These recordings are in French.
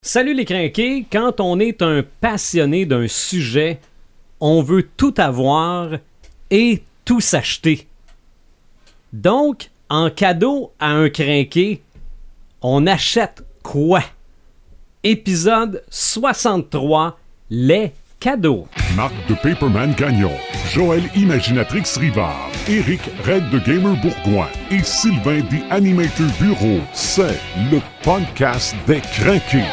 Salut les crinqués, quand on est un passionné d'un sujet, on veut tout avoir et tout s'acheter. Donc, en cadeau à un crinqué, on achète quoi? Épisode 63, les cadeaux. Marc de Paperman Gagnon, Joël Imaginatrix Rivard, Éric Red de Gamer Bourgoin et Sylvain des Animator Bureau. C'est le podcast des crinqués.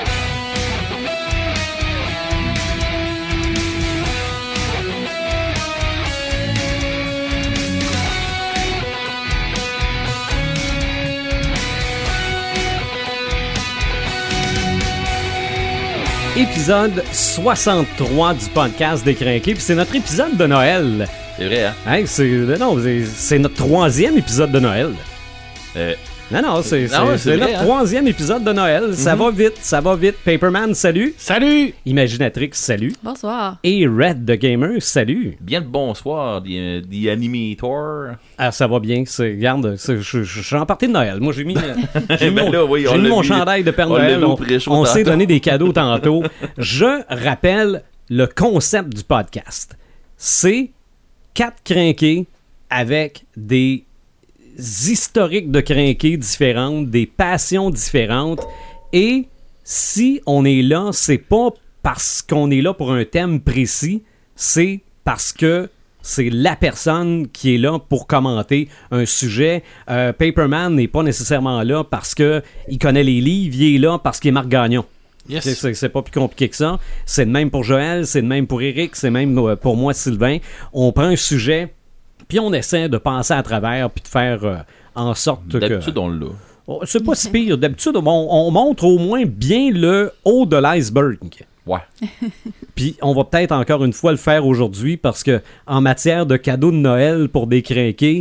Épisode 63 du podcast des crinqués, puis c'est notre épisode de Noël. C'est vrai, hein? Hey, c'est notre troisième épisode de Noël. Non, c'est vrai, notre troisième épisode de Noël. Ça va vite. Paperman, salut. Salut! Imaginatrix, salut. Bonsoir. Et Red the Gamer, salut. Bien le bonsoir, The Animator. Ah, ça va bien. Regarde, je suis en partie de Noël. Moi, j'ai mis mon chandail de Père Noël. On s'est donné des cadeaux tantôt. Je rappelle le concept du podcast. C'est 4 crinqués avec des historiques de crinqués différentes, des passions différentes. Et si on est là, c'est pas parce qu'on est là pour un thème précis, c'est parce que c'est la personne qui est là pour commenter un sujet. Paperman n'est pas nécessairement là parce qu'il connaît les livres, il est là parce qu'il est Marc Gagnon. Yes. C'est pas plus compliqué que ça. C'est le même pour Joël, c'est le même pour Éric, c'est le même pour moi, Sylvain. On prend un sujet, puis on essaie de passer à travers, puis de faire en sorte D'habitude, que... on l'a. C'est pas si pire. D'habitude, on montre au moins bien le haut de l'iceberg. Ouais. Puis on va peut-être encore une fois le faire aujourd'hui parce que en matière de cadeaux de Noël pour des crinqués,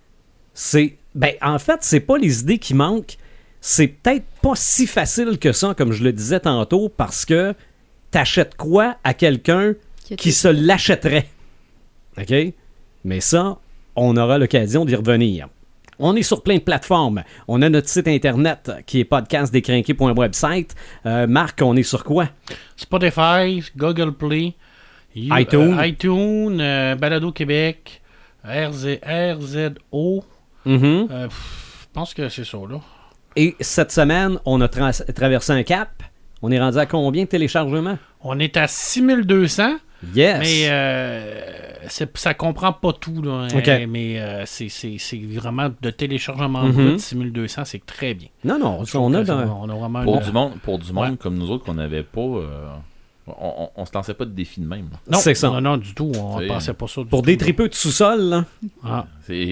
en fait, c'est pas les idées qui manquent. C'est peut-être pas si facile que ça, comme je le disais tantôt, parce que t'achètes quoi à quelqu'un qui se l'achèterait? OK? Mais ça, on aura l'occasion d'y revenir. On est sur plein de plateformes. On a notre site internet qui est podcastdescrinqués.website. Marc, on est sur quoi? Spotify, Google Play, iTunes, Balado Québec, RZO. Mm-hmm. Je pense que c'est ça, là. Et cette semaine, on a traversé un cap. On est rendu à combien de téléchargements? On est à 6200. Yes! Mais ça comprend pas tout, là. Okay. Mais c'est vraiment de téléchargement brut, 6200, c'est très bien. Non, on a vraiment Pour du monde comme nous autres qu'on n'avait pas... on se lançait pas de défi de même. Non, c'est ça. Non, du tout. On ne pensait pas ça du tout. Pour des tripeux de sous-sol, là. Ah.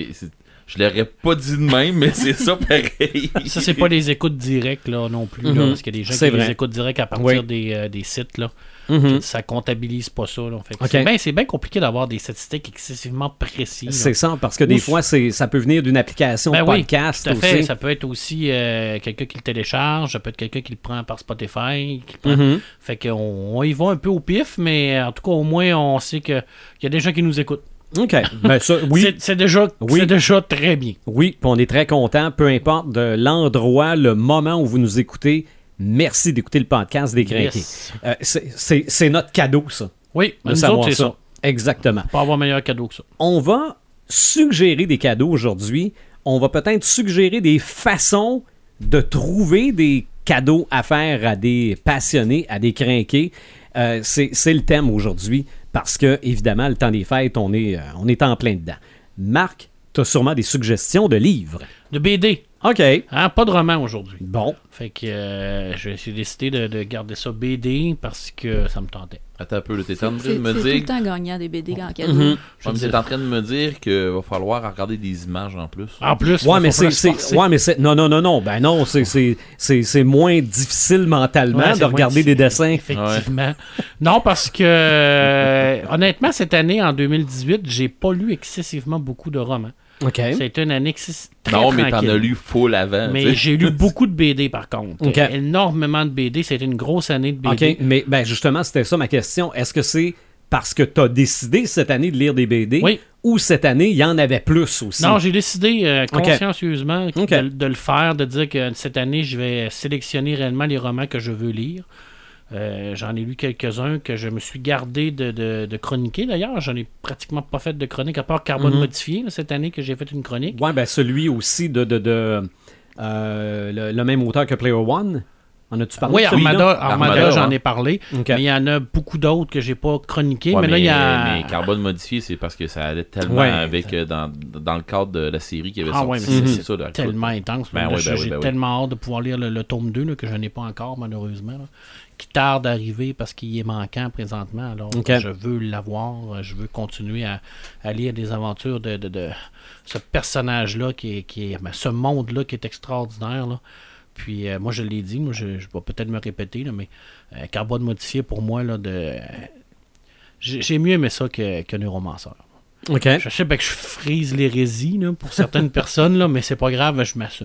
Je l'aurais pas dit de même, mais c'est ça pareil. Ça, c'est pas les écoutes directes, là, non plus. Là, parce qu'il y a des gens qui les écoutent directs à partir des sites, là. Ça comptabilise pas ça. Là. Fait c'est bien compliqué d'avoir des statistiques excessivement précises. C'est ça, parce que des fois, ça peut venir d'une application podcast. Oui, tout à fait. Aussi. Ça peut être aussi quelqu'un qui le télécharge, ça peut être quelqu'un qui le prend par Spotify. Fait qu'on y va un peu au pif, mais en tout cas, au moins, on sait qu'il y a des gens qui nous écoutent. OK. Ben ça, oui. C'est déjà très bien. Oui, puis on est très content, peu importe de l'endroit, le moment où vous nous écoutez. Merci d'écouter le podcast des crinqués. Yes. C'est notre cadeau, ça. Oui, de nous savoir autres, c'est ça. Exactement. Pas avoir meilleur cadeau que ça. On va suggérer des cadeaux aujourd'hui. On va peut-être suggérer des façons de trouver des cadeaux à faire à des passionnés, à des crinqués. C'est le thème aujourd'hui parce que, évidemment, le temps des fêtes, on est en plein dedans. Marc, tu as sûrement des suggestions de livres. De BD. OK. Pas de roman aujourd'hui. Bon. Fait que j'ai décidé de garder ça BD parce que ça me tentait. Attends un peu, là, t'es en train de me C'est dire... tout le temps gagnant des BD en cadeau. T'es en train de me dire qu'il va falloir regarder des images en plus. En plus, ouais, mais c'est non. Ben non, c'est moins difficile mentalement de regarder des dessins. Effectivement. Ouais. Non, parce que honnêtement, cette année, en 2018, j'ai pas lu excessivement beaucoup de romans. OK. C'était une année très non, tranquille. mais t'en as lu full avant. Mais j'ai lu beaucoup de BD, par contre. Okay. Énormément de BD. C'était une grosse année de BD. OK, mais justement, c'était ça ma question. Est-ce que c'est parce que tu as décidé cette année de lire des BD, ou cette année, il y en avait plus aussi? Non, j'ai décidé consciencieusement de le faire, de dire que cette année, je vais sélectionner réellement les romans que je veux lire. J'en ai lu quelques-uns que je me suis gardé de chroniquer. D'ailleurs, j'en ai pratiquement pas fait de chronique, à part Carbone Modifié, là, cette année que j'ai fait une chronique. Ouais, ben celui aussi le même auteur que Player One. En as-tu parlé? Oui, Armada, j'en ai parlé. Okay. Mais il y en a beaucoup d'autres que j'ai pas chroniqués. Ouais, mais là, il y a... mais Carbone Modifié, c'est parce que ça allait tellement avec dans le cadre de la série qui avait sorti. Ouais, mais c'est ça, là, tellement intense. J'ai tellement hâte de pouvoir lire le tome 2 là, que je n'ai pas encore, malheureusement. Là, qui tarde à arriver parce qu'il est manquant présentement. Alors, je veux l'avoir. Je veux continuer à lire des aventures de ce personnage-là, ce monde-là qui est extraordinaire, là. Puis moi je l'ai dit, moi je vais peut-être me répéter, là, mais Carbone Modifié pour moi là, j'ai mieux aimé ça que Neuromancer. Okay. Je sais que je frise l'hérésie là, pour certaines personnes, là, mais c'est pas grave, je m'assume.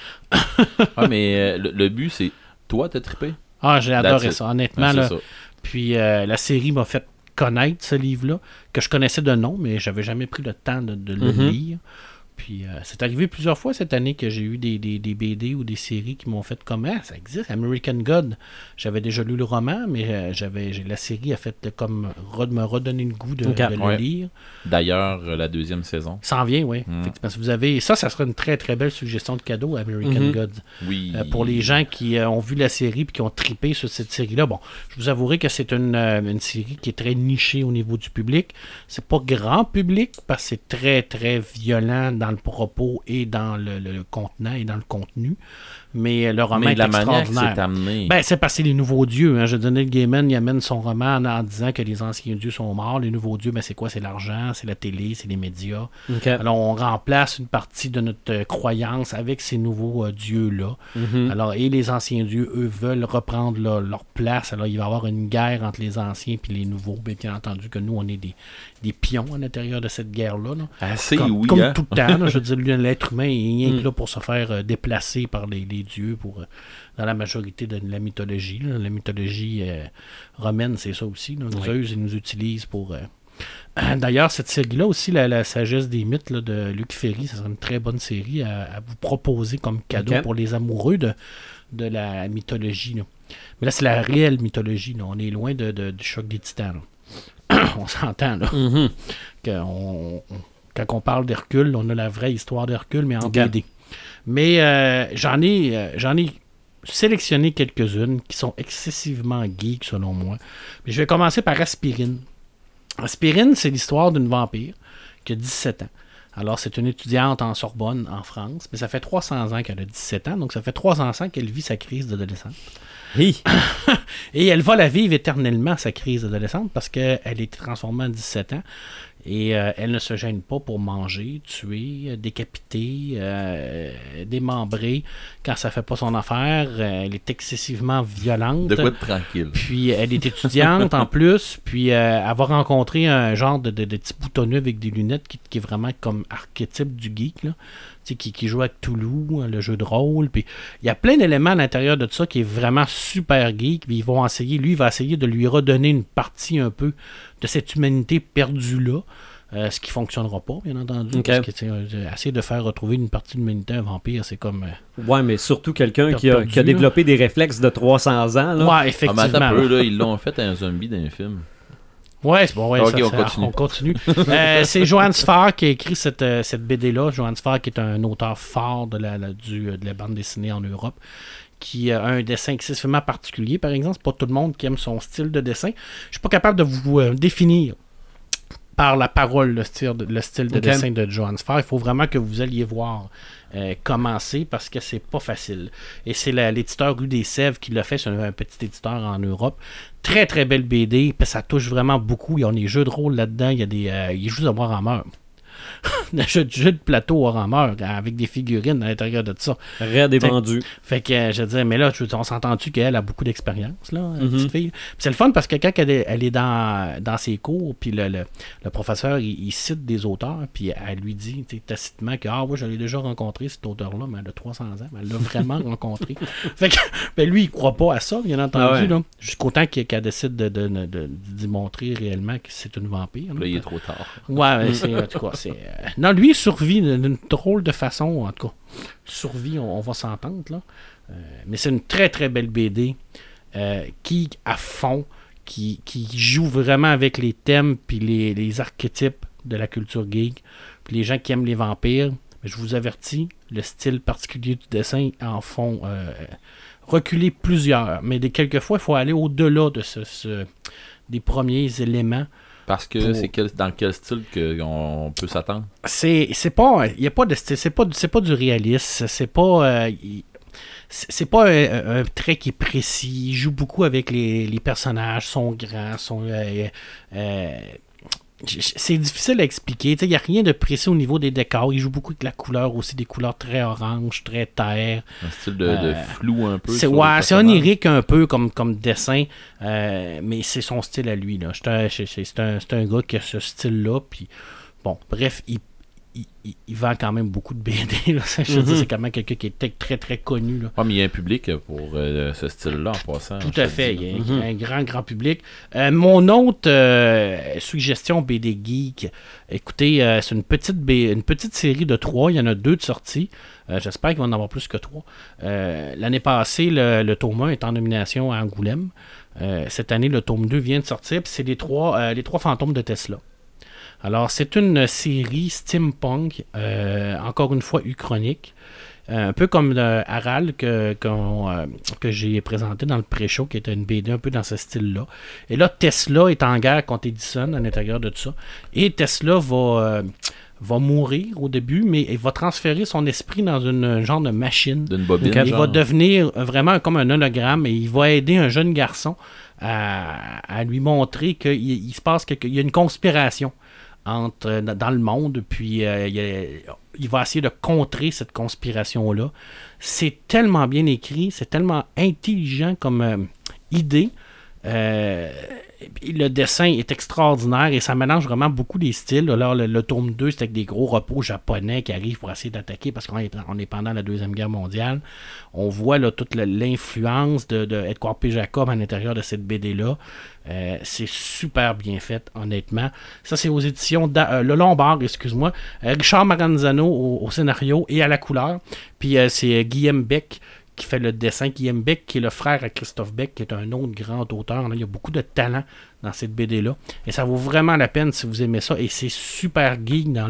Mais le but c'est toi t'as trippé? Ah, j'ai adoré ça, honnêtement. Là. Ça. Puis la série m'a fait connaître ce livre-là, que je connaissais de nom, mais j'avais jamais pris le temps de le lire. Puis c'est arrivé plusieurs fois cette année que j'ai eu des BD ou des séries qui m'ont fait comme ça existe, American God. J'avais déjà lu le roman, mais la série a fait comme me redonner le goût de le lire. D'ailleurs, la 2e saison. Ça en vient, oui. Parce que vous avez ça serait une très très belle suggestion de cadeau, American God. Oui. Pour les gens qui ont vu la série et qui ont trippé sur cette série-là. Bon, je vous avouerai que c'est une série qui est très nichée au niveau du public. C'est pas grand public parce que c'est très très violent dans le propos et dans le contenant et dans le contenu. Mais le roman est extraordinaire. C'est amené. C'est parce que c'est les nouveaux dieux. Hein. Je donnais le Gaiman, il amène son roman en disant que les anciens dieux sont morts. Les nouveaux dieux, c'est quoi? C'est l'argent, c'est la télé, c'est les médias. Okay. Alors, on remplace une partie de notre croyance avec ces nouveaux dieux-là. Alors, et les anciens dieux, eux, veulent reprendre leur place. Alors, il va y avoir une guerre entre les anciens et les nouveaux. Bien entendu que nous, on est des pions à l'intérieur de cette guerre-là. Là. Assez, comme tout le temps. Là, je veux dire, l'être humain est rien que là pour se faire déplacer par les dieux dans la majorité de la mythologie. Là. La mythologie romaine, c'est ça aussi. Là. Zeus, ils nous utilisent pour... D'ailleurs, cette série-là aussi, la sagesse des mythes là, de Luc Ferry, ça serait une très bonne série à vous proposer comme cadeau pour les amoureux de la mythologie. Là. Mais là, c'est la réelle mythologie. Là. On est loin du choc des titans. On s'entend, là. Quand on parle d'Hercule, on a la vraie histoire d'Hercule, mais en BD. Mais j'en ai sélectionné quelques-unes qui sont excessivement geeks, selon moi. Mais je vais commencer par Aspirine. Aspirine, c'est l'histoire d'une vampire qui a 17 ans. Alors, c'est une étudiante en Sorbonne, en France, mais ça fait 300 ans qu'elle a 17 ans, donc ça fait 300 ans qu'elle vit sa crise d'adolescente. Hey. Et elle va la vivre éternellement, sa crise d'adolescente, parce qu'elle est transformée en 17 ans. Et elle ne se gêne pas pour manger, tuer, décapiter, démembrer. Quand ça fait pas son affaire, elle est excessivement violente. De quoi de tranquille. Puis elle est étudiante en plus. Puis elle va rencontrer un genre de petit boutonneux avec des lunettes qui est vraiment comme archétype du geek, là. Qui joue avec Toulouse, le jeu de rôle. Puis il y a plein d'éléments à l'intérieur de ça qui est vraiment super geek. Puis il va essayer de lui redonner une partie un peu de cette humanité perdue-là. Ce qui ne fonctionnera pas, bien entendu. Okay. Parce que essayer de faire retrouver une partie de l'humanité à un vampire, c'est comme... ouais, mais surtout quelqu'un qui a développé des réflexes de 300 ans. Là. Ouais, effectivement. Ah, mais attends un peu, là, ils l'ont fait un zombie dans un film. Ouais, c'est bon, ouais, okay, on continue. C'est Johannes Farr qui a écrit cette BD-là. Johannes Farr, qui est un auteur fort de la bande dessinée en Europe, qui a un dessin excessivement particulier, par exemple. C'est pas tout le monde qui aime son style de dessin. Je suis pas capable de vous définir par la parole le style de dessin de Johannes Farr. Il faut vraiment que vous alliez voir commencer parce que c'est pas facile. Et c'est l'éditeur Rue des Sèvres qui l'a fait. C'est un petit éditeur en Europe. Très très belle BD. Puis ça touche vraiment beaucoup. Il y a des jeux de rôle là-dedans. Il joue à boire en meurt. jeu de plateau Warhammer avec des figurines à l'intérieur de tout ça. Raide et vendu. Fait que je disais, mais là, on s'entend-tu qu'elle a beaucoup d'expérience, là, petite fille. Puis c'est le fun parce que quand elle est dans ses cours, puis le professeur, il cite des auteurs, puis elle lui dit tacitement que oui, je l'ai déjà rencontré, cet auteur-là, mais elle a 300 ans, mais elle l'a vraiment rencontré. Fait que ben, lui, il croit pas à ça, bien entendu, là, jusqu'au temps qu'elle décide d'y montrer réellement que c'est une vampire. Là, il est trop tard. Ouais, en tout cas, non, lui, il survit d'une drôle de façon, en tout cas. Survie, on va s'entendre, là. Mais c'est une très, très belle BD qui, à fond, qui joue vraiment avec les thèmes puis les archétypes de la culture geek. Puis les gens qui aiment les vampires, je vous avertis, le style particulier du dessin en font reculer plusieurs. Mais quelquefois, il faut aller au-delà de des premiers éléments. Parce que dans quel style qu'on peut s'attendre? C'est pas... Il n'y a pas de style. C'est pas du réalisme. C'est pas... c'est pas un trait qui est précis. Il joue beaucoup avec les personnages. Sont grands. C'est difficile à expliquer. Il n'y a rien de précis au niveau des décors. Il joue beaucoup avec la couleur aussi, des couleurs très orange, très terre. Un style de flou un peu. C'est onirique un peu comme dessin, mais c'est son style à lui. Là. C'est un gars qui a ce style-là. Puis, bon, bref, il vend quand même beaucoup de BD. Là. Je veux dire, c'est quand même quelqu'un qui est très, très connu. Là. Ouais, mais il y a un public pour ce style-là en passant. Tout à fait. Il y a un grand public. Mon autre suggestion BD Geek, écoutez, c'est une petite série de 3. Il y en a 2 de sortie. J'espère qu'il va en avoir plus que 3. L'année passée, le tome 1 est en nomination à Angoulême. Cette année, le tome 2 vient de sortir. Puis c'est les trois fantômes de Tesla. Alors, c'est une série steampunk, encore une fois, uchronique. Un peu comme Harald que j'ai présenté dans le pré-show, qui était une BD un peu dans ce style-là. Et là, Tesla est en guerre contre Edison à l'intérieur de tout ça. Et Tesla va mourir au début, mais il va transférer son esprit dans une genre de machine. D'une bobine. Il va devenir vraiment comme un hologramme et il va aider un jeune garçon à lui montrer qu'il se passe qu'il y a une conspiration dans le monde, puis il va essayer de contrer cette conspiration-là. C'est tellement bien écrit, c'est tellement intelligent comme idée. Le dessin est extraordinaire et ça mélange vraiment beaucoup les styles. Alors, le tome 2, c'est avec des gros repos japonais qui arrivent pour essayer d'attaquer parce qu'on est pendant la Deuxième Guerre mondiale. On voit là, toute l'influence de Edward P. Jacob à l'intérieur de cette BD-là. C'est super bien fait, honnêtement. Ça, c'est aux éditions Le Lombard, excuse-moi. Richard Maranzano au scénario et à la couleur. Puis c'est Guillaume Beck qui fait le dessin. Guillaume Beck, qui est le frère à Christophe Beck, qui est un autre grand auteur. Il y a beaucoup de talent dans cette BD-là. Et ça vaut vraiment la peine si vous aimez ça. Et c'est super geek dans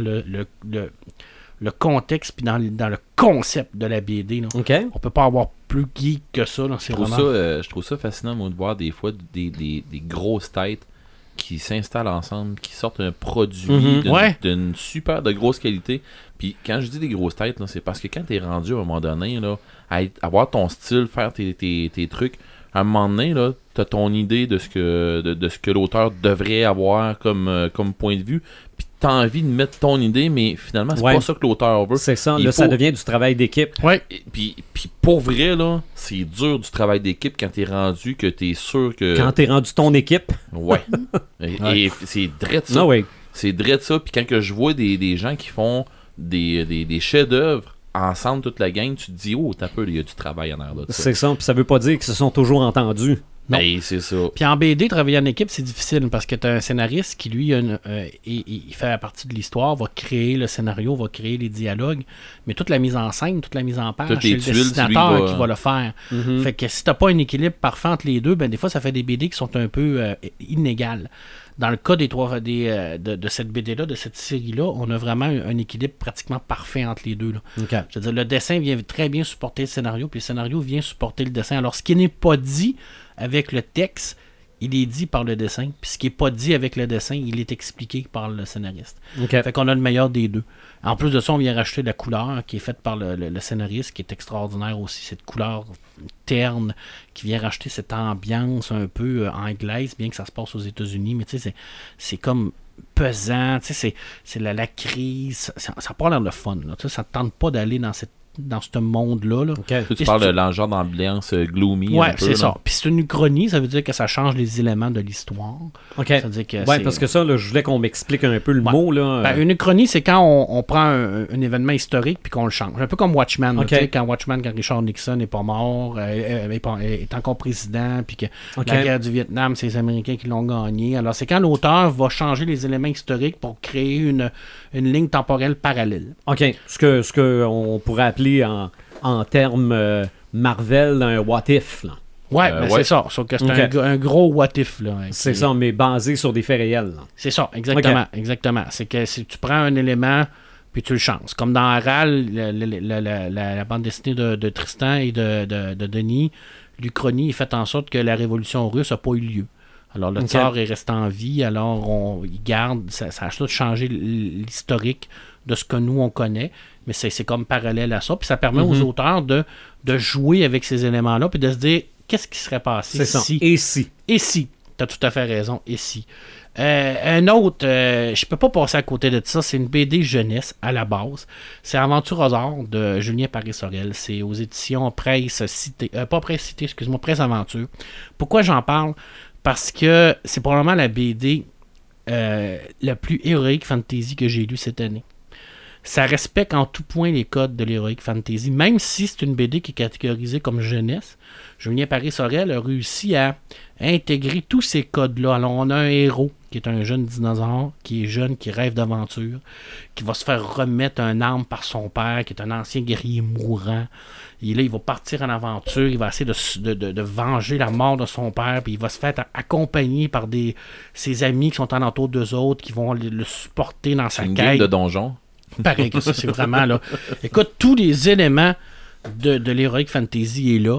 le contexte puis dans le concept de la BD. Là. Okay. On peut pas avoir plus geek que ça. Là. Je trouve ça fascinant, moi, de voir des fois des grosses têtes qui s'installent ensemble, qui sortent un produit d'une super de grosse qualité. Puis quand je dis des grosses têtes, là, c'est parce que quand t'es rendu à un moment donné là, à avoir ton style, faire tes trucs, à un moment donné, là, t'as ton idée de ce que l'auteur devrait avoir comme point de vue, puis t'as envie de mettre ton idée, mais finalement, c'est pas ça que l'auteur veut. C'est ça, ça devient du travail d'équipe. Ouais. Puis pour vrai, là, c'est dur du travail d'équipe quand t'es rendu que t'es sûr que... Quand t'es rendu ton équipe. Ouais. Et c'est drette ça. No way. C'est drette ça, puis quand que je vois des gens qui font des chefs-d'œuvre ensemble, toute la gang, tu te dis, oh, t'as peu, il y a du travail en arrière de ça. C'est ça, puis ça veut pas dire qu'ils se sont toujours entendus. Non. Ben, c'est ça. Puis en BD, travailler en équipe, c'est difficile parce que tu as un scénariste qui, lui, il fait la partie de l'histoire, va créer le scénario, va créer les dialogues, mais toute la mise en scène, toute la mise en page, c'est le dessinateur qui va le faire. Mm-hmm. Fait que si t'as pas un équilibre parfait entre les deux, ben des fois, ça fait des BD qui sont un peu inégales. Dans le cas de cette BD-là, de cette série-là, on a vraiment un équilibre pratiquement parfait entre les deux. Là. Okay. Je veux dire, le dessin vient très bien supporter le scénario, puis le scénario vient supporter le dessin. Alors, ce qui n'est pas dit avec le texte, il est dit par le dessin. Puis ce qui n'est pas dit avec le dessin, il est expliqué par le scénariste. Okay. Fait qu'on a le meilleur des deux. En plus de ça, on vient rajouter de la couleur qui est faite par le scénariste, qui est extraordinaire aussi, cette couleur terne, qui vient rajouter cette ambiance un peu anglaise, bien que ça se passe aux États-Unis. Mais tu sais, c'est comme pesant, c'est la crise, ça n'a pas l'air de fun, là, ça ne tente pas d'aller dans ce monde-là. Là. Okay. Tu parles de genre d'ambiance gloomy. Ouais, c'est ça. Puis c'est une uchronie, ça veut dire que ça change les éléments de l'histoire. OK. Ça veut dire que parce que ça, là, je voulais qu'on m'explique un peu le mot. Là. Ben, une uchronie, c'est quand on prend un événement historique puis qu'on le change. Un peu comme Watchmen. Okay. Quand Richard Nixon n'est pas mort, est encore président, puis que la guerre du Vietnam, c'est les Américains qui l'ont gagné. Alors, c'est quand l'auteur va changer les éléments historiques pour créer une ligne temporelle parallèle. OK. Ce que on pourrait appeler en termes Marvel, un what if. Là. C'est ça. Sauf que c'est un gros what if. Là, c'est ça, mais basé sur des faits réels. Là. C'est ça, exactement. Exactement. C'est que si tu prends un élément puis tu le changes. Comme dans Aral, la bande dessinée de Tristan et de Denis, l'Uchronie est faite en sorte que la révolution russe n'a pas eu lieu. Alors, le tsar est resté en vie, alors il garde, ça a tout changé l'historique de ce que nous, on connaît, mais c'est comme parallèle à ça, puis ça permet aux auteurs de jouer avec ces éléments-là, puis de se dire, qu'est-ce qui serait passé si? Et si? T'as tout à fait raison, et si? Un autre, je peux pas passer à côté de ça, c'est une BD jeunesse, à la base. C'est Aventure aux arts de Julien Paris-Sorel. C'est aux éditions Presse Cité, pas Presse Cité, excuse-moi, Presse Aventure. Pourquoi j'en parle? Parce que c'est probablement la BD la plus héroïque fantasy que j'ai lue cette année. Ça respecte en tout point les codes de l'héroïque fantasy, même si c'est une BD qui est catégorisée comme jeunesse. Julien Paris-Sorel a réussi à intégrer tous ces codes-là. Alors, on a un héros qui est un jeune dinosaure, qui est jeune, qui rêve d'aventure, qui va se faire remettre un arme par son père, qui est un ancien guerrier mourant. Et là, il va partir en aventure, il va essayer de venger la mort de son père, puis il va se faire accompagner par ses amis qui sont alentour d'eux autres, qui vont le supporter dans sa quête. C'est une game de donjon. Pareil que ça, c'est vraiment là. Écoute, tous les éléments de l'Heroic Fantasy est là.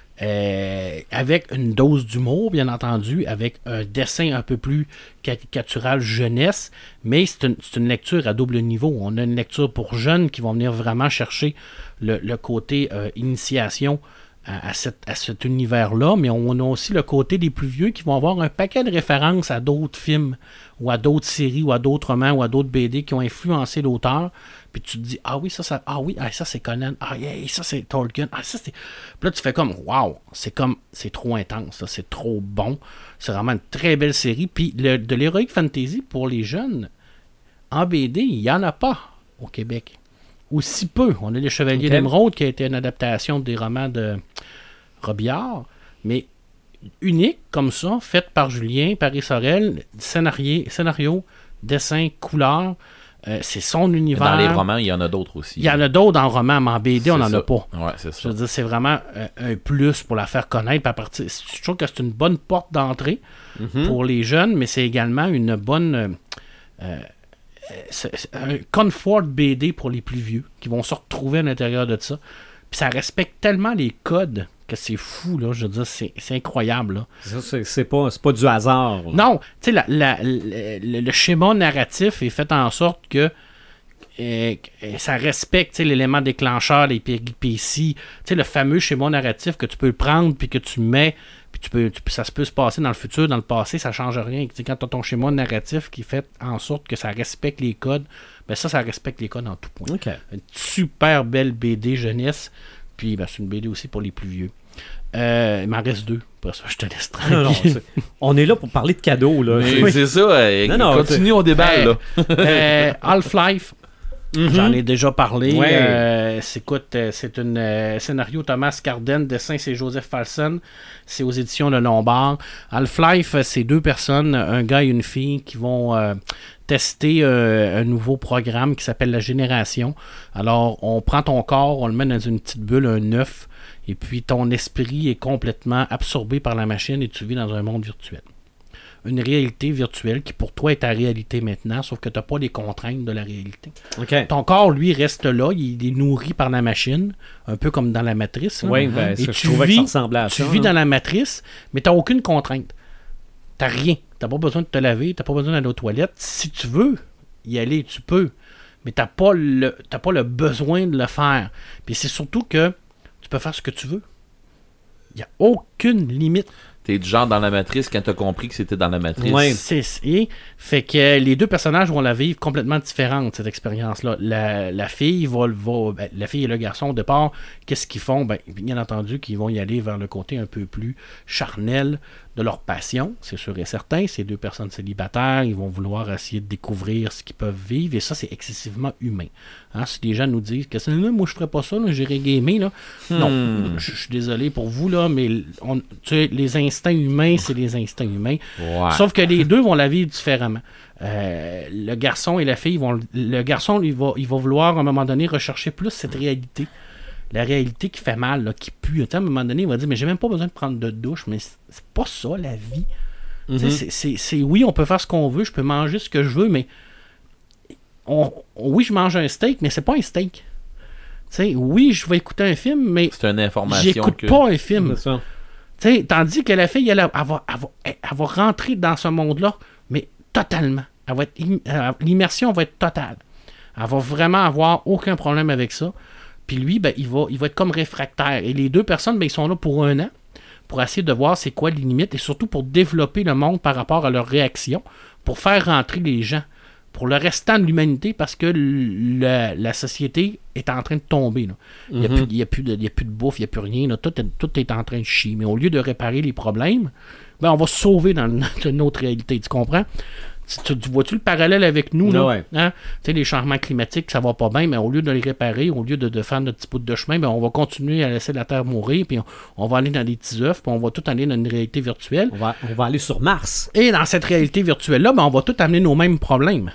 Avec une dose d'humour, bien entendu, avec un dessin un peu plus caricatural jeunesse, mais c'est une lecture à double niveau. On a une lecture pour jeunes qui vont venir vraiment chercher le côté initiation à cet univers-là, mais on a aussi le côté des plus vieux qui vont avoir un paquet de références à d'autres films ou à d'autres séries ou à d'autres romans ou à d'autres BD qui ont influencé l'auteur. Puis tu te dis, ça c'est Conan, ça c'est Tolkien, ça c'est... Puis là tu fais comme, wow, c'est trop intense, ça, c'est trop bon, c'est vraiment une très belle série. Puis de l'Heroic Fantasy pour les jeunes, en BD, il n'y en a pas au Québec. Ou si peu. On a Les Chevaliers d'Émeraude qui a été une adaptation des romans de Robillard, mais unique comme ça, faite par Julien Paris-Sorel, scénario, dessin, couleur, c'est son univers. Dans les romans, il y en a d'autres aussi. Il y en a d'autres en roman, mais en BD, on n'en a pas. Ouais, c'est ça. Je veux dire, c'est vraiment un plus pour la faire connaître. Je trouve que c'est une bonne porte d'entrée pour les jeunes, mais c'est également une bonne... c'est un confort BD pour les plus vieux qui vont se retrouver à l'intérieur de ça. Puis ça respecte tellement les codes que c'est fou, là. Je veux dire, c'est incroyable, là. C'est pas du hasard, là. Non, tu sais, le schéma narratif est fait en sorte que ça respecte l'élément déclencheur, les péripéties, tu sais, le fameux schéma narratif que tu peux prendre puis que tu mets, puis ça peut se passer dans le futur, dans le passé, ça change rien. T'sais, quand tu as ton schéma narratif qui fait en sorte que ça respecte les codes, ben ça respecte les codes en tout point. Okay. Une super belle BD jeunesse, puis c'est une BD aussi pour les plus vieux. Il m'en reste 2, pour ça je te laisse tranquille. On est là pour parler de cadeaux, là. Oui. C'est ça, continue, on déballe, là. Half-Life. J'en ai déjà parlé. Ouais. C'est un scénario Thomas Carden, dessin c'est Joseph Falson. C'est aux éditions Le Lombard. Half-Life, c'est 2 personnes, un gars et une fille, qui vont tester un nouveau programme qui s'appelle la Génération. Alors, on prend ton corps, on le met dans une petite bulle, un œuf, et puis ton esprit est complètement absorbé par la machine et tu vis dans un monde virtuel. Une réalité virtuelle qui pour toi est ta réalité maintenant, sauf que tu n'as pas les contraintes de la réalité. Okay. Ton corps, lui, reste là, il est nourri par la machine, un peu comme dans la Matrice. Oui, et je trouvais que ça ressemblait à ça. Tu vis dans la Matrice, mais tu n'as aucune contrainte. Tu n'as rien. Tu n'as pas besoin de te laver, tu n'as pas besoin d'aller aux toilettes. Si tu veux y aller, tu peux. Mais tu n'as pas le besoin de le faire. Puis c'est surtout que tu peux faire ce que tu veux. Il n'y a aucune limite. T'es du genre dans la matrice quand t'as compris que c'était dans la matrice. Ouais. Fait que les deux personnages vont la vivre complètement différente, cette expérience-là. La fille la fille et le garçon, au départ, qu'est-ce qu'ils font? Ben, bien entendu qu'ils vont y aller vers le côté un peu plus charnel de leur passion, c'est sûr et certain. Ces deux personnes célibataires, ils vont vouloir essayer de découvrir ce qu'ils peuvent vivre, et ça, c'est excessivement humain. Hein, si les gens nous disent que moi, je ferais pas ça, là, j'irais gamer, là. Non, je suis désolé pour vous, là, mais les instincts humains, c'est les instincts humains. Ouais. Sauf que les deux vont la vivre différemment. Le garçon et la fille le garçon, il va vouloir à un moment donné rechercher plus cette réalité. La réalité qui fait mal, là, qui pue. À un moment donné, il va dire, mais j'ai même pas besoin de prendre de douche, mais c'est pas ça la vie. Mm-hmm. Oui, on peut faire ce qu'on veut, je peux manger ce que je veux, mais oui, je mange un steak, mais c'est pas un steak. Oui, je vais écouter un film, mais c'est une information j'écoute pas un film. C'est ça. Tandis que la fille, elle va rentrer dans ce monde-là, mais totalement. L'immersion va être totale. Elle va vraiment avoir aucun problème avec ça. Puis lui, ben, il va être comme réfractaire. Et les deux personnes, ben, ils sont là pour 1 an, pour essayer de voir c'est quoi les limites, et surtout pour développer le monde par rapport à leur réaction, pour faire rentrer les gens, pour le restant de l'humanité, parce que la société est en train de tomber. Là. Il n'y a plus de bouffe, il n'y a plus rien. Là. Tout est en train de chier. Mais au lieu de réparer les problèmes, ben, on va se sauver dans une autre réalité. Tu comprends? Tu vois-tu le parallèle avec nous? Là? Ouais. Hein? Tu sais, les changements climatiques, ça va pas bien, mais au lieu de les réparer, au lieu de faire notre petit bout de chemin, ben, on va continuer à laisser la Terre mourir, puis on va aller dans des petits œufs, puis on va tout aller dans une réalité virtuelle. On va aller sur Mars. Et dans cette réalité virtuelle-là, ben, on va tout amener nos mêmes problèmes.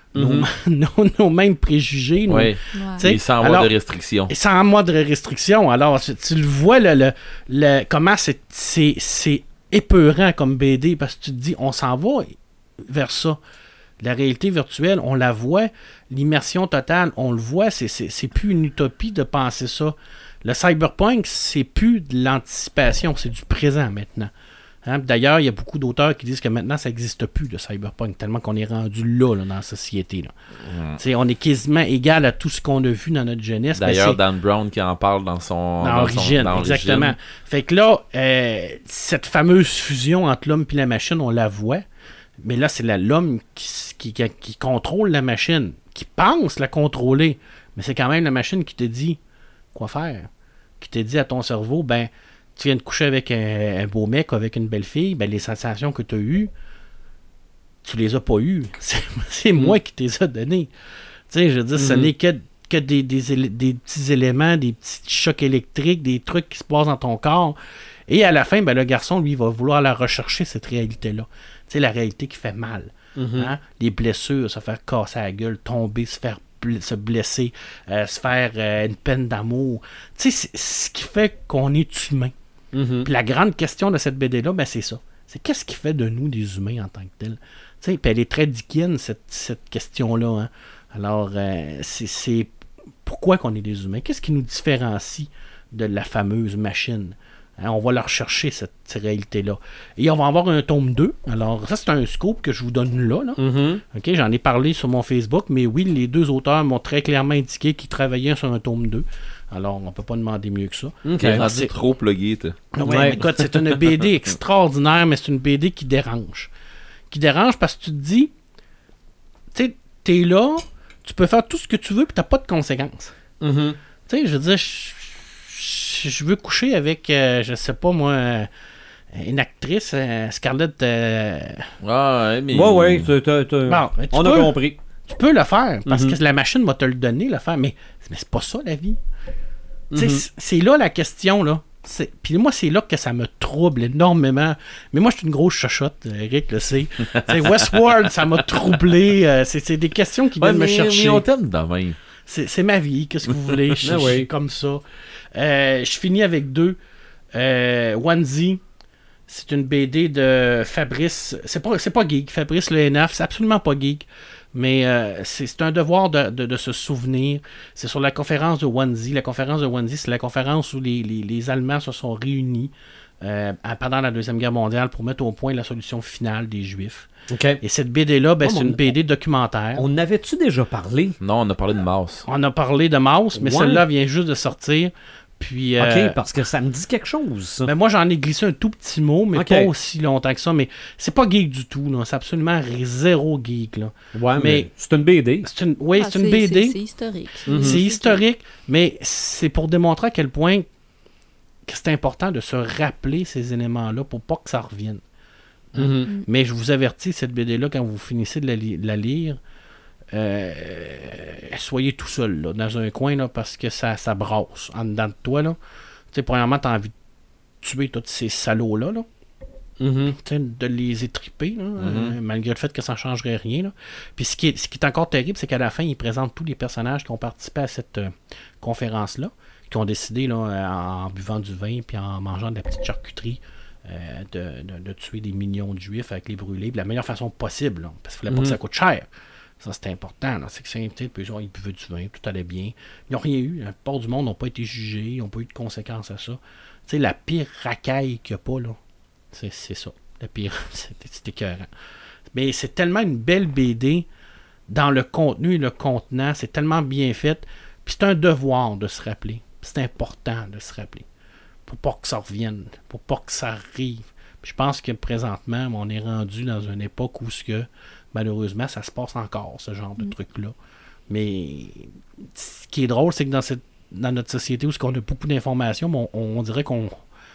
Nos mêmes préjugés. Oui. Et sans mois de restriction. Et sans mois de restriction. Alors, tu le vois, comment c'est épeurant comme BD, parce que tu te dis, on s'en va vers ça. La réalité virtuelle, on la voit. L'immersion totale, on le voit. C'est plus une utopie de penser ça. Le cyberpunk, c'est plus de l'anticipation, c'est du présent maintenant. Hein? D'ailleurs, il y a beaucoup d'auteurs qui disent que maintenant, ça n'existe plus, le cyberpunk, tellement qu'on est rendu là dans la société. Là. On est quasiment égal à tout ce qu'on a vu dans notre jeunesse. D'ailleurs, Dan Brown qui en parle dans Origine, exactement. Fait que là, cette fameuse fusion entre l'homme et la machine, on la voit. Mais là, c'est l'homme qui contrôle la machine, qui pense la contrôler. Mais c'est quand même la machine qui te dit quoi faire. Qui te dit à ton cerveau, ben, tu viens de coucher avec un beau mec, avec une belle fille, ben, les sensations que tu as eues, tu les as pas eues. C'est moi qui te les ai données. Tu sais, je veux dire, ce n'est que des petits éléments, des petits chocs électriques, des trucs qui se passent dans ton corps. Et à la fin, ben, le garçon, lui, va vouloir la rechercher, cette réalité-là. Tu sais, la réalité qui fait mal. Hein? Les blessures, se faire casser la gueule, tomber, se blesser, se faire une peine d'amour. Tu sais, c'est ce qui fait qu'on est humain. Puis la grande question de cette BD-là, ben, c'est ça. C'est qu'est-ce qui fait de nous des humains en tant que tels? Tu sais, puis elle est très Dickens, cette question-là. Hein? Alors, c'est pourquoi qu'on est des humains? Qu'est-ce qui nous différencie de la fameuse machine? Hein, on va leur chercher cette réalité-là. Et on va avoir un tome 2. Alors, ça, c'est un scoop que je vous donne là. Okay, j'en ai parlé sur mon Facebook, mais oui, les deux auteurs m'ont très clairement indiqué qu'ils travaillaient sur un tome 2. Alors, on peut pas demander mieux que ça. C'est trop plugué, toi. Ouais. Écoute, c'est une BD extraordinaire, mais c'est une BD qui dérange. Qui dérange parce que tu te dis, tu sais, t'es là, tu peux faire tout ce que tu veux, puis t'as pas de conséquences. Tu sais, je veux dire, je veux coucher avec, je sais pas moi, une actrice, Scarlett. Ouais, mais. Ouais, bon, on a compris. Tu peux le faire, parce que la machine va te le donner, le faire, mais c'est pas ça la vie. C'est là la question, là. Puis moi, c'est là que ça me trouble énormément. Mais moi, je suis une grosse chochotte, Eric le sait. Westworld, ça m'a troublé. C'est des questions qui viennent me chercher. Mais on t'aime dans même. C'est ma vie, qu'est-ce que vous voulez? Je suis comme ça. Je finis avec 2. Onesie, c'est une BD de Fabrice. C'est pas geek. Fabrice Le Hénaf, c'est absolument pas geek. Mais c'est un devoir de se souvenir. C'est sur la conférence de Wannsee. La conférence de Wannsee, c'est la conférence où les Allemands se sont réunis pendant la Deuxième Guerre mondiale pour mettre au point la solution finale des Juifs. Okay. Et cette BD-là, c'est une BD documentaire. On avait-tu déjà parlé? Non, on a parlé de Maus. On a parlé de Maus, mais celle-là vient juste de sortir. Puis, OK, parce que ça me dit quelque chose, ça. Ben moi, j'en ai glissé un tout petit mot, mais pas aussi longtemps que ça. Mais c'est pas geek du tout, là. C'est absolument zéro geek, là. Ouais, mais c'est une BD. C'est une BD. C'est historique. C'est historique, mais c'est pour démontrer à quel point que c'est important de se rappeler ces éléments-là pour pas que ça revienne. Mais je vous avertis, cette BD-là, quand vous finissez de la lire, soyez tout seul là, dans un coin là, parce que ça brasse en dedans de toi. Là. Premièrement, tu as envie de tuer tous ces salauds-là. Là. De les étriper, là, malgré le fait que ça ne changerait rien. Là. Puis ce qui est encore terrible, c'est qu'à la fin, ils présentent tous les personnages qui ont participé à cette conférence-là, qui ont décidé, là, en buvant du vin et en mangeant de la petite charcuterie, de tuer des millions de juifs avec les brûlés de la meilleure façon possible, là, parce qu'il ne fallait pas que ça coûte cher. Ça, c'est important. Là. C'est que c'est puis genre, ils buvaient du vin, tout allait bien. Ils n'ont rien eu. La plupart du monde n'ont pas été jugés, ils n'ont pas eu de conséquences à ça. Tu sais, la pire racaille qu'il n'y a pas, là, c'est ça. La pire, c'est écœurant. Mais c'est tellement une belle BD dans le contenu et le contenant. C'est tellement bien fait. Puis c'est un devoir de se rappeler. C'est important de se rappeler. Pour pas que ça revienne. Pour pas que ça arrive. Puis je pense que présentement, on est rendu dans une époque où malheureusement, ça se passe encore, ce genre de truc-là. Mais ce qui est drôle, c'est que dans notre société où on a beaucoup d'informations, on dirait qu'on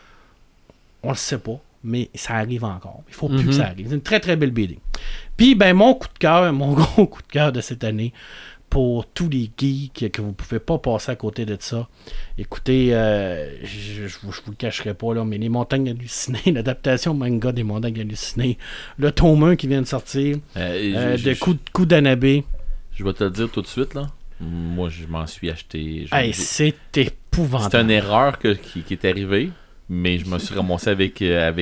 le sait pas, mais ça arrive encore. Il faut plus que ça arrive. C'est une très, très belle BD. Puis, mon gros coup de cœur de cette année, pour tous les geeks que vous ne pouvez pas passer à côté de ça. Écoutez, je vous le cacherai pas, là, mais Les Montagnes Hallucinées, l'adaptation manga des Montagnes Hallucinées, le tome 1 qui vient de sortir, de Coup d'Anabé. Je vais te le dire tout de suite, là. Moi, je m'en suis acheté. C'est épouvantable. C'est une erreur qui est arrivée, mais je me suis ramassé avec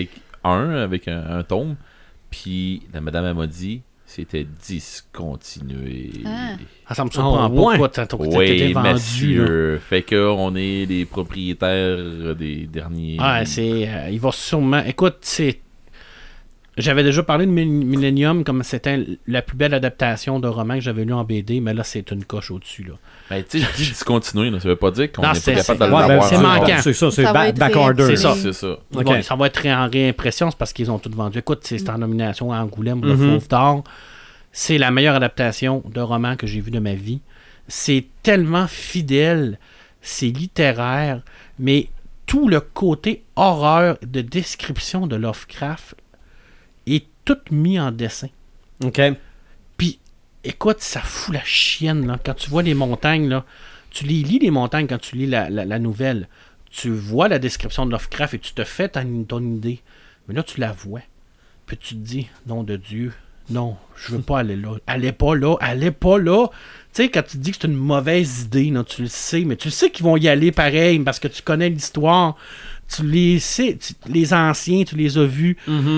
un tome, puis la madame elle m'a dit c'était discontinué. Ça me surprend pas quoi, oui, vendu, monsieur. Là. Fait qu'on est les propriétaires des derniers... il va sûrement... Écoute, j'avais déjà parlé de Millennium comme c'était la plus belle adaptation de roman que j'avais lu en BD, mais là, c'est une coche au-dessus. Là. Ben, tu sais, je dis discontinué, là, ça veut pas dire qu'on n'est pas capable de l'avoir. C'est manquant. C'est ça, c'est back-order. C'est ça. Okay. Ça va être en réimpression, c'est parce qu'ils ont tout vendu. Écoute, c'est en nomination à Angoulême pour le Fauve d'Or. C'est la meilleure adaptation de roman que j'ai vue de ma vie. C'est tellement fidèle, c'est littéraire, mais tout le côté horreur de description de Lovecraft est tout mis en dessin. OK. Puis, écoute, ça fout la chienne. Là. Quand tu vois les montagnes, là, tu lis les montagnes quand tu lis la nouvelle. Tu vois la description de Lovecraft et tu te fais ton idée. Mais là, tu la vois. Puis tu te dis, nom de Dieu, non, je veux pas aller là. Allez pas là. Tu sais, quand tu dis que c'est une mauvaise idée, là, tu le sais, mais tu sais qu'ils vont y aller pareil parce que tu connais l'histoire. Tu les sais, les anciens, tu les as vus.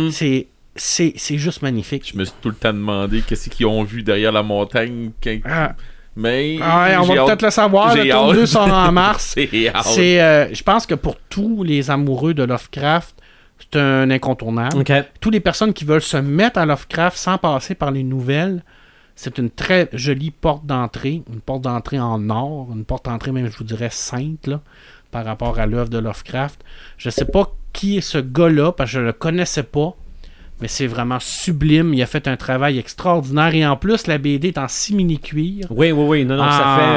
C'est juste magnifique. Je me suis tout le temps demandé qu'est-ce qu'ils ont vu derrière la montagne. Mais on va peut-être le savoir. Le tome 2 sort en mars. Je pense que pour tous les amoureux de Lovecraft, c'est un incontournable. Okay. Toutes les personnes qui veulent se mettre à Lovecraft sans passer par les nouvelles, c'est une très jolie porte d'entrée. Une porte d'entrée en or. Une porte d'entrée même, je vous dirais, sainte, là, par rapport à l'œuvre de Lovecraft. Je sais pas qui est ce gars-là, parce que je le connaissais pas. Mais c'est vraiment sublime. Il a fait un travail extraordinaire. Et en plus, la BD est en simili-cuir. Oui. Non,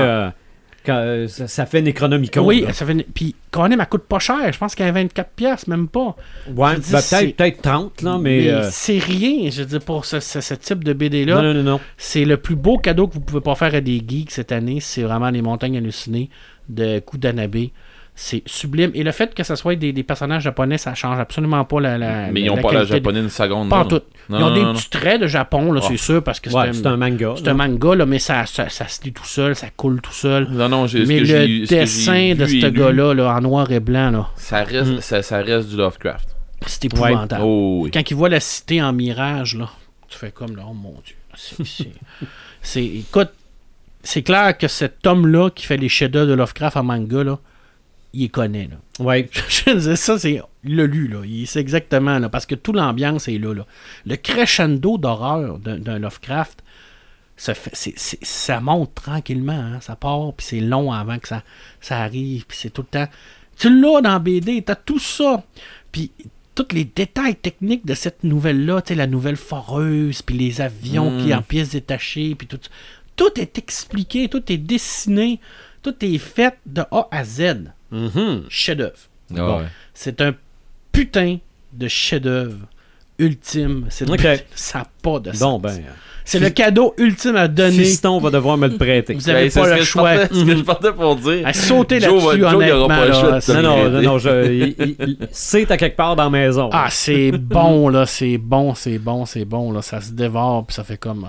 ça fait Necronomicon. Oui, ça fait... Puis, quand même, elle coûte pas cher. Je pense qu'elle est 24$, même pas. Ouais, peut-être 30$, là, mais c'est rien, je veux dire, pour ce type de BD-là. Non. C'est le plus beau cadeau que vous pouvez pas faire à des geeks cette année. C'est vraiment Les Montagnes Hallucinées de Coup d'Anabé. C'est sublime. Et le fait que ce soit des personnages japonais, ça change absolument pas la mais ils n'ont pas la japonais une seconde. Pas en tout. Ils ont des petits traits de Japon, là, c'est sûr, parce que c'est un manga. C'est un manga, là, mais ça se lit tout seul, ça coule tout seul. Non, mais le dessin de ce gars-là, là, en noir et blanc, là, ça reste du Lovecraft. C'est épouvantable. Ouais. Oh, oui. Quand il voit la cité en mirage, là, tu fais comme là, oh mon Dieu. Écoute, c'est clair que cet homme-là qui fait les chefs-d'œuvre de Lovecraft en manga, là, il les connaît, là. Ouais. Je disais ça, il l'a lu, là. Il sait exactement, là, parce que toute l'ambiance est là. Le crescendo d'horreur d'un Lovecraft, ça monte tranquillement, hein, ça part, puis c'est long avant que ça arrive, puis c'est tout le temps... Tu l'as dans BD, t'as tout ça, puis tous les détails techniques de cette nouvelle-là, tu sais, la nouvelle foreuse, puis les avions qui en pièces détachées, puis tout ça. Tout est expliqué, tout est dessiné, tout est fait de A à Z. Chef-d'œuvre. Bon, c'est un putain de chef-d'œuvre ultime. Ça n'a pas de sens. C'est le cadeau ultime à donner. Fiston va devoir me le prêter. Vous n'avez pas le choix. C'est ce que je partais pour dire. Sauter là-dessus, honnêtement. Non, c'est à quelque part dans la maison. Ah, c'est bon, là. C'est bon, là. Ça se dévore, puis ça fait comme...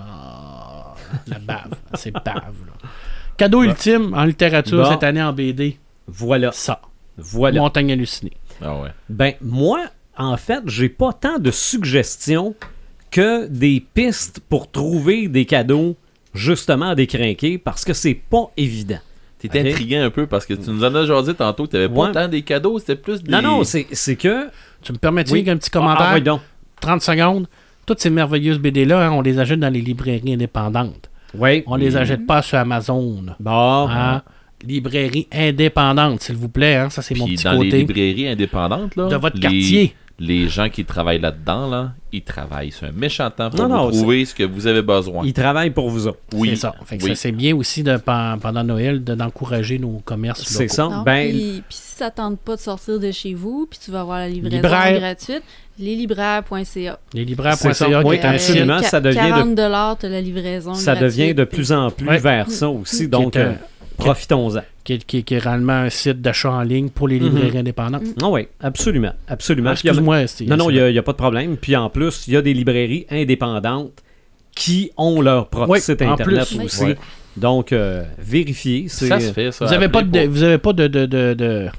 la bave. C'est bave, là. Cadeau ultime en littérature cette année en BD. Voilà. Voilà. Montagne hallucinée. Ah ouais. Ben, moi, en fait, j'ai pas tant de suggestions que des pistes pour trouver des cadeaux justement à décrinquer parce que c'est pas évident. T'es intrigué un peu parce que tu nous en as déjà dit tantôt que t'avais pas tant des cadeaux, c'était plus des... Non, c'est que... Tu me permets un petit commentaire? Oui, donc. 30 secondes. Toutes ces merveilleuses BD-là, hein, on les achète dans les librairies indépendantes. Oui. On les achète pas sur Amazon. Bon. Librairie indépendante, s'il vous plaît. Hein, ça, c'est mon petit côté. Dans les librairies indépendantes, là, de votre quartier. Les gens qui travaillent là-dedans, là, ils travaillent sur un méchant temps pour vous trouver ce que vous avez besoin. Ils travaillent pour vous autres. Oui. C'est ça. Fait que c'est bien aussi pendant Noël d'encourager nos commerces locaux. C'est ça. Puis si ça ne tente pas de sortir de chez vous, puis tu vas avoir la livraison gratuite, leslibraires.ca. Leslibraires.ca, oui, absolument. Ça devient 40 $, tu as la livraison ça gratuite. Devient de plus en plus vers ça aussi. Donc, profitons-en. Qui est réellement un site d'achat en ligne pour les librairies indépendantes. Ah oui, absolument. Excuse-moi, Steve. Non, il n'y a pas de problème. Puis en plus, il y a des librairies indépendantes qui ont leur propre site Internet aussi. Oui. Donc, vérifiez. Ça se fait, ça. Vous n'avez pas de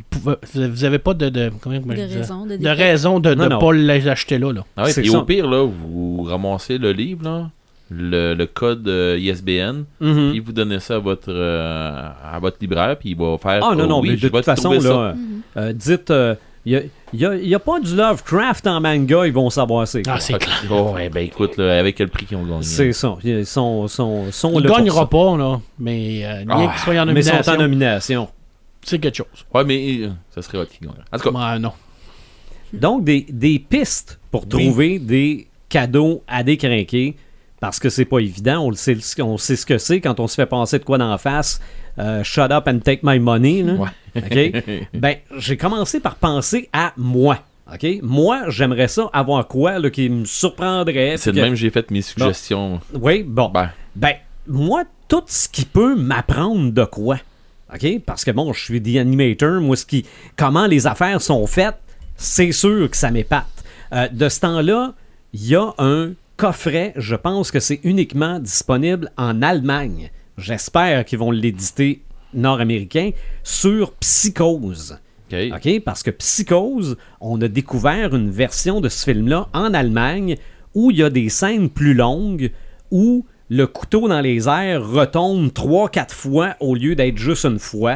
raison de ne pas les acheter là. Ah oui, puis au pire, là, vous ramassez le livre, là. Le code ISBN, puis vous donnez ça à votre libraire, puis il va faire... Ah non, mais de toute façon, là, dites... il n'y a pas du Lovecraft en manga, ils vont savoir c'est quoi. Ah, c'est clair. Ben écoute, là, avec quel prix qu'ils ont gagné. C'est ça. Ils ne gagneront pas, là, mais bien qu'ils soient en nomination. Mais sont en nomination. C'est quelque chose. Ouais, mais ça serait votre qui gagne. En tout cas. Non. Donc, des pistes pour trouver des cadeaux à décrinquer. Parce que c'est pas évident, on sait ce que c'est quand on se fait passer de quoi d'en face. Shut up and take my money. Là. Ouais. Okay? Ben, j'ai commencé par penser à moi. Okay? Moi, j'aimerais ça avoir quoi là, qui me surprendrait. C'est de même que j'ai fait mes suggestions. Oui, bon. Ben, moi, tout ce qui peut m'apprendre de quoi. Okay? Parce que bon, je suis The Animator. Moi, comment les affaires sont faites, c'est sûr que ça m'épate. De ce temps-là, il y a un coffret, je pense que c'est uniquement disponible en Allemagne. J'espère qu'ils vont l'éditer nord-américain sur Psychose. OK? Parce que Psychose, on a découvert une version de ce film-là en Allemagne où il y a des scènes plus longues où le couteau dans les airs retombe 3-4 fois au lieu d'être juste une fois.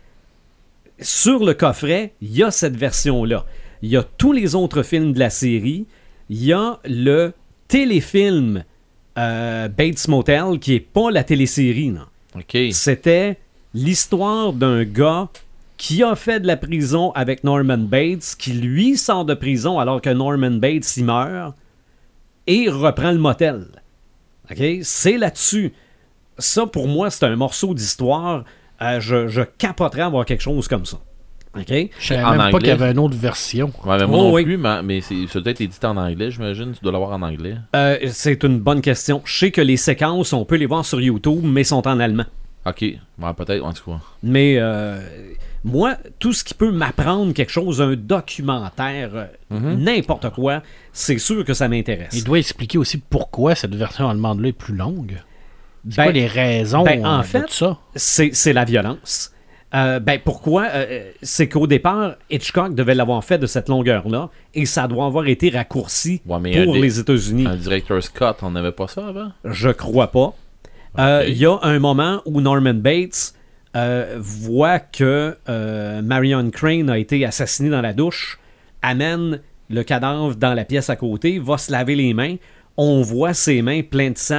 Sur le coffret, il y a cette version-là. Il y a tous les autres films de la série. Il y a le téléfilm Bates Motel, qui est pas la télésérie. Non. Okay. C'était l'histoire d'un gars qui a fait de la prison avec Norman Bates, qui lui sort de prison alors que Norman Bates y meurt, et reprend le motel. Okay? C'est là-dessus. Ça, pour moi, c'est un morceau d'histoire. Je capoterais à voir quelque chose comme ça. Okay? Je savais même pas qu'il y avait une autre version. Ouais, mais moi non plus, mais ça doit être édité en anglais, j'imagine. Tu dois l'avoir en anglais. C'est une bonne question. Je sais que les séquences, on peut les voir sur YouTube, mais sont en allemand. OK. Ouais, peut-être, en tout cas. Mais moi, tout ce qui peut m'apprendre quelque chose, un documentaire, n'importe quoi, c'est sûr que ça m'intéresse. Il doit expliquer aussi pourquoi cette version allemande-là est plus longue. C'est quoi les raisons en fait, de ça? C'est la violence. Pourquoi? C'est qu'au départ, Hitchcock devait l'avoir fait de cette longueur-là et ça doit avoir été raccourci pour les États-Unis. Un directeur Scott, on n'avait pas ça avant? Je crois pas. Il y a un moment où Norman Bates voit que Marion Crane a été assassinée dans la douche, amène le cadavre dans la pièce à côté, va se laver les mains. On voit ses mains pleines de sang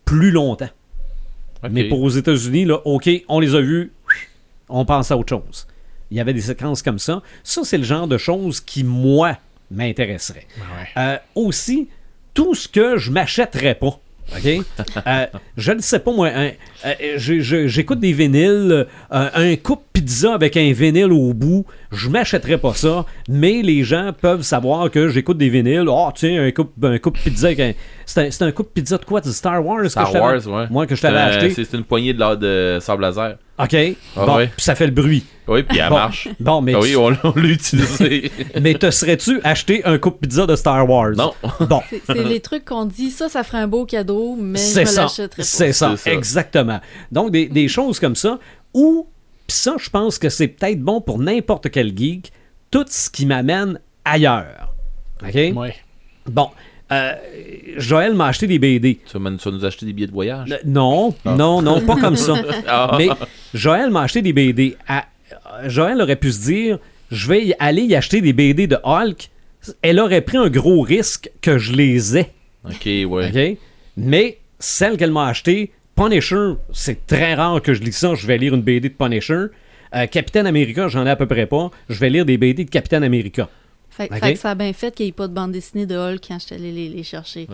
plus longtemps. Okay. Mais pour aux États-Unis, là, OK, on les a vus, on pense à autre chose. Il y avait des séquences comme ça. Ça, c'est le genre de choses qui, moi, m'intéresserait. Aussi, tout ce que je m'achèterais pas. OK? Je ne sais pas, moi. J'écoute des vinyles, un coupe pizza avec un vinyle au bout, je m'achèterais pas ça, mais les gens peuvent savoir que j'écoute des vinyles. Oh, tiens, un coupe pizza avec un. C'est un coupe pizza de quoi? De Star Wars? Star Wars, ouais. Moi, que je t'avais acheté. C'est une poignée de sable laser. OK. Bon, puis ça fait le bruit. Oui, puis elle marche. Bon, mais oui, on l'a utilisé. Mais te serais-tu acheté un coupe pizza de Star Wars? Non. Bon. C'est les trucs qu'on dit, ça ferait un beau cadeau, mais je me l'achèterais pas. C'est ça, exactement. Donc, des choses comme ça, ou, pis ça, je pense que c'est peut-être bon pour n'importe quel geek, tout ce qui m'amène ailleurs. OK? Oui. Bon. Joël m'a acheté des BD. Tu vas nous acheter des billets de voyage? Non, pas comme ça. Mais Joël m'a acheté des BD. Joël aurait pu se dire, je vais aller y acheter des BD de Hulk. Elle aurait pris un gros risque que je les ai. OK, ouais. OK? Mais celle qu'elle m'a achetée, Punisher, c'est très rare que je lis ça. Je vais lire une BD de Punisher. Capitaine America, j'en ai à peu près pas. Je vais lire des BD de Capitaine America. Fait que ça a bien fait qu'il n'y ait pas de bande dessinée de Hulk quand je suis allé les chercher.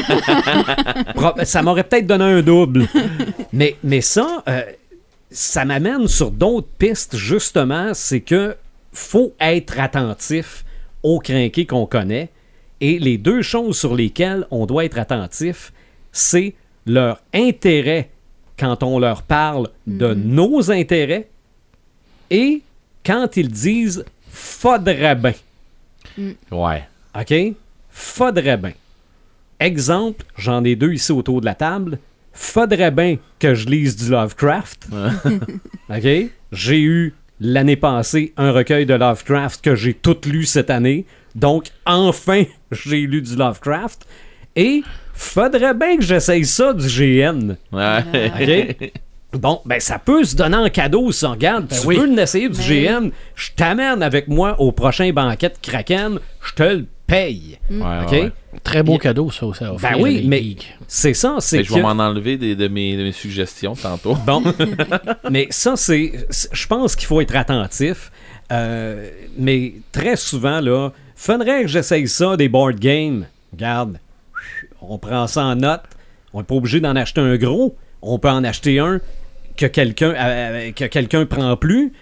Ouais. Ça m'aurait peut-être donné un double. mais ça, ça m'amène sur d'autres pistes, justement. C'est que faut être attentif aux crinqués qu'on connaît. Et les deux choses sur lesquelles on doit être attentif, c'est leur intérêt quand on leur parle de nos intérêts et quand ils disent « faudrait bien ». Ouais. OK? Faudrait bien. Exemple, j'en ai deux ici autour de la table. Faudrait bien que je lise du Lovecraft. OK? J'ai eu l'année passée un recueil de Lovecraft que j'ai tout lu cette année. Donc, enfin, j'ai lu du Lovecraft. Et faudrait bien que j'essaye ça du GN. Ouais. OK? Bon, ben ça peut se donner en cadeau, ça. Regarde, tu veux l'essayer du GN, je t'amène avec moi au prochain banquet de Kraken, je te le paye. OK? Ouais. Très beau cadeau, ça aussi. Ben oui, mais c'est ça. C'est je vais m'en enlever de mes suggestions tantôt. Bon, mais ça, je pense qu'il faut être attentif. Mais très souvent, là, faudrait que j'essaye ça, des board games. Regarde, on prend ça en note. On n'est pas obligé d'en acheter un gros. On peut en acheter un que quelqu'un prend plus.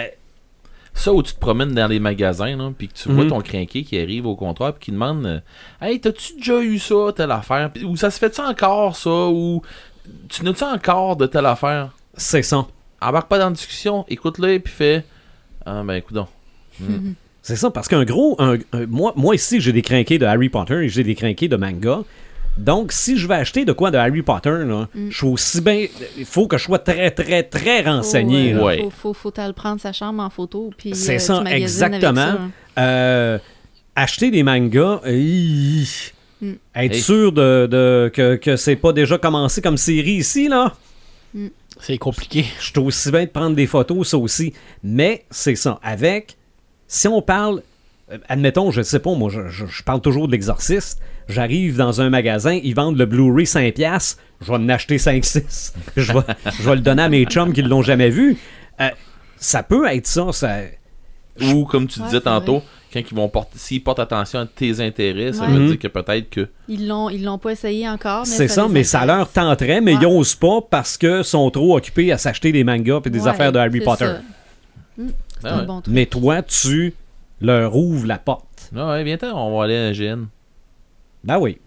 Ça, où tu te promènes dans les magasins, là, puis que tu vois ton crinqué qui arrive au comptoir puis qui demande Hey, t'as-tu déjà eu ça, telle affaire? Ou ça se fait-tu encore, ça? Ou tu n'as-tu encore de telle affaire? C'est ça. Embarque pas dans la discussion, écoute-le, puis fais Ah, ben, écoute donc. C'est ça, parce qu'un gros... moi, ici, j'ai des crinqués de Harry Potter et j'ai des crinqués de manga. Donc, si je vais acheter de quoi de Harry Potter, là, je suis aussi bien... Il faut que je sois très, très, très renseigné. Faut le prendre sa chambre en photo. Puis, c'est ça, exactement. Acheter des mangas, être sûr que c'est pas déjà commencé comme série ici, là. C'est compliqué. Je suis aussi bien de prendre des photos, ça aussi. Mais c'est ça. Si on parle... Admettons, je sais pas, moi, je parle toujours de l'Exorciste. J'arrive dans un magasin, ils vendent le Blu-ray 5$, je vais en acheter 5-6. je vais le donner à mes chums qui ne l'ont jamais vu. Ça peut être ça. Ou, comme tu disais tantôt, quand s'ils portent attention à tes intérêts, ça veut dire que peut-être que... Ils l'ont pas essayé encore. Mais c'est ça, mais ça leur tenterait, mais ils n'osent pas parce qu'ils sont trop occupés à s'acheter des mangas et des affaires de Harry Potter. C'est un bon truc. Mais toi, tu leur ouvres la porte. Ah ouais, viens-t'en, on va aller à la GN. Ben oui.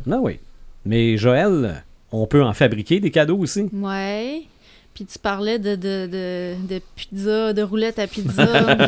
Mais Joël, on peut en fabriquer des cadeaux aussi. Ouais. Puis tu parlais de pizza, de roulettes à pizza.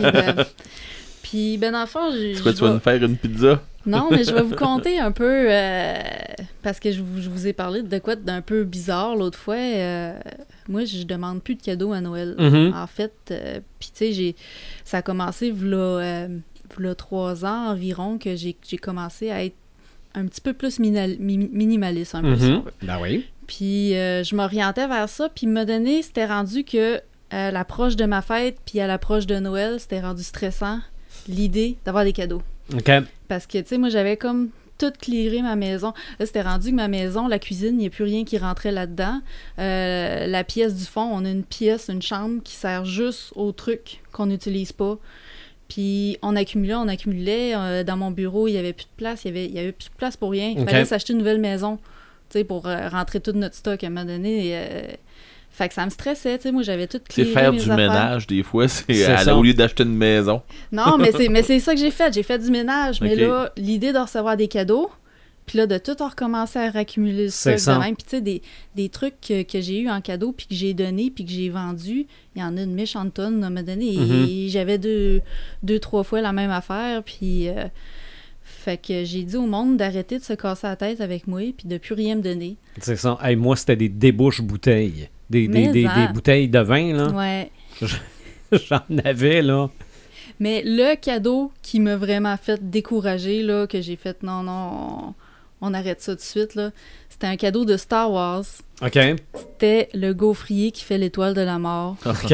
Puis ben dans le fond, c'est quoi, tu vas nous faire une pizza? Non, mais je vais vous conter un peu parce que je vous ai parlé de quoi d'un peu bizarre l'autre fois. Moi, je demande plus de cadeaux à Noël. En fait, puis tu sais, ça a commencé v'là 3 ans environ que j'ai commencé à être un petit peu plus minimaliste, un peu, si on veut. Ben oui. Puis je m'orientais vers ça, puis m'a donné, c'était rendu que à l'approche de ma fête, puis à l'approche de Noël, c'était rendu stressant, l'idée d'avoir des cadeaux. OK. Parce que, tu sais, moi, j'avais comme tout clearé ma maison. Là, c'était rendu que ma maison, la cuisine, il n'y a plus rien qui rentrait là-dedans. La pièce du fond, on a une chambre qui sert juste aux trucs qu'on n'utilise pas. Puis on accumulait. Dans mon bureau, il n'y avait plus de place. Il y avait plus de place pour rien. Il fallait s'acheter une nouvelle maison, tu sais, pour rentrer tout notre stock à un moment donné. Fait que ça me stressait, tu sais, moi j'avais tout clearé. C'est faire du ménage, des fois, au lieu d'acheter une maison. Non, mais c'est ça que j'ai fait. J'ai fait du ménage. Mais là, l'idée de recevoir des cadeaux, puis là, de tout recommencer à raccumuler le stock de même. Puis tu sais, des trucs que j'ai eu en cadeau, puis que j'ai donné, puis que j'ai vendu, il y en a une méchante tonne à un moment donné. Et j'avais 2-3 fois la même affaire, puis... Fait que j'ai dit au monde d'arrêter de se casser la tête avec moi, puis de plus rien me donner. C'est ça. Hey, moi, c'était des débouches bouteilles. Des bouteilles de vin, là. Ouais. J'en avais, là. Mais le cadeau qui m'a vraiment fait décourager, là, que j'ai fait, non, on arrête ça tout de suite, là, c'était un cadeau de Star Wars. OK. C'était le gaufrier qui fait l'étoile de la mort. OK.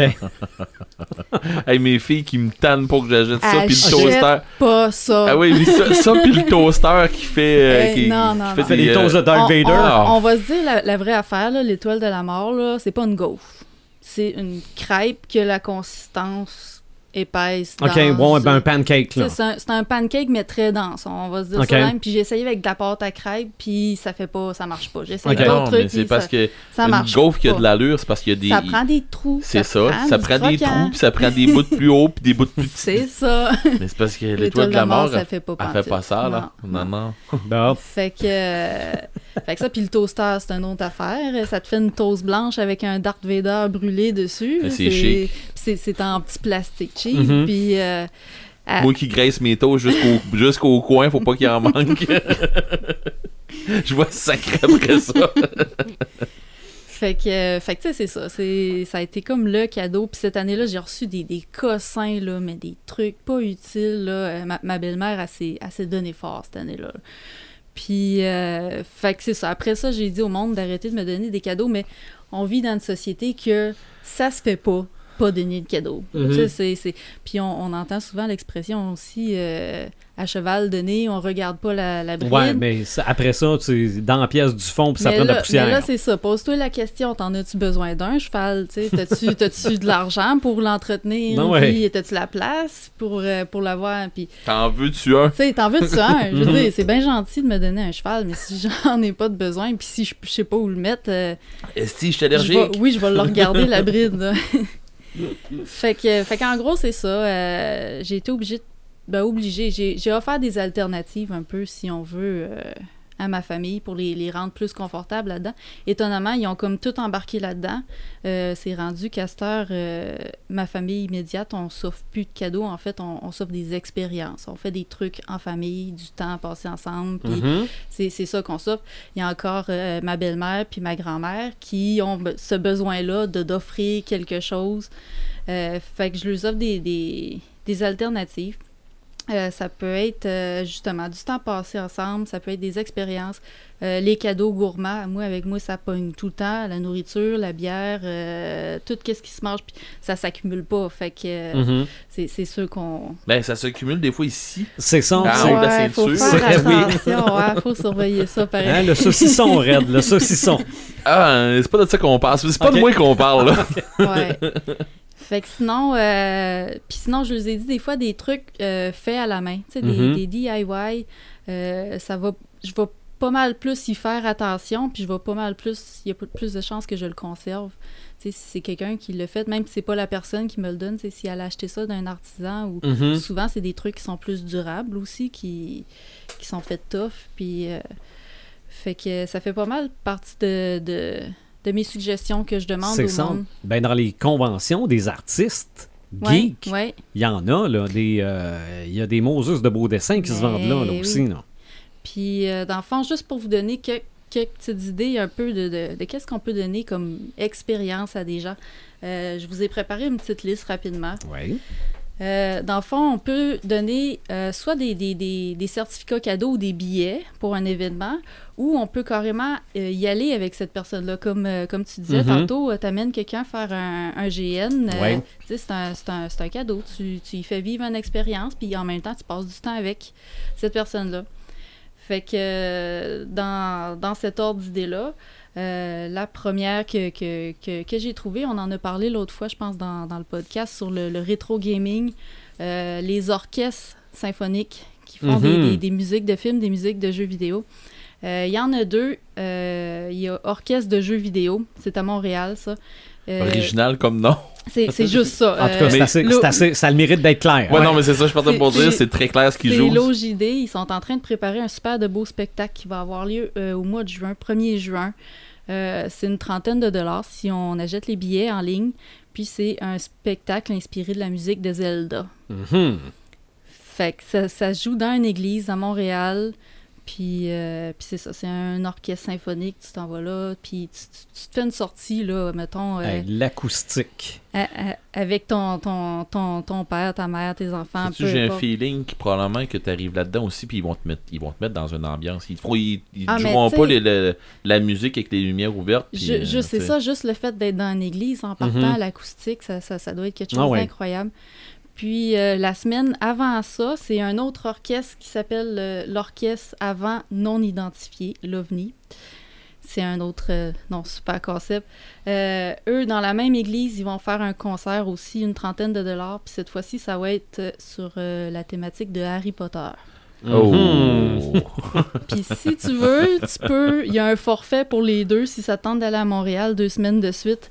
Hey, mes filles qui me tannent pour que j'achète ça, puis le toaster. Pas ça. Ah oui, mais ça puis le toaster qui fait... qui fait des toasts de Darth Vader. On va se dire la vraie affaire, là, l'étoile de la mort, là, c'est pas une gaufre. C'est une crêpe qui a la consistance épaisse, dense. OK, bon, ben un pancake, là. C'est un pancake, mais très dense, on va se dire ça même. Puis j'ai essayé avec de la pâte à crêpe, puis ça marche pas. J'ai essayé d'autres trucs, c'est parce que ça une gaufre qui a de l'allure, c'est parce qu'il y a des... Ça prend des trous. C'est ça prend des trous, puis ça prend des bouts plus hauts, puis des bouts plus petits. C'est ça. Mais c'est parce que l'étoile de la mort, ça fait pas elle fait pas ça, là. Non. Bon. Fait que ça, puis le toaster, c'est une autre affaire. Ça te fait une toast blanche avec un Darth Vader brûlé dessus. C'est chic. C'est en petit plastique cheap. Puis... moi qui graisse mes toasts jusqu'au coin, faut pas qu'il en manque. Je vois sacré après ça. Fait que tu sais, c'est ça. Ça a été comme le cadeau. Puis cette année-là, j'ai reçu des cossins, là, mais des trucs pas utiles, là. Ma belle-mère, elle s'est donnée fort cette année-là. Puis, fait que c'est ça. Après ça, j'ai dit au monde d'arrêter de me donner des cadeaux, mais on vit dans une société que ça se fait pas donner de cadeaux. Puis on entend souvent l'expression aussi à cheval donné, on regarde pas la bride. Ouais, mais après ça, tu es dans la pièce du fond, puis ça prend de la poussière. Mais là, c'est ça. Pose-toi la question, t'en as-tu besoin d'un cheval? T'as-tu de l'argent pour l'entretenir? Puis t'as-tu la place pour l'avoir? Puis, t'en veux-tu un? T'en veux-tu un? Je veux dire, c'est bien gentil de me donner un cheval, mais si j'en ai pas de besoin, puis si je sais pas où le mettre... Est-ce que je suis allergique? Je vais le regarder, la bride. Fait qu'en gros, c'est ça. J'ai été obligée. J'ai offert des alternatives un peu, si on veut, à ma famille pour les rendre plus confortables là-dedans. Étonnamment, ils ont comme tout embarqué là-dedans. C'est rendu qu'à cette heure, ma famille immédiate, on s'offre plus de cadeaux. En fait, on s'offre des expériences. On fait des trucs en famille, du temps passé ensemble. Puis c'est ça qu'on s'offre. Il y a encore ma belle-mère puis ma grand-mère qui ont ce besoin-là d'offrir quelque chose. Fait que je leur offre des alternatives. Ça peut être justement du temps passé ensemble, ça peut être des expériences, les cadeaux gourmands. Avec moi, ça pogne tout le temps, la nourriture, la bière, tout ce qui se mange, puis ça s'accumule pas. Fait que c'est sûr qu'on... Ben, ça s'accumule des fois ici. C'est ça. Il faut faire attention, faut surveiller ça pareil. Hein, le saucisson, raide, le saucisson. Ah, c'est pas de ça qu'on parle, c'est pas de moi qu'on parle, là. Ouais. Fait que sinon, je vous ai dit des fois des trucs faits à la main, tu sais, des DIY, je vais pas mal plus y faire attention, puis il y a plus de chances que je le conserve. Tu sais, si c'est quelqu'un qui l'a fait, même si c'est pas la personne qui me le donne, si elle a acheté ça d'un artisan, ou souvent c'est des trucs qui sont plus durables aussi, qui sont faits tough, puis fait que ça fait pas mal partie de mes suggestions que je demande au monde. Ben, dans les conventions des artistes geeks, il y en a, là, il y a des Moses de beaux dessins qui se vendent là aussi. Là. Puis, dans le fond, juste pour vous donner quelques petites idées un peu de qu'est-ce qu'on peut donner comme expérience à des gens, je vous ai préparé une petite liste rapidement. Oui. Dans le fond, on peut donner soit des certificats cadeaux ou des billets pour un événement, ou on peut carrément y aller avec cette personne-là. Comme tu disais tantôt, t'amènes quelqu'un faire un GN. C'est un cadeau. Tu y fais vivre une expérience, puis en même temps, tu passes du temps avec cette personne-là. Fait que dans cet ordre d'idées-là, la première que j'ai trouvée, on en a parlé l'autre fois, je pense, dans le podcast sur le rétro gaming, les orchestres symphoniques qui font des musiques de films, des musiques de jeux vidéo. Il y en a deux. Il y a Orchestre de jeux vidéo. C'est à Montréal, ça. Original comme nom. C'est juste ça. En tout cas, c'est assez, ça a le mérite d'être clair. Ouais, non, mais c'est ça, je partais pour dire, c'est très clair ce qu'ils jouent. C'est l'OJD. Ils sont en train de préparer un super de beau spectacle qui va avoir lieu au mois de juin, 1er juin. C'est une trentaine de dollars si on achète les billets en ligne. Puis c'est un spectacle inspiré de la musique de Zelda. Fait que ça se joue dans une église à Montréal. Puis c'est ça, c'est un orchestre symphonique, tu t'en vas là, puis tu te fais une sortie, là, mettons... l'acoustique. Avec ton père, ta mère, tes enfants. J'ai un feeling probablement que tu arrives là-dedans aussi, puis ils vont te mettre dans une ambiance. Ils joueront pas la musique avec les lumières ouvertes. C'est ça, juste le fait d'être dans une église en partant à l'acoustique, ça doit être quelque chose d'incroyable. Puis la semaine avant ça, c'est un autre orchestre qui s'appelle l'Orchestre avant non identifié, l'OVNI. C'est un autre super concept. Eux, dans la même église, ils vont faire un concert aussi, une trentaine de dollars. Puis cette fois-ci, ça va être sur la thématique de Harry Potter. Puis si tu veux, il y a un forfait pour les deux si ça tente d'aller à Montréal 2 semaines de suite.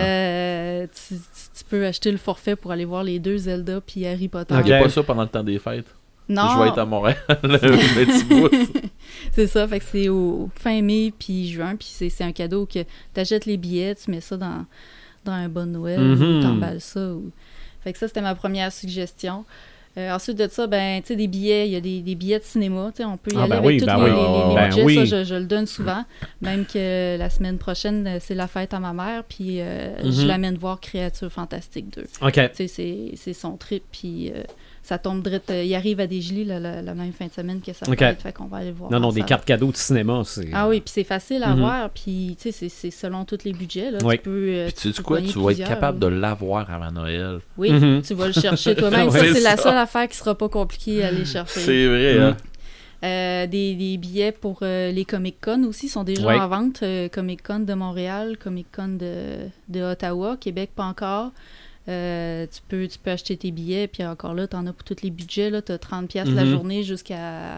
Tu peux acheter le forfait pour aller voir les deux Zelda puis Harry Potter. Il n'y a pas ça pendant le temps des fêtes. Non. Je vais être à Montréal le petit bout. C'est ça, fait que c'est au fin mai puis juin, puis c'est un cadeau que tu achètes les billets, tu mets ça dans un bon Noël, ou t'emballes ça. Fait que ça, c'était ma première suggestion. Ensuite de ça, ben, tu sais, des billets, il y a des billets de cinéma, tu sais, on peut y aller avec tous les budgets, ça, je le donne souvent. Même que la semaine prochaine, c'est la fête à ma mère, puis je l'amène voir Créatures Fantastiques 2. OK. Tu sais, c'est son trip, puis ça tombe direct, il arrive à Desjolies la même fin de semaine que ça fait qu'on va aller le voir. Non, des cartes cadeaux de cinéma, c'est... Ah oui, puis c'est facile à voir, puis tu sais, c'est selon tous les budgets, là, tu peux... Puis tu sais quoi, tu vas être capable de l'avoir avant Noël. Oui, tu vas le chercher toi-même. Ça, c'est la seule affaire qui sera pas compliquée à aller chercher. C'est vrai, hein? Des billets pour les Comic-Con aussi sont déjà en vente. Comic-Con de Montréal, Comic-Con de Ottawa, Québec pas encore. Tu peux acheter tes billets, puis encore là, tu en as pour tous les budgets. Tu as 30$ la journée jusqu'à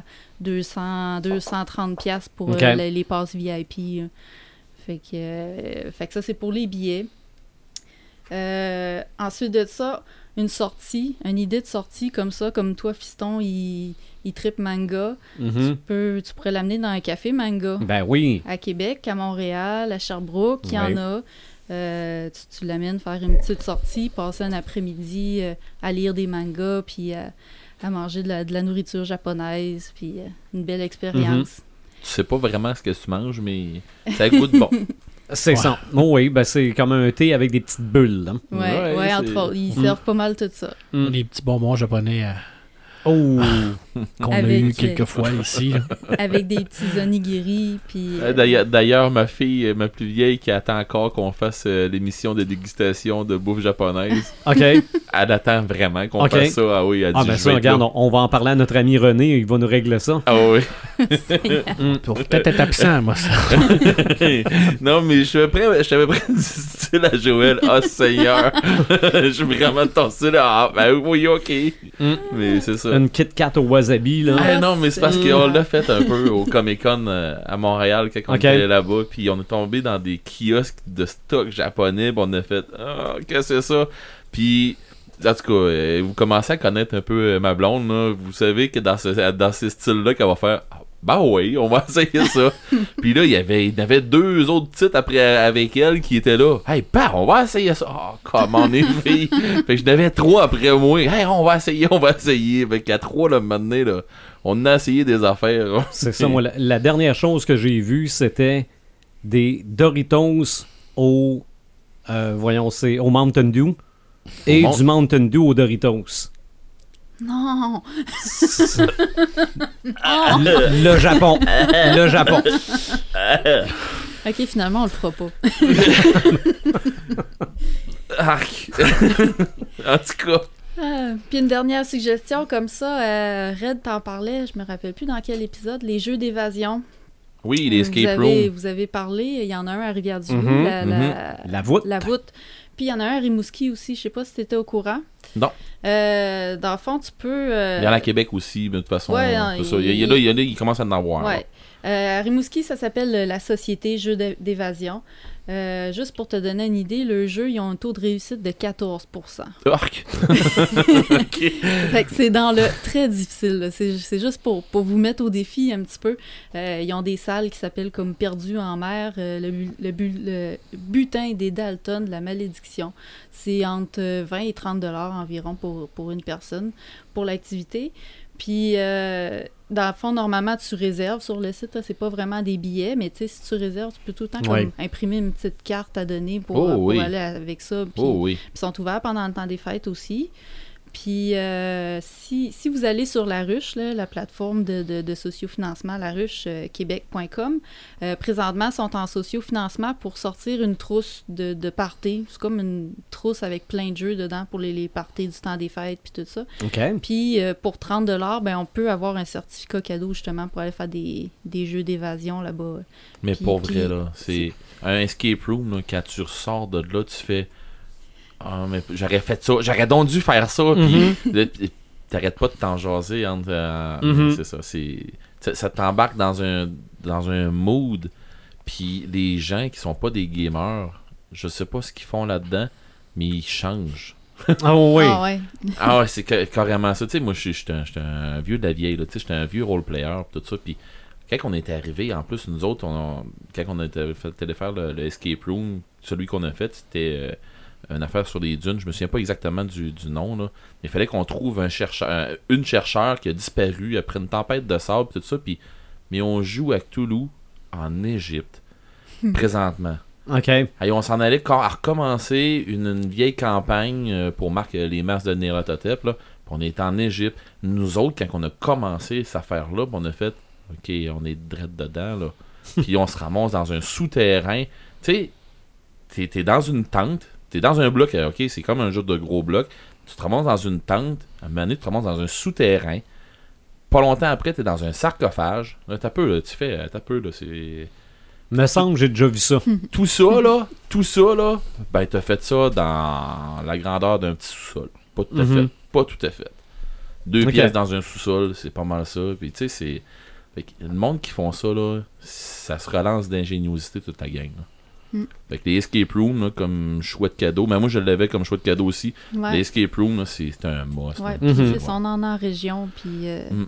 230$ pour les passes VIP. Fait que ça, c'est pour les billets. Ensuite de ça, une idée de sortie comme ça, comme toi, Fiston, il trippe manga. Tu pourrais l'amener dans un café manga. Ben oui. À Québec, à Montréal, à Sherbrooke, il y en a. Tu l'amènes faire une petite sortie, passer un après-midi à lire des mangas, puis à manger de la nourriture japonaise, puis une belle expérience. Tu sais pas vraiment ce que tu manges, mais ça goûte bon. C'est ça. Oh oui, ben c'est comme un thé avec des petites bulles. Hein. Ouais, entre autres. Ils servent pas mal tout ça. Des petits bonbons japonais qu'on a eu quelques fois ici. Avec des petits onigiri. Puis, d'ailleurs, ma fille, ma plus vieille, qui attend encore qu'on fasse l'émission de dégustation de bouffe japonaise. OK. Elle attend vraiment qu'on fasse ça. Ah oui, elle dit, ben ça, regarde, on va en parler à notre ami René, il va nous régler ça. Ah oui. Pour peut-être être absent, moi, ça. Non, mais je t'avais prêt du style à Joël. Ah, Seigneur. Je suis vraiment de ton style. Ah, ben oui, OK. Mais c'est ça. Une Kit Kat au wasabi, là. Non, mais c'est parce qu'on l'a fait un peu au Comic-Con à Montréal quand on était là-bas, puis on est tombé dans des kiosques de stock japonais, puis on a fait « Ah, qu'est-ce que c'est ça? » Puis, en tout cas, vous commencez à connaître un peu ma blonde, là. Vous savez que dans ces styles-là qu'elle va faire « Ben oui, on va essayer ça. » Puis là, il y avait 2 autres titres après avec elle qui étaient là. « Hey, on va essayer ça. » Oh, comment les filles. Fait que je n'avais 3 après moi. « Hey, on va essayer. » Fait qu'à 3, là, maintenant, là, on a essayé des affaires. C'est ça, moi, la dernière chose que j'ai vue, c'était des Doritos au Mountain Dew et du Mountain Dew aux Doritos. Non! Le Japon. OK, finalement, on le fera pas. Arc. En tout cas. Puis une dernière suggestion comme ça, Red t'en parlait, je me rappelle plus dans quel épisode, les jeux d'évasion. Oui, les escape rooms. Vous avez parlé, il y en a un à Rivière-du-Loup, la voûte. La voûte. Puis il y en a un à Rimouski aussi, je sais pas si tu étais au courant. Non. Dans le fond, tu peux... Il y en a à Québec aussi, mais de toute façon, il commence à en avoir. Ouais. À Rimouski, ça s'appelle la Société Jeux d'évasion. Juste pour te donner une idée, le jeu, ils ont un taux de réussite de 14%. Arc! Fait que c'est dans le très difficile. Là. C'est juste pour vous mettre au défi un petit peu. Ils ont des salles qui s'appellent comme Perdu en mer, le butin des Dalton, la malédiction. C'est entre 20 et 30 $ environ pour une personne pour l'activité. Puis, dans le fond, normalement, tu réserves sur le site. C'est pas vraiment des billets, mais tu sais, si tu réserves, tu peux tout le temps comme imprimer une petite carte à donner pour aller avec ça. Puis, ils sont ouverts pendant le temps des fêtes aussi. Puis, si vous allez sur La Ruche, là, la plateforme de sociofinancement, laruche-québec.com, présentement, sont en sociofinancement pour sortir une trousse de party. C'est comme une trousse avec plein de jeux dedans pour les parties du temps des fêtes puis tout ça. Okay. Puis, pour 30 $, ben, on peut avoir un certificat cadeau, justement, pour aller faire des jeux d'évasion là-bas. Mais pour vrai, là, c'est un escape room, là, quand tu ressors de là, tu fais... Ah, mais j'aurais fait ça. J'aurais donc dû faire ça. Puis t'arrêtes pas de t'en jaser. C'est ça. Ça t'embarque dans un mood. Puis les gens qui sont pas des gamers, je sais pas ce qu'ils font là-dedans, mais ils changent. Oui. Ah ouais, c'est carrément ça. Tu sais, moi, j'étais un vieux de la vieille. Tu sais, j'étais un vieux role-player. Tout ça. Puis quand on était arrivé, en plus, nous autres, quand on était allé faire le escape room, celui qu'on a fait, c'était... une affaire sur les dunes, je me souviens pas exactement du nom, là. Mais il fallait qu'on trouve une chercheur qui a disparu après une tempête de sable, tout ça, mais on joue à Cthulhu en Égypte, présentement. OK. Et on s'en allait à recommencer une vieille campagne pour marquer les masses de Nyarlathotep, là. Puis on est en Égypte. Nous autres, quand on a commencé cette affaire-là, on a fait, OK, on est direct dedans, là. Puis on se ramasse dans un souterrain. Tu sais, t'es dans une tente, t'es dans un bloc, ok, c'est comme un jeu de gros blocs. Tu te ramasses dans une tente, à un moment donné, tu te ramasses dans un souterrain. Pas longtemps après, t'es dans un sarcophage. Là, t'as peu, là, c'est... Me semble que j'ai déjà vu ça. Tout ça, là, ben, t'as fait ça dans la grandeur d'un petit sous-sol. Pas tout à fait. 2 pièces dans un sous-sol, c'est pas mal ça. Puis, tu sais, c'est... Fait que le monde qui font ça, là, ça se relance d'ingéniosité toute la gang, là. Fait que les escape rooms, là, comme choix de cadeau, mais moi je l'avais comme choix de cadeau aussi. Les escape rooms, là, c'est un must. On en a en région, puis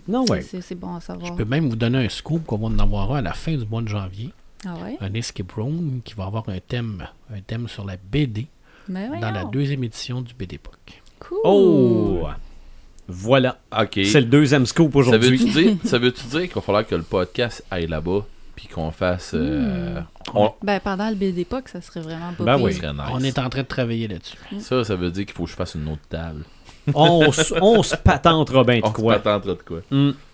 c'est bon à savoir. Je peux même vous donner un scoop qu'on va en avoir un à la fin du mois de janvier. Ah ouais? Un escape room qui va avoir un thème sur la BD dans la 2e édition du BD-POC. Cool! Oh! Voilà. Okay. C'est le 2e scoop aujourd'hui. Ça veut-tu dire qu'il va falloir que le podcast aille là-bas? Puis qu'on fasse... pendant le BD-POC, ça serait vraiment pas pire. Oui. Serait nice. On est en train de travailler là-dessus. Ça veut dire qu'il faut que je fasse une autre table. On se patentera bien de quoi. On se patentera de quoi.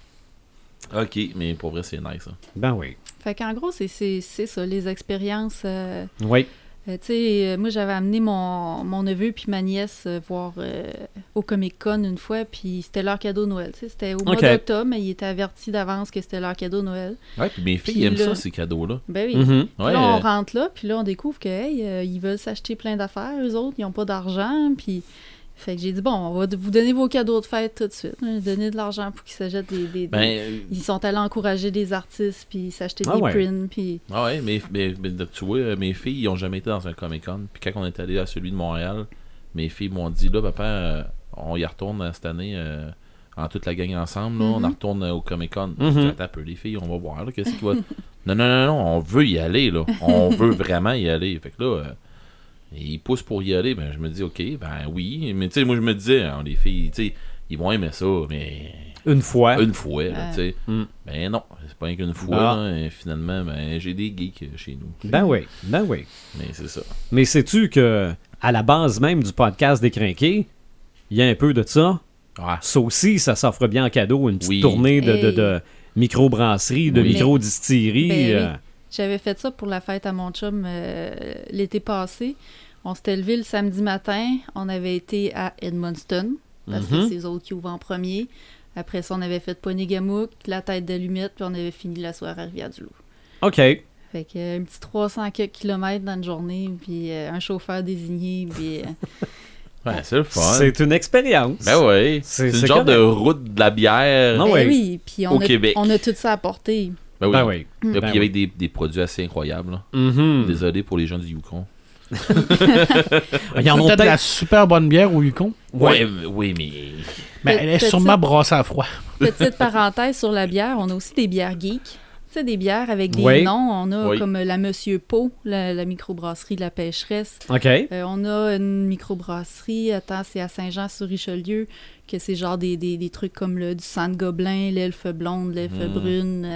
OK, mais pour vrai, c'est nice. Ça. Ben oui. Fait qu'en gros, c'est ça, les expériences... Oui. Tu sais, moi, j'avais amené mon neveu puis ma nièce voir au Comic-Con une fois, puis c'était leur cadeau de Noël. C'était au mois d'octobre, mais ils étaient avertis d'avance que c'était leur cadeau de Noël. Ouais, puis mes filles aiment ça, ces cadeaux-là. Ben oui. Là, on rentre là, puis là, on découvre que, ils veulent s'acheter plein d'affaires, eux autres, ils n'ont pas d'argent, puis... Fait que j'ai dit, bon, on va vous donner vos cadeaux de fête tout de suite. Donner de l'argent pour qu'ils s'achètent des... Ils sont allés encourager des artistes, puis s'acheter des prints, puis... Ah ouais, mais tu vois, mes filles, ils n'ont jamais été dans un Comic-Con. Puis quand on est allé à celui de Montréal, mes filles m'ont dit, là, papa, on y retourne cette année en toute la gang ensemble, là, on en retourne au Comic-Con. Attends un peu, les filles, on va voir, là, qu'est-ce qu'il va... Non, on veut y aller, là. On veut vraiment y aller. Fait que là... ils poussent pour y aller, ben je me dis ok, ben oui, mais tu sais, moi je me disais, les filles, tu sais, ils vont aimer ça, mais une fois, là, tu sais, ben non, c'est pas qu'une fois, là, et finalement, ben j'ai des geeks chez nous. Ben oui. Mais c'est ça. Mais sais-tu que à la base même du podcast des Crinqués, il y a un peu de ça. Ça aussi, ça s'offre bien en cadeau, une petite tournée de microbrasserie, de microdistillerie. Ben, j'avais fait ça pour la fête à mon chum l'été passé. On s'était levé le samedi matin. On avait été à Edmundston. parce que c'est eux autres qui ouvrent en premier. Après ça, on avait fait Ponégamouk, la tête d'allumette, puis on avait fini la soirée à Rivière-du-Loup. OK. Fait que un petit 300 km dans une journée, puis un chauffeur désigné, puis... Ouais, c'est le fun. C'est une expérience. Ben oui. C'est une genre de route de la bière oui, puis au Québec. On a tout ça à porter. Ben oui. Et puis avec des produits assez incroyables. Là. Désolé pour les gens du Yukon. Il y en a peut-être de la super bonne bière au Yukon. Oui, mais... Mais elle est sûrement brassée à froid. Petite parenthèse sur la bière, on a aussi des bières geeks. Tu sais, des bières avec des noms. On a comme la Monsieur Pau, la microbrasserie de la Pêcheresse. OK. On a une microbrasserie, c'est à Saint-Jean-sur-Richelieu, que c'est genre des trucs comme du sang de gobelin, l'elfe blonde, l'elfe brune.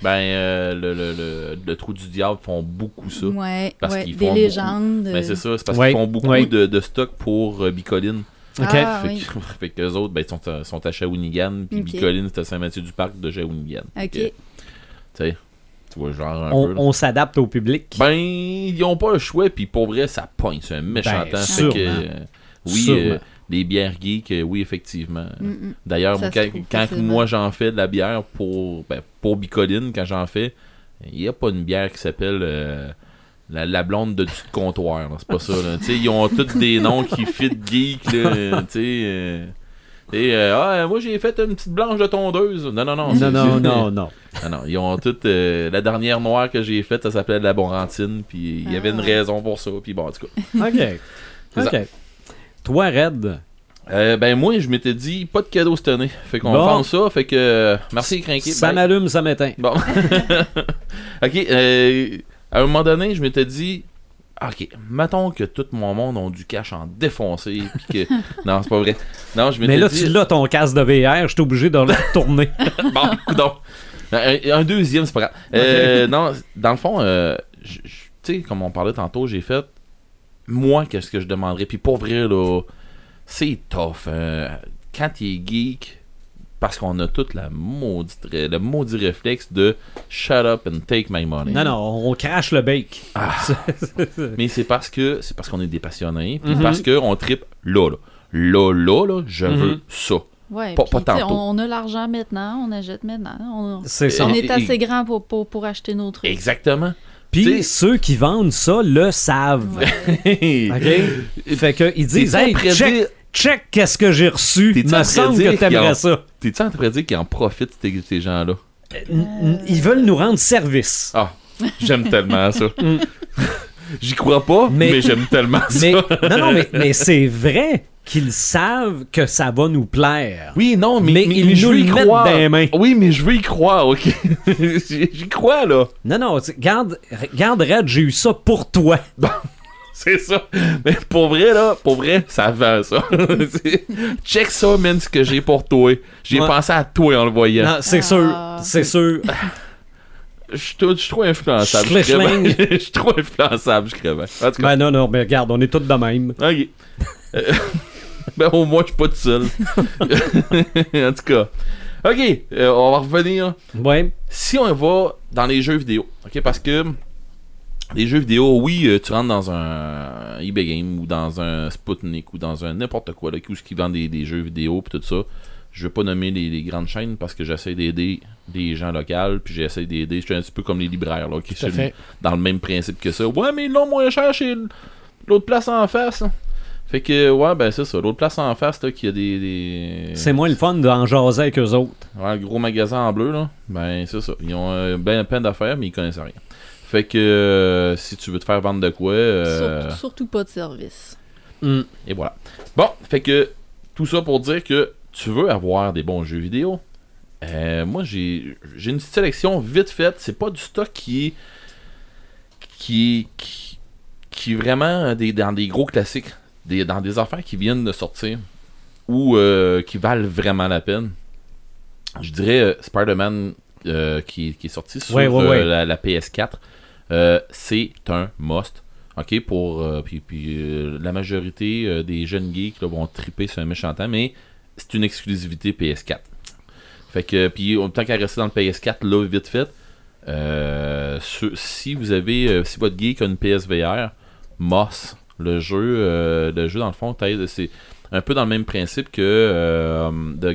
Le Trou du Diable font beaucoup ça. Parce qu'ils font légendes. Ben, c'est ça, c'est parce qu'ils font beaucoup de stock pour Bicoline. OK. Fait qu'eux autres, sont à Shawinigan, puis Bicoline, c'est à Saint-Mathieu-du-Parc de Shawinigan. OK. Tu sais, tu vois, genre on s'adapte au public. Ben, ils n'ont pas le choix, puis pour vrai, ça pogne. C'est un méchant temps. Les bières geeks, oui, effectivement. D'ailleurs, quand moi j'en fais de la bière pour Bicoline, quand j'en fais, il n'y a pas une bière qui s'appelle la blonde de dessus de comptoir. C'est pas ça. Ils ont tous des noms qui fit geek. Moi j'ai fait une petite blanche de tondeuse. Non. Ils ont toutes la dernière noire que j'ai faite, ça s'appelait la Laborantine, puis il y avait une raison pour ça, puis bon, en tout cas. OK. Toi, Red? Moi, je m'étais dit, pas de cadeau cette année. Fait qu'on pense ça, fait que merci Crinqué. Ça m'allume, ça m'éteint. Bon. OK, à un moment donné, je m'étais dit, OK, mettons que tout mon monde a du cash en défoncé, puis que... Non, c'est pas vrai. Non, je m'étais Mais là, dit... tu l'as ton casque de VR, je suis obligé de le retourner. Bon, coudonc. Un deuxième, c'est pas grave. Non, dans le fond, tu sais, comme on parlait tantôt, j'ai fait, moi, qu'est-ce que je demanderais? Puis pour vrai, là, c'est tough. Quand il est geek, parce qu'on a tout le maudit réflexe de shut up and take my money. Non, on crache le bake. Mais c'est parce qu'on est des passionnés, puis parce qu'on trippe là, je veux ça. Ouais, pas tantôt. On a l'argent maintenant, on achète maintenant. C'est ça. On est assez grand pour acheter nos trucs. Exactement. Puis ceux qui vendent ça le savent. Ouais. OK? Fait qu'ils disent, hey, check qu'est-ce que j'ai reçu. Il me semble que t'aimerais ça. T'es-tu en train de dire qu'ils en profitent, ces gens-là? Ils veulent nous rendre service. Ah, j'aime tellement ça. J'y crois pas, mais j'aime tellement ça. Mais c'est vrai qu'ils savent que ça va nous plaire. Oui, non, mais ils nous le mettent dans les mains. Oui, mais je veux y croire, OK? J'y crois, là. Non, regarde, Red, j'ai eu ça pour toi. Bon, c'est ça. Mais pour vrai, ça vend, ça. Check ça, man, ce que j'ai pour toi. J'ai pensé à toi en le voyant. Non, c'est sûr. Je suis trop influençable. Je suis trop influençable, je crève. Ben non, mais regarde, on est tous de même. OK. Ben au moins, je suis pas tout seul. En tout cas. OK, on va revenir. Ouais. Si on va dans les jeux vidéo, OK, parce que les jeux vidéo, oui, tu rentres dans un eBay Game ou dans un Sputnik ou dans un n'importe quoi, là, où qui vend des jeux vidéo pis tout ça. Je veux pas nommer les grandes chaînes parce que j'essaie d'aider des gens locaux, puis j'essaie d'aider, je suis un petit peu comme les libraires, là, qui sont dans le même principe que ça. Ouais, mais ils l'ont moins cher chez l'autre place en face. Hein. Fait que, ouais, ben c'est ça. L'autre place en face, là, qui a des... C'est moins le fun d'en jaser avec eux autres. Ouais, le gros magasin en bleu, là, ben c'est ça. Ils ont ben plein d'affaires, mais ils connaissent rien. Fait que, si tu veux te faire vendre de quoi... Surtout pas de service. Et voilà. Bon, fait que, tout ça pour dire que tu veux avoir des bons jeux vidéo. Moi, j'ai une petite sélection vite faite. C'est pas du stock qui est vraiment dans des gros classiques. Dans des affaires qui viennent de sortir ou qui valent vraiment la peine. Je dirais Spider-Man qui est sorti sur la PS4. C'est un must. OK, pour la majorité des jeunes geeks là, vont triper sur un méchant temps, mais c'est une exclusivité PS4. Fait que, puis tant qu'à rester dans le PS4, là, vite fait, si votre geek a une PSVR, Moss, le jeu dans le fond, c'est un peu dans le même principe que The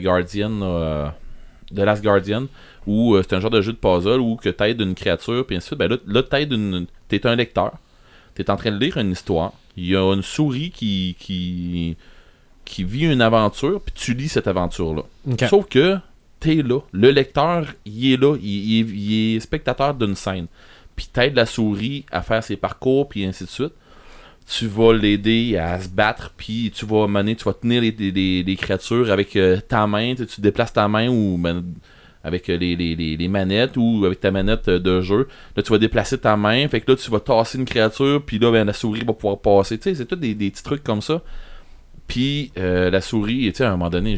Last Guardian, où c'est un genre de jeu de puzzle où que t'aides une créature, puis ainsi de suite. Ben là t'es un lecteur, t'es en train de lire une histoire, il y a une souris qui vit une aventure, puis tu lis cette aventure-là. Okay. Sauf que t'es là, le lecteur, il est là, il est spectateur d'une scène, puis t'aides la souris à faire ses parcours, puis ainsi de suite. Tu vas l'aider à se battre, puis tu vas tenir les créatures avec ta main, tu déplaces ta main ou avec les manettes ou avec ta manette de jeu. Là, tu vas déplacer ta main, fait que là, tu vas tasser une créature, puis là, la souris va pouvoir passer. Tu sais, c'est tout des petits trucs comme ça. Puis la souris, tu sais, à un moment donné,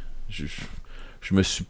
je me suis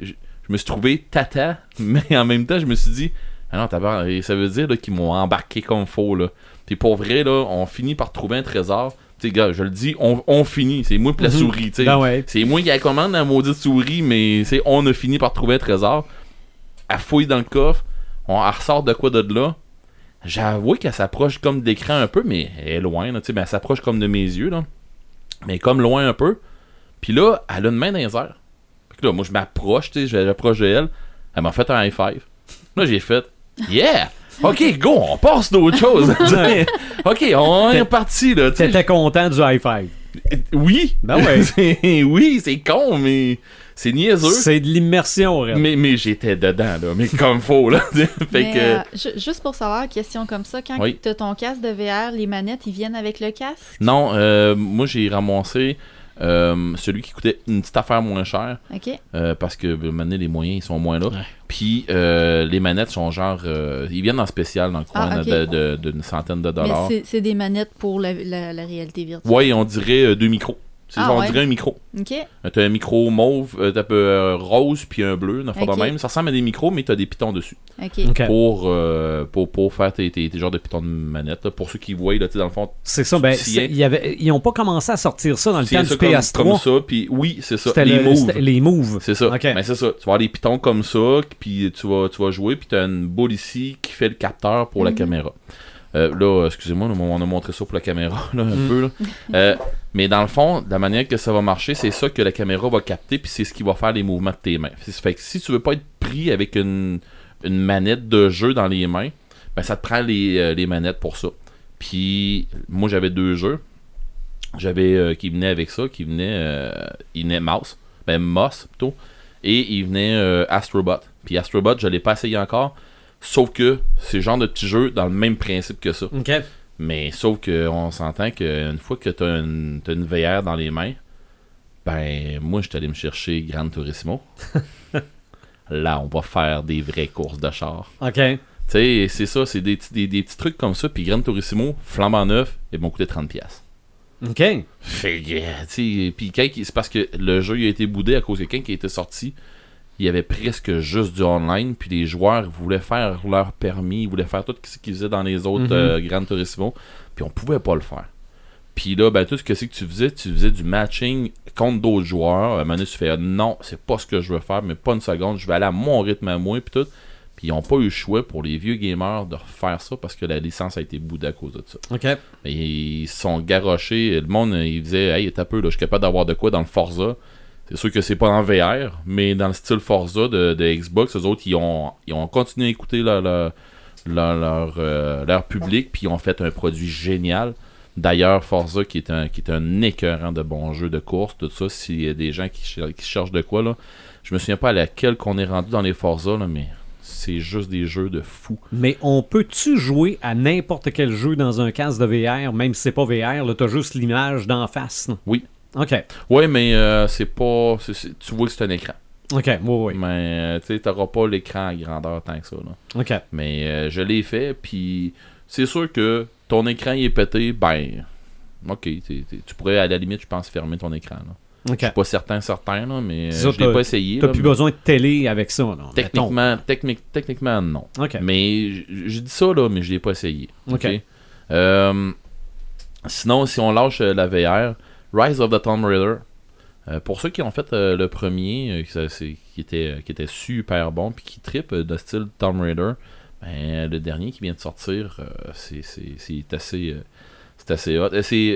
trouvé tata, mais en même temps, je me suis dit, ah non, ça veut dire là, qu'ils m'ont embarqué comme faux, là. Puis pour vrai, là, on finit par trouver un trésor. Tu sais, gars, je le dis, on finit. C'est moi et la souris, tu sais. Ben ouais. C'est moi qui a commande la maudite souris, mais on a fini par trouver un trésor. Elle fouille dans le coffre. Elle ressort de quoi de là. J'avoue qu'elle s'approche comme d'écran un peu, mais elle est loin, là, tu sais. Ben, elle s'approche comme de mes yeux, là. Mais comme loin un peu. Puis là, elle a une main dans les airs. Fait que là, moi, je m'approche, tu sais, j'approche de elle. Elle m'a fait un high five. Là, j'ai fait, yeah! Ok, go, on passe d'autres choses. Ok, on est reparti, là. T'étais content du high five? Oui. Ben ouais. Oui, c'est con, mais c'est niaiseux. C'est de l'immersion, Red. Mais j'étais dedans, là. Mais comme faut, là. Juste pour savoir, question comme ça, quand t'as ton casque de VR, les manettes, ils viennent avec le casque? Non, moi, j'ai ramassé celui qui coûtait une petite affaire moins chère. OK. Parce que maintenant, les moyens, ils sont moins là. Ouais. Puis les manettes sont genre... ils viennent en spécial dans le coin d'une centaine de dollars. Mais c'est des manettes pour la réalité virtuelle. Oui, on dirait deux micros. On dirait un micro. OK. T'as un micro mauve, t'as un rose puis un bleu, de même. Ça ressemble à des micros, mais t'as des pitons dessus. OK. Pour faire tes genres de pitons de manette. Là. Pour ceux qui voient, là, dans le fond... C'est ça, ils n'ont pas commencé à sortir ça dans le temps du PS3. Comme ça, puis oui, c'est ça. C'était les moves. C'est ça. Okay. Mais c'est ça. Tu vas avoir des pitons comme ça, puis tu vas jouer, puis t'as une boule ici qui fait le capteur pour la caméra. Là, excusez-moi, on a montré ça pour la caméra, là, un peu. Là. Mais dans le fond, la manière que ça va marcher, c'est ça que la caméra va capter, puis c'est ce qui va faire les mouvements de tes mains. Fait que si tu veux pas être pris avec une manette de jeu dans les mains, ben ça te prend les manettes pour ça. Puis moi, j'avais 2 jeux. J'avais qui venaient avec ça, il venait Moss plutôt, et il venait Astrobot. Puis Astrobot, je l'ai pas essayé encore. Sauf que c'est le genre de petit jeu dans le même principe que ça. OK. Mais sauf qu'on s'entend qu'une fois que t'as une VR dans les mains, ben moi je suis allé me chercher Gran Turismo. Là, on va faire des vraies courses de char. OK. Tu sais, c'est ça, c'est des petits trucs comme ça. Puis Gran Turismo, flambant neuf, ils m'ont coûté 30$. OK. Fait que, puis c'est parce que le jeu il a été boudé à cause de quelqu'un qui était sorti. Il y avait presque juste du online, puis les joueurs voulaient faire leur permis, ils voulaient faire tout ce qu'ils faisaient dans les autres Gran Turismo, puis on pouvait pas le faire. Puis là, ben tout ce que c'est que tu faisais du matching contre d'autres joueurs. À un moment donné, tu fais non, c'est pas ce que je veux faire, mais pas une seconde, je vais aller à mon rythme à moi, puis tout. Puis ils ont pas eu le choix pour les vieux gamers de refaire ça parce que la licence a été boudée à cause de ça. OK. Et ils se sont garochés, le monde, il disait hey, t'as peu, là, je suis capable d'avoir de quoi dans le Forza. C'est sûr que c'est pas en VR, mais dans le style Forza de Xbox, eux autres, ils ont continué à écouter leur public, puis ils ont fait un produit génial. D'ailleurs, Forza, qui est un écœurant de bons jeux de course, tout ça, s'il y a des gens qui cherchent de quoi, là, je me souviens pas à laquelle qu'on est rendu dans les Forza, là, mais c'est juste des jeux de fou. Mais on peut-tu jouer à n'importe quel jeu dans un casque de VR, même si c'est pas VR, là, t'as juste l'image d'en face? Non? Oui. OK. Oui, mais c'est pas... tu vois que c'est un écran. OK, oui. Mais tu sais, t'auras pas l'écran à grandeur tant que ça. Là. OK. Mais je l'ai fait, puis c'est sûr que ton écran il est pété, ben... OK, tu pourrais à la limite, je pense, fermer ton écran. Là. OK. Je suis pas certain, là, mais je l'ai pas essayé. T'as plus besoin de télé avec ça, là. Techniquement, non. OK. Mais je dis ça, là, mais je l'ai pas essayé. OK. Sinon, si on lâche la VR... Rise of the Tomb Raider. Pour ceux qui ont fait le premier, qui était super bon, puis qui trippe de style Tomb Raider, ben, le dernier qui vient de sortir, c'est assez hot.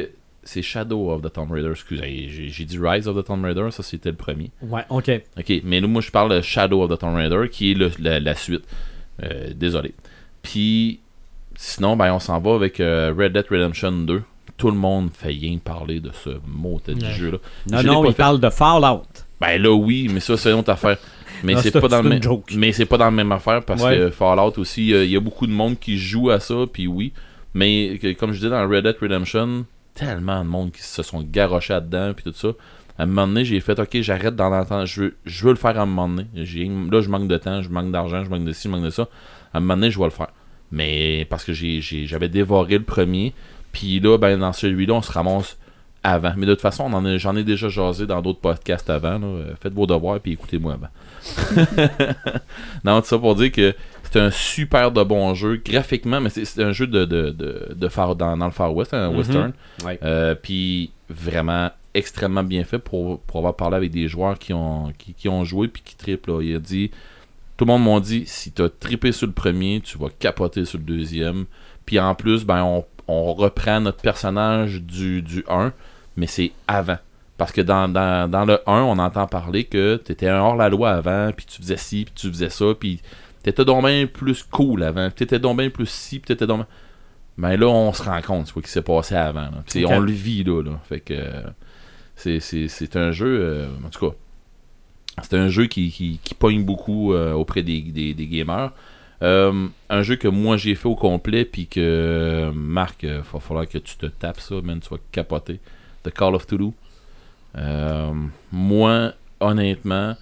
c'est Shadow of the Tomb Raider, excusez, j'ai dit Rise of the Tomb Raider, ça c'était le premier. Ouais, ok, mais là, moi je parle de Shadow of the Tomb Raider, qui est la suite. Désolé. Puis, sinon, on s'en va avec Red Dead Redemption 2. Tout le monde fait rien parler de ce mot du jeu-là. Non, il parle de Fallout. Ben là, oui, mais ça, c'est une autre affaire. Mais c'est pas dans le même. Mais c'est pas dans la même affaire parce que Fallout aussi, il y a beaucoup de monde qui joue à ça, puis oui. Mais comme je disais dans Red Dead Redemption, tellement de monde qui se sont garochés là-dedans, puis tout ça. À un moment donné, j'ai fait, ok, j'arrête d'en entendre. Je veux le faire à un moment donné. Là, je manque de temps, je manque d'argent, je manque de ci, je manque de ça. À un moment donné, je vais le faire. Mais parce que j'avais dévoré le premier. Puis là, dans celui-là, on se ramasse avant. Mais de toute façon, j'en ai déjà jasé dans d'autres podcasts avant. Là. Faites vos devoirs puis écoutez-moi avant. Non, tout ça pour dire que c'est un super de bon jeu. Graphiquement, mais c'est un jeu dans le Far West, un western. Ouais. Puis vraiment extrêmement bien fait pour avoir parlé avec des joueurs qui ont joué puis qui trippent. Là. Il a dit, tout le monde m'a dit, si t'as trippé sur le premier, tu vas capoter sur le deuxième. Puis en plus, on reprend notre personnage du 1, mais c'est avant. Parce que dans le 1, on entend parler que t'étais un hors-la-loi avant, puis tu faisais ci, puis tu faisais ça, puis t'étais donc bien plus cool avant, puis t'étais donc bien plus ci, puis t'étais donc bien... Mais là, on se rend compte ce qui s'est passé avant. Okay. On le vit là. Fait que c'est un jeu... en tout cas, c'est un jeu qui pogne beaucoup auprès des gamers. Un jeu que moi j'ai fait au complet puis que Marc, il va falloir que tu te tapes ça, man, tu vas capoter. The Call of Cthulhu. Moi, honnêtement,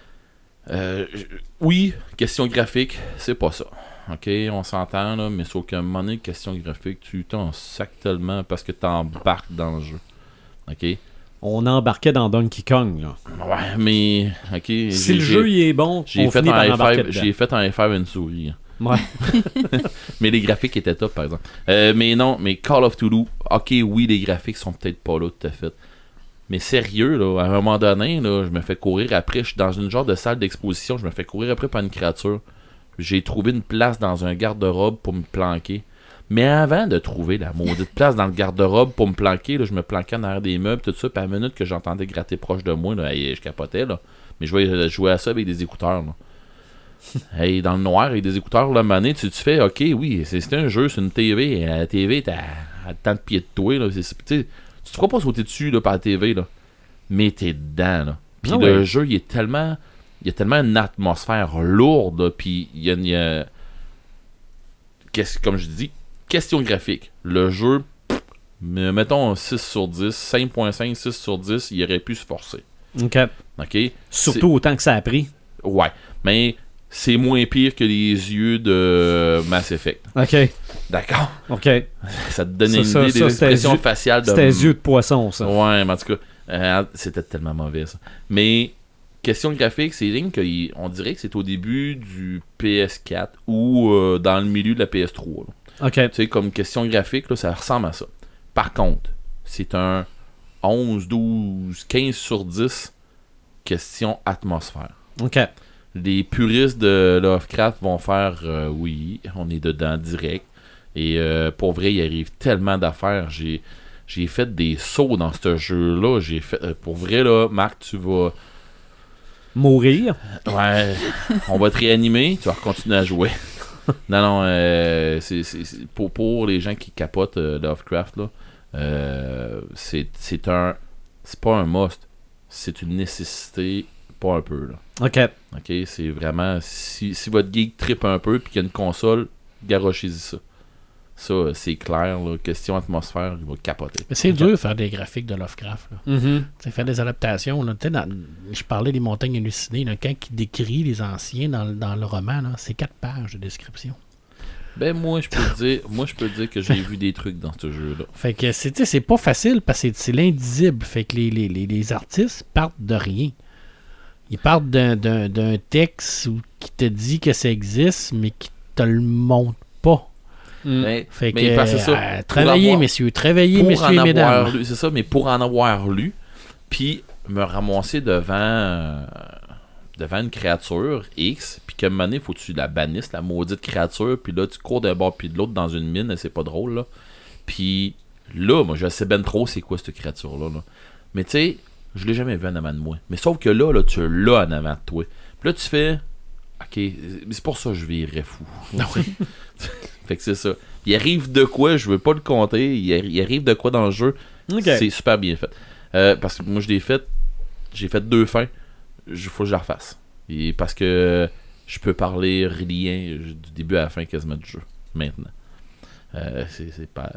oui, question graphique, c'est pas ça. Ok, on s'entend là, mais sauf qu'à un moment donné, question graphique, tu t'en sacs tellement parce que t'embarques dans le jeu. Ok. On embarquait dans Donkey Kong, là. Ouais, mais... OK. Si le jeu, il est bon, on finit par embarquer dedans. J'ai fait un F5 une souris. Ouais. Mais les graphiques étaient top, par exemple. Mais non, mais Call of Cthulhu, OK, oui, les graphiques sont peut-être pas là tout à fait. Mais sérieux, là, à un moment donné, là, je me fais courir après. Je suis dans une genre de salle d'exposition. Je me fais courir après par une créature. J'ai trouvé une place dans un garde-robe pour me planquer. Mais avant de trouver la maudite place dans le garde-robe pour me planquer, là, je me planquais en arrière des meubles, tout ça, puis à la minute que j'entendais gratter proche de moi, là, je capotais, là. Mais je jouais à ça avec des écouteurs, là. Hey, dans le noir, avec des écouteurs, là, mané, tu fais, ok, oui, c'est un jeu, c'est une TV, la TV, t'as tant de pieds de toi, là. Tu te feras pas sauter dessus, là, par la TV, là. Mais t'es dedans, là. Puis le jeu, il y a tellement une atmosphère lourde, puis il y a comme je dis, question graphique. Le jeu, mettons 6 sur 10, 5.5, 6 sur 10, il aurait pu se forcer. OK. Surtout autant que ça a pris. Ouais. Mais c'est moins pire que les yeux de Mass Effect. OK. D'accord. OK. Ça te donne une idée des expressions faciales. C'était des yeux de poisson, ça. Ouais, mais en tout cas, c'était tellement mauvais, ça. Mais question graphique, c'est rien qu'on dirait que c'est au début du PS4 ou dans le milieu de la PS3. Là. OK. Tu sais, comme question graphique, là, ça ressemble à ça. Par contre, c'est un 11, 12, 15 sur 10 question atmosphère. OK. Les puristes de Lovecraft vont faire oui, on est dedans direct. Et pour vrai, il arrive tellement d'affaires. J'ai fait des sauts dans ce jeu-là. J'ai fait pour vrai, là, Marc, tu vas mourir. Ouais. On va te réanimer, tu vas continuer à jouer. Non, c'est pour les gens qui capotent Lovecraft, là, c'est pas un must, c'est une nécessité, pas un peu, là. OK, c'est vraiment, si votre geek trippe un peu puis qu'il y a une console, garochez-y ça. Ça, c'est clair, là, question atmosphère, il va capoter. Mais c'est dur de faire des graphiques de Lovecraft. Là. Mm-hmm. Faire des adaptations. Là. Je parlais des montagnes hallucinées. Là, quand il décrit les anciens dans le roman, là, c'est 4 pages de description. Ben moi je peux te dire que j'ai vu des trucs dans ce jeu-là. Fait que c'est pas facile parce que c'est l'indisible. Fait que les artistes partent de rien. Ils partent d'un texte qui te dit que ça existe, mais qui te le montre pas. Fait que c'est ça, travaillez messieurs et mesdames. C'est ça, mais pour en avoir lu, puis me ramasser devant une créature X, puis qu'à un moment donné, faut que tu la bannisses, la maudite créature, puis là tu cours d'un bord puis de l'autre dans une mine, et c'est pas drôle là. Puis là, moi, je sais ben trop c'est quoi cette créature-là. Là. Mais tu sais, je l'ai jamais vu en avant de moi. Mais sauf que là tu l'as en avant de toi. Puis là, tu fais, OK, c'est pour ça que je virerais fou. Fait que c'est ça. Il arrive de quoi, je veux pas le compter, il arrive de quoi dans le jeu. Okay. C'est super bien fait. Parce que moi, j'ai fait 2 fins. Faut que je la refasse. Et parce que je peux parler rien du début à la fin quasiment du jeu. Maintenant. C'est pas...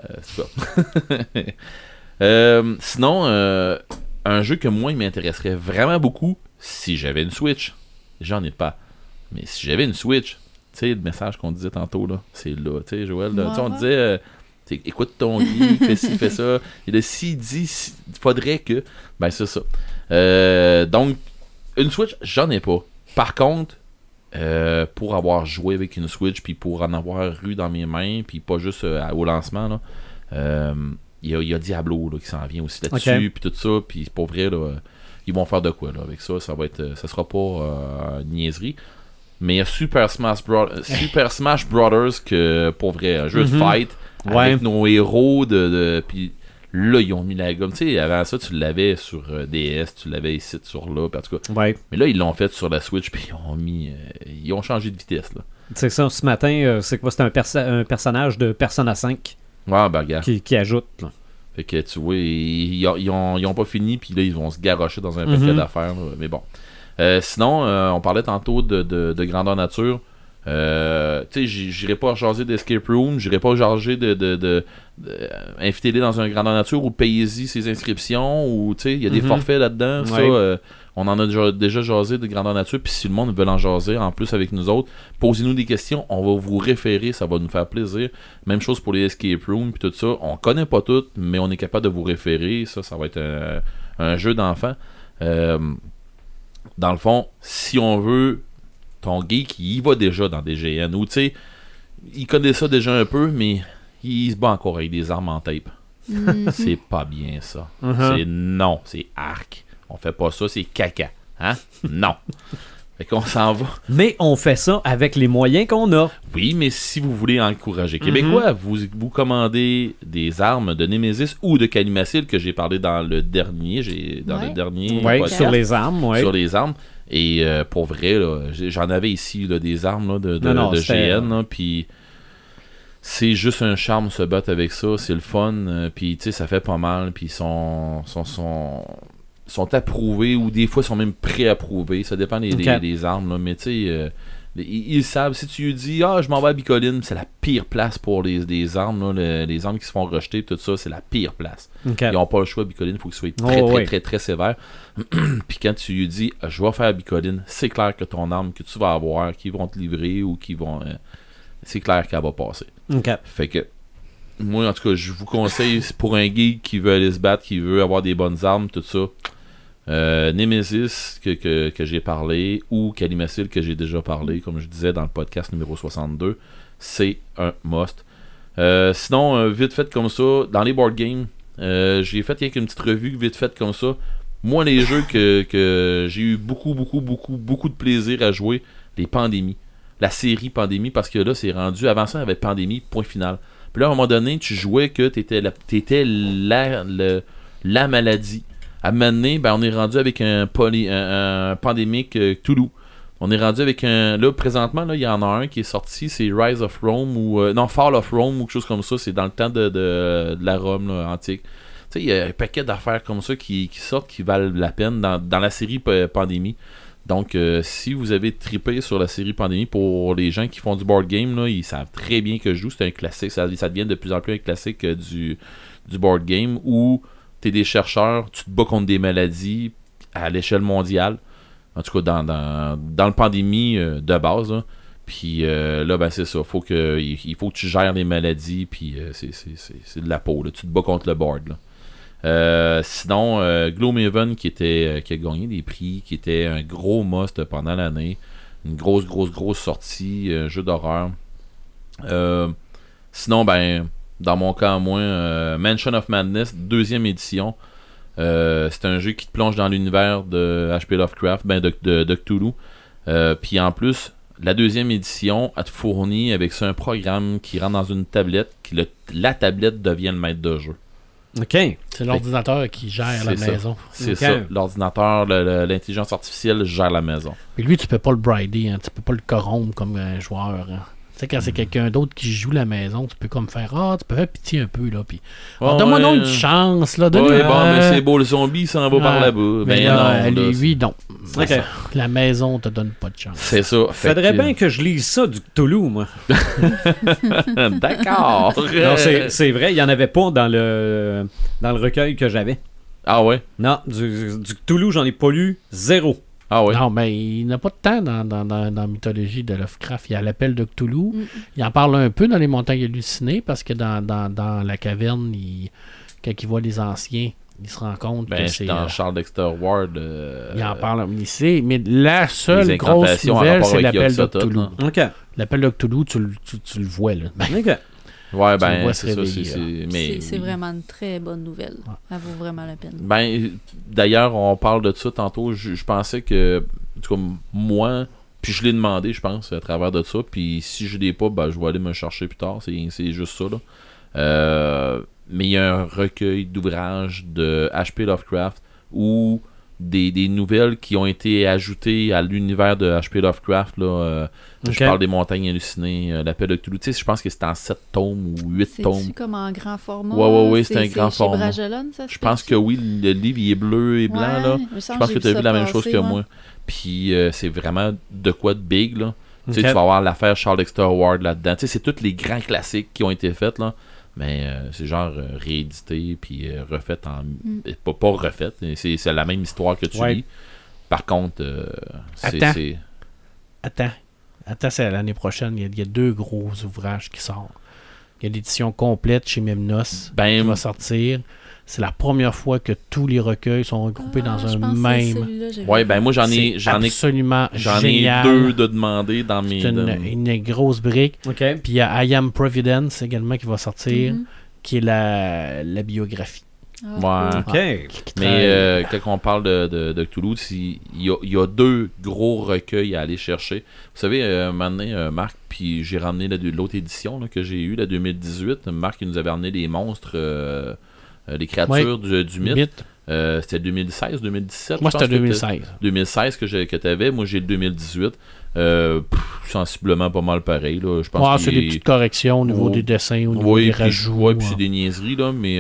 sinon, un jeu que moi, il m'intéresserait vraiment beaucoup si j'avais une Switch. J'en ai pas. Mais si j'avais une Switch, tu sais, le message qu'on disait tantôt, là, c'est là. Tu sais, Joël, là, on disait... écoute ton geek, fais ci, fais ça. Et là, s'il dit, il faudrait que... Ben, c'est ça. Donc, une Switch, j'en ai pas. Par contre, pour avoir joué avec une Switch, puis pour en avoir eu dans mes mains, puis pas juste au lancement, là, il y a Diablo là, qui s'en vient aussi là-dessus, puis tout ça, puis pour vrai, là, ils vont faire de quoi là, avec ça. Ça sera pas niaiserie. Mais il y a Super Smash Brothers, que pour vrai, un jeu de fight, avec nos héros, puis là, ils ont mis la gomme. Tu sais, avant ça, tu l'avais sur DS, tu l'avais ici, sur là, en tout cas. Ouais. Mais là, ils l'ont fait sur la Switch, puis ils ont changé de vitesse, là. C'est ça, ce matin, c'est quoi? C'est un personnage de Persona 5 ben, regarde. Qui ajoute, là. Fait que, tu vois, ils ont pas fini, puis là, ils vont se garrocher dans un paquet d'affaires, là. Mais bon. Sinon, on parlait tantôt de grandeur nature. Tu sais, j'irai pas jaser d'escape room, j'irai pas jaser invitez-les dans un grandeur nature ou payez-y ses inscriptions, ou tu sais, il y a des forfaits là-dedans. Ça, on en a déjà jasé de grandeur nature, puis si le monde veut en jaser en plus avec nous autres, posez-nous des questions, on va vous référer, ça va nous faire plaisir. Même chose pour les escape rooms puis tout ça, on connaît pas tout, mais on est capable de vous référer. Ça va être un jeu d'enfant. Dans le fond, si on veut, ton geek, il y va déjà dans des GN, ou tu sais, il connaît ça déjà un peu, mais il se bat encore avec des armes en tape. C'est pas bien ça. C'est arc. On fait pas ça, c'est caca. Hein? Non. Fait qu'on s'en va. Mais on fait ça avec les moyens qu'on a. Oui, mais si vous voulez encourager Québécois, vous commandez des armes de Nemesis ou de Calimacil, que j'ai parlé dans le dernier. Podcast, sur les armes. Sur les armes. Et pour vrai, là, j'en avais ici là, des armes là, de GN. Puis c'est juste un charme se battre avec ça. C'est le fun. Puis tu sais, ça fait pas mal. Puis ils sont approuvés, ou des fois ils sont même pré-approuvés. Ça dépend des armes. Là. Mais tu sais, ils savent. Si tu lui dis, je m'en vais à Bicoline, c'est la pire place pour les armes. Là, les armes qui se font rejeter, tout ça, c'est la pire place. Ils n'ont pas le choix à Bicoline. Il faut qu'ils soient très, très sévères. Puis quand tu lui dis, je vais faire Bicoline, c'est clair que ton arme que tu vas avoir, qu'ils vont te livrer ou qu'ils vont... c'est clair qu'elle va passer. Fait que moi, en tout cas, je vous conseille, pour un geek qui veut aller se battre, qui veut avoir des bonnes armes, tout ça, Nemesis que j'ai parlé, ou Calimacil que j'ai déjà parlé, comme je disais dans le podcast numéro 62, c'est un must. Sinon, vite fait comme ça, dans les board games, j'ai fait une petite revue vite fait comme ça. Moi, les jeux que j'ai eu beaucoup de plaisir à jouer, les Pandémies, la série Pandémie, parce que là, c'est rendu, avant ça, il y avait Pandémie, point final. Puis là, à un moment donné, tu jouais que t'étais la maladie. À un moment donné, on est rendu avec un pandémique Cthulhu. On est rendu avec un... Là, présentement, il y en a un qui est sorti, c'est Rise of Rome, ou... Fall of Rome, ou quelque chose comme ça. C'est dans le temps de la Rome là, antique. Tu sais, il y a un paquet d'affaires comme ça qui sortent, qui valent la peine dans la série Pandémie. Donc, si vous avez trippé sur la série Pandémie, pour les gens qui font du board game, là, ils savent très bien que je joue. C'est un classique. Ça devient de plus en plus un classique du board game, où t'es des chercheurs, tu te bats contre des maladies à l'échelle mondiale. En tout cas, dans le Pandémie de base. Là. Puis là, c'est ça. Il faut que tu gères les maladies, puis c'est de la peau. Là. Tu te bats contre le board. Là. Sinon, Gloomhaven qui a gagné des prix, qui était un gros must pendant l'année, une grosse sortie, jeu d'horreur. Sinon, dans mon cas, moi, Mansion of Madness, 2e édition. C'est un jeu qui te plonge dans l'univers de H.P. Lovecraft, de Cthulhu. Puis en plus, la 2e édition, elle te fournit avec ça un programme qui rentre dans une tablette, la tablette devient le maître de jeu. OK. C'est l'ordinateur qui gère la maison. C'est ça. L'ordinateur, l'intelligence artificielle gère la maison. Puis lui, tu peux pas le brider, hein. Tu peux pas le corrompre comme un joueur. Hein. Tu sais, quand c'est quelqu'un d'autre qui joue la maison, tu peux comme faire tu peux faire pitié un peu, là. Puis, donne-moi donc une chance, là. Mais c'est beau, le zombie s'en va par là-bas. Mais non, lui, non. Okay. La maison te donne pas de chance. C'est ça. Faudrait bien que je lise ça du Cthulhu, moi. D'accord. Non, c'est vrai, il n'y en avait pas dans le recueil que j'avais. Ah ouais? Non, du Cthulhu, j'en ai pas lu 0. Ah ouais. Non, mais il n'a pas de temps dans la mythologie de Lovecraft. Il y a l'appel de Cthulhu. Il en parle un peu dans les montagnes hallucinées parce que dans la caverne, quand il voit les anciens, il se rend compte que c'est... dans Charles Dexter Ward... il en parle ici, mais la seule grosse nouvelle, c'est l'appel de Cthulhu. Okay. L'appel de Cthulhu, tu le vois, là. OK. Ouais, c'est ça. C'est vraiment une très bonne nouvelle. Ça vaut vraiment la peine. D'ailleurs, on parle de ça tantôt. Je pensais que, en tout cas, moi, puis je l'ai demandé, je pense, à travers de ça. Puis si je l'ai pas, je vais aller me chercher plus tard. C'est juste ça, là. Mais il y a un recueil d'ouvrages de H.P. Lovecraft où des nouvelles qui ont été ajoutées à l'univers de H.P. Lovecraft, là. Je parle des montagnes hallucinées, l'appel de Cthulhu. Tu sais, je pense que c'est en 7 tomes ou 8 tomes. C'est comme en grand format? Oui, c'est un grand format. Bragelonne, ça, je pense que oui, le livre il est bleu et blanc. Là. Je pense que tu as vu la même chose que moi. Puis c'est vraiment de quoi de big. Là. Tu sais, tu vas avoir l'affaire Charles Dexter Ward là-dedans. Tu sais, c'est tous les grands classiques qui ont été faits. Là. Mais c'est genre réédité puis refait en... Pas refait, c'est la même histoire que tu lis. Par contre, c'est... Attends, c'est l'année prochaine. Il y a 2 gros ouvrages qui sortent. Il y a l'édition complète chez Memnos qui va sortir. C'est la première fois que tous les recueils sont regroupés dans un même. Ouais, moi j'en ai absolument génial. 2 de demander dans mes. C'est une grosse brique. Okay. Puis il y a I Am Providence également qui va sortir, qui est la biographie. Ouais. Mais quand on parle de Cthulhu, il y a 2 gros recueils à aller chercher. Vous savez, maintenant, Marc, puis j'ai ramené l'autre édition là, que j'ai eue, la 2018. Marc, il nous avait ramené les monstres, les créatures du mythe. C'était 2016, 2017. Moi, c'était 2016. 2016 que tu avais. Moi, j'ai le 2018. Sensiblement pas mal pareil. Là. Je pense c'est des petites corrections au niveau des dessins, au niveau des rajouts. Oui, puis c'est des niaiseries, là, mais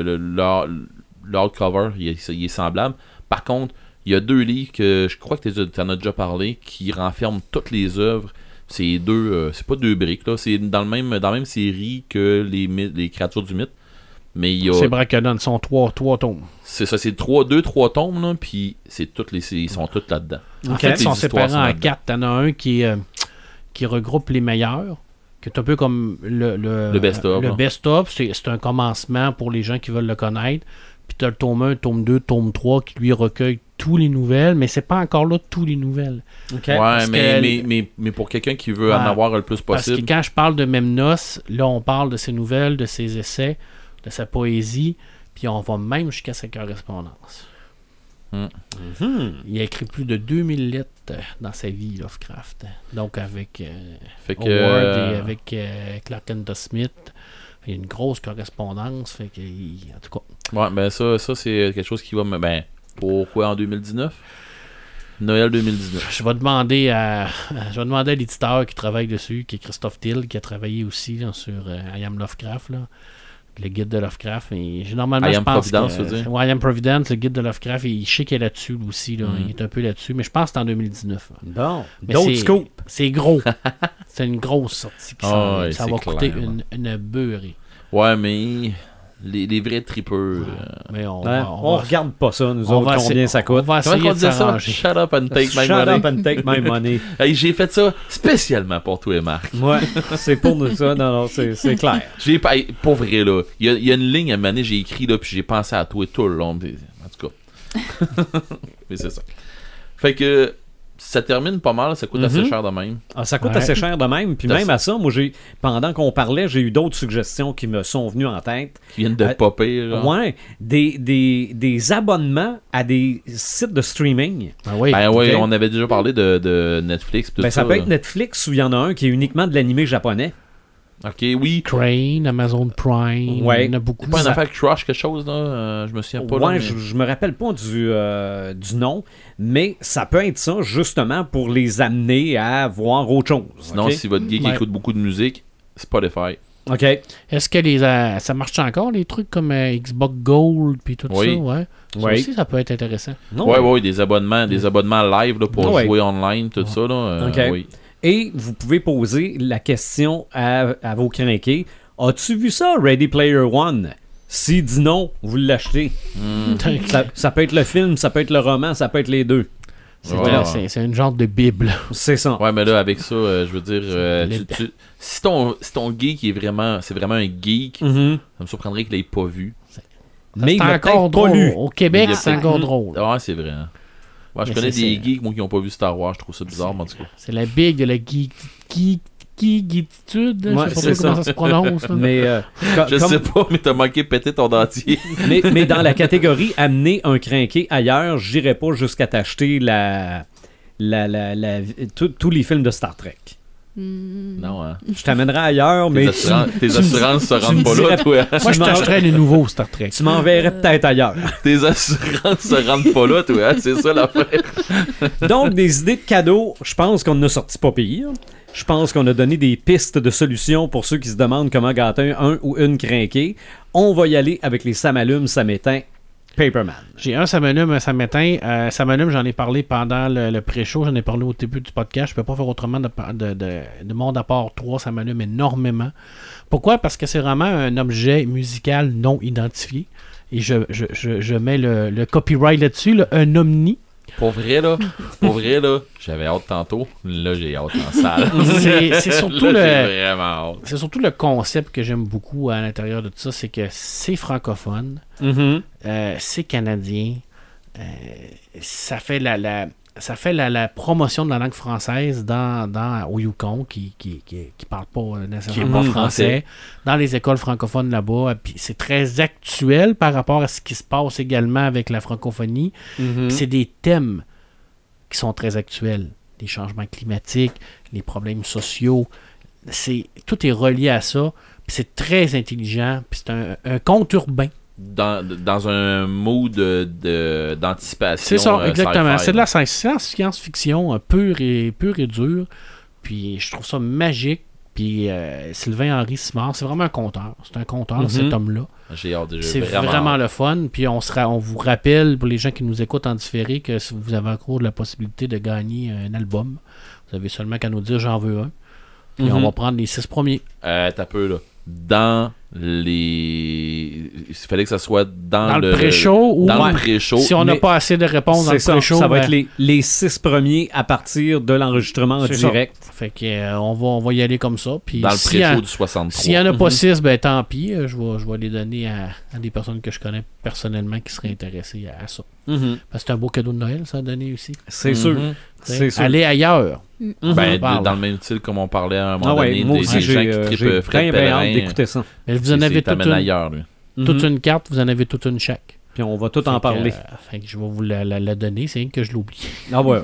l'hardcover, il est semblable. Par contre, il y a 2 livres que je crois que tu en as déjà parlé qui renferment toutes les œuvres. C'est c'est pas 2 briques, là. C'est dans la même série que les créatures du mythe. Mais il y a... C'est Brakedon, sont 3 tomes. C'est ça, c'est 3 tomes, là, puis ils sont tous là-dedans. En fait, ils sont séparés en 4. T'en as un qui regroupe les meilleurs, qui est un peu comme le best-of. Le best-of, c'est un commencement pour les gens qui veulent le connaître. Puis t'as le tome 1, tome 2, tome 3 qui lui recueille tous les nouvelles, mais c'est pas encore là tous les nouvelles. Okay. Ouais, mais pour quelqu'un qui veut en avoir le plus possible. Parce que quand je parle de Memnos, là on parle de ses nouvelles, de ses essais, de sa poésie, puis on va même jusqu'à sa correspondance. Il a écrit plus de 2000 lettres dans sa vie, Lovecraft. Donc avec Howard et avec Clark Smith. Il y a une grosse correspondance. Fait que, en tout cas. Ouais, ça c'est quelque chose qui va pourquoi en 2019? Noël 2019. Je vais demander à l'éditeur qui travaille dessus, qui est Christophe Till, qui a travaillé aussi là, sur I Am Lovecraft, là, le guide de Lovecraft. Et, normalement, I Am Providence, tu veux dire? Ouais, I Am Providence, le guide de Lovecraft, je sais qu'il est là-dessus lui aussi. Là, il est un peu là-dessus, mais je pense que c'est en 2019. Bon, d'autres scoops. C'est gros. C'est une grosse sortie. Ça va coûter une beurrée. Ouais, mais... Les vrais tripeurs. Mais on regarde pas ça, nous autres, combien ça coûte. On va essayer de ça? Shut up and take my money. Shut up and take my money. Hey, j'ai fait ça spécialement pour toi et Marc. Ouais, c'est pour nous ça. Non, c'est clair. Pour vrai, là. Il y a une ligne à un moment donné, j'ai écrit, là, puis j'ai pensé à toi tout le long. En tout cas. Mais c'est ça. Fait que... Ça termine pas mal, ça coûte assez cher de même. Ça coûte assez cher de même. Puis même à ça, moi, pendant qu'on parlait, j'ai eu d'autres suggestions qui me sont venues en tête. Qui viennent de popper. Genre. Ouais, des abonnements à des sites de streaming. Oui, on avait déjà parlé de Netflix. Ça peut être Netflix ou il y en a un qui est uniquement de l'animé japonais. Ok, oui. Crane, Amazon Prime. Ouais. Il y en a beaucoup. C'est pas une affaire Crush, quelque chose, là? Je me souviens pas. Ouais, là, je me rappelle pas du nom, mais ça peut être ça, justement, pour les amener à voir autre chose. Sinon, okay? si votre geek écoute beaucoup de musique, Spotify. OK. Est-ce que ça marche encore, les trucs comme Xbox Gold puis tout ça? Ouais. Ça aussi, ça peut être intéressant. Oui, des abonnements live là, pour jouer online, tout ça. Là, okay. Oui. Et vous pouvez poser la question à vos crinqués. As-tu vu ça, Ready Player One? S'il dit non, vous l'achetez. Ça peut être le film, ça peut être le roman, ça peut être les deux. C'est une genre de bible. C'est ça. Ouais, mais là, avec ça, je veux dire, si ton geek c'est vraiment un geek, ça me surprendrait qu'il l'ait pas vu. Mais c'est encore drôle. Au Québec, c'est encore drôle. Ouais, c'est vrai. Hein. Ouais, je connais des geeks, moi, qui n'ont pas vu Star Wars. Je trouve ça bizarre, mais en tout cas. C'est la big de la geekitude. Ouais, je sais pas comment ça se prononce. Mais, je sais pas, mais t'as manqué péter ton dentier. mais dans la catégorie amener un crinqué ailleurs, j'irais pas jusqu'à t'acheter tous les films de Star Trek. Non, hein. Je t'amènerai ailleurs, mais tes assurances se rendent pas là, toi. Moi, je t'achèterais les nouveaux Star Trek. Tu m'enverrais peut-être ailleurs. Tes assurances se rendent pas là, toi. Hein? C'est ça l'affaire. Donc, des idées de cadeaux, je pense qu'on en a sorti pas pire. Je pense qu'on a donné des pistes de solutions pour ceux qui se demandent comment gâter un ou une crinquée. On va y aller avec les Samalumes, Samétain, Paperman. J'ai un Samalume, un Samétain. Samalume, j'en ai parlé pendant le pré-show. J'en ai parlé au début du podcast. Je peux pas faire autrement de Monde à part 3. Ça m'allume énormément. Pourquoi? Parce que c'est vraiment un objet musical non identifié. Et je mets le copyright là-dessus, un omni. Pour vrai, là, j'avais hâte tantôt. Là, j'ai hâte en salle. C'est surtout là, j'ai vraiment hâte. C'est surtout le concept que j'aime beaucoup à l'intérieur de tout ça, c'est que c'est francophone, c'est canadien, ça fait la promotion de la langue française au Yukon qui parle pas nécessairement français, dans les écoles francophones là-bas, puis c'est très actuel par rapport à ce qui se passe également avec la francophonie. C'est des thèmes qui sont très actuels, les changements climatiques, les problèmes sociaux, tout est relié à ça, puis c'est très intelligent, puis c'est un conte urbain. Dans un mood d'anticipation. C'est ça, exactement. C'est de la science-fiction pure et dure. Puis je trouve ça magique. Puis Sylvain Henry Simard, c'est vraiment un conteur. C'est un conteur, cet homme-là. J'ai hâte de C'est vraiment le fun. Puis on vous rappelle, pour les gens qui nous écoutent en différé, que si vous avez encore la possibilité de gagner un album, vous avez seulement qu'à nous dire « j'en veux un ». Puis on va prendre les 6 premiers. T'as peu, là. Dans les... Il fallait que ça soit dans le pré-show ou dans le pré-show. Si on n'a pas assez de réponses dans le pré-show, ça va être les 6 premiers à partir de l'enregistrement en direct. Ça. Fait que on va y aller comme ça. Puis dans le pré-show du 63. S'il n'y en a pas 6, ben tant pis. Je vais les donner à des personnes que je connais personnellement qui seraient intéressées à ça. Parce que c'est un beau cadeau de Noël, ça, à donner aussi. C'est sûr. C'est sûr. Aller ailleurs. Ben, dans le même style comme on parlait à un moment donné, moi aussi, des gens qui trippent Fred Pellerin. Hâte d'écouter ça. Mais vous en avez ailleurs, toute une carte, vous en avez toute une chaque. Puis on va tout en parler. Fait que je vais vous la donner, c'est rien que je l'oublie. Ah ouais.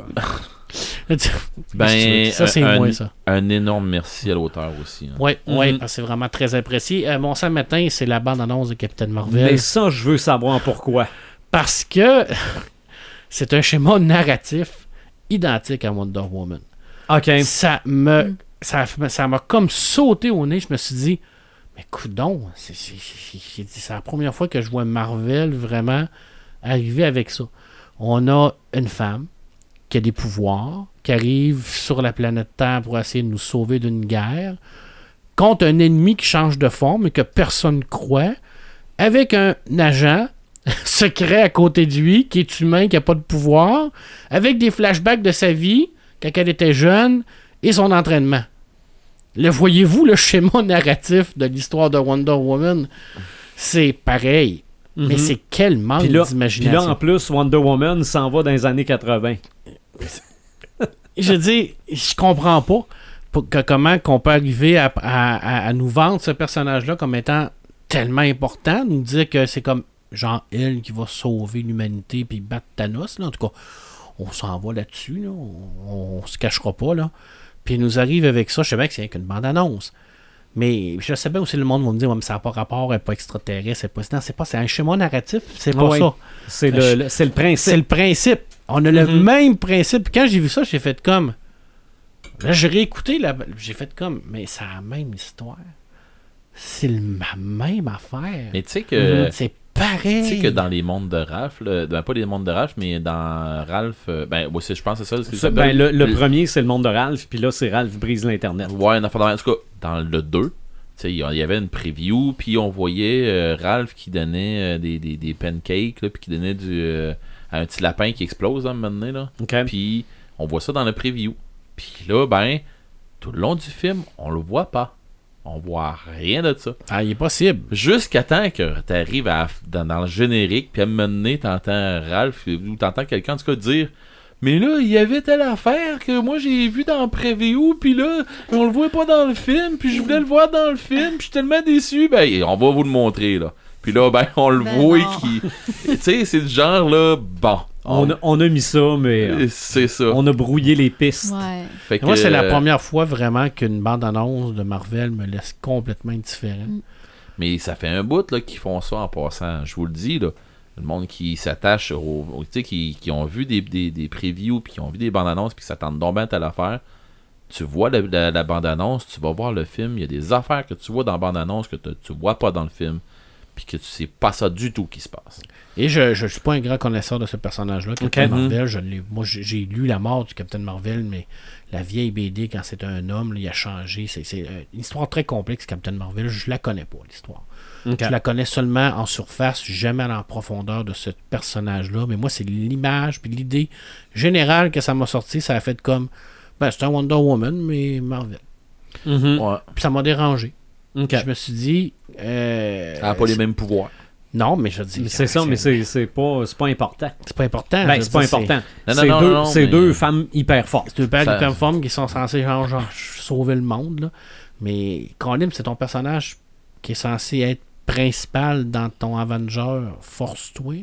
Ben, ça, c'est moi, ça. Un énorme merci à l'auteur aussi. Hein. Oui, parce que c'est vraiment très apprécié. Mon samedi matin, c'est la bande-annonce de Captain Marvel. Mais ça, je veux savoir pourquoi. Parce que c'est un schéma narratif identique à Wonder Woman. OK. Ça m'a comme sauté au nez. Je me suis dit, mais coudonc, c'est la première fois que je vois Marvel vraiment arriver avec ça. On a une femme qui a des pouvoirs, qui arrive sur la planète Terre pour essayer de nous sauver d'une guerre, contre un ennemi qui change de forme et que personne ne croit, avec un agent secret à côté de lui, qui est humain, qui n'a pas de pouvoir, avec des flashbacks de sa vie, quand elle était jeune, et son entraînement. Le voyez-vous, le schéma narratif de l'histoire de Wonder Woman, c'est pareil. Mais c'est quel manque d'imagination. Puis là, en plus, Wonder Woman s'en va dans les années 80. Je dis, je comprends pas comment qu'on peut arriver à nous vendre ce personnage-là comme étant tellement important, nous dire que c'est comme genre elle qui va sauver l'humanité puis battre Thanos. Là. En tout cas, on s'en va là-dessus. Là. On se cachera pas. Là. Puis il nous arrive avec ça. Je sais bien que c'est qu'une bande-annonce. Mais je sais bien aussi le monde va me dire, ouais, mais ça n'a pas rapport, elle n'est pas extraterrestre, c'est un schéma narratif, c'est pas ça. C'est le principe. C'est le principe. On a le même principe. Quand j'ai vu ça, j'ai fait comme... Là, j'ai réécouté, j'ai fait comme... Mais c'est la même histoire. C'est la même affaire. Mais tu sais que... C'est pareil. Tu sais que dans les mondes de Ralph, pas les mondes de Ralph, mais dans Ralph... je pense que c'est ça. Le premier, c'est le monde de Ralph, puis là, c'est Ralph brise l'Internet. Ouais, en tout cas, dans le 2... Il y avait une preview, puis on voyait Ralph qui donnait des pancakes, puis qui donnait un petit lapin qui explose à un moment donné. Là. Okay. Puis on voit ça dans le preview. Puis là, tout le long du film, on le voit pas. On voit rien de ça. Ah, il est possible. Jusqu'à temps que tu arrives dans le générique, puis à un moment donné, t'entends Ralph, ou t'entends quelqu'un en tout cas dire... Mais là, il y avait telle affaire que moi j'ai vu dans le preview, puis là, on le voit pas dans le film, puis je voulais le voir dans le film, puis je suis tellement déçu. On va vous le montrer, là. Puis là, on le voit qui... Tu sais, c'est du genre, là, bon. On a mis ça, mais... c'est ça. On a brouillé les pistes. Ouais. Fait que, moi, c'est la première fois vraiment qu'une bande-annonce de Marvel me laisse complètement indifférent. Mais ça fait un bout, là, qu'ils font ça en passant. Je vous le dis, là. Le monde qui s'attache qui ont vu des previews, puis qui ont vu des bandes-annonces, puis qui s'attendent donc bien à l'affaire. Tu vois la bande-annonce, tu vas voir le film, il y a des affaires que tu vois dans la bande-annonce que tu vois pas dans le film, puis que tu sais pas ça du tout qui se passe. Et je suis pas un grand connaisseur de ce personnage-là, Captain Marvel. Moi, j'ai lu La mort du Captain Marvel, mais la vieille BD, quand c'est un homme, là, il a changé. C'est une histoire très complexe, Captain Marvel. Je la connais pas, l'histoire. Okay. Je la connais seulement en surface, jamais en profondeur de ce personnage-là. Mais moi, c'est l'image puis l'idée générale que ça m'a sorti. Ça a fait comme... c'est un Wonder Woman, mais Marvel. Ouais. Puis ça m'a dérangé. Okay. Je me suis dit... elle n'a pas les mêmes pouvoirs. Non, mais je dis... C'est ça, mais c'est pas important. C'est pas important. C'est pas important. C'est deux femmes hyper fortes. C'est deux femmes hyper fortes qui sont censées genre sauver le monde. Là. Mais Colin, c'est ton personnage qui est censé être principal dans ton Avenger. Force-toi.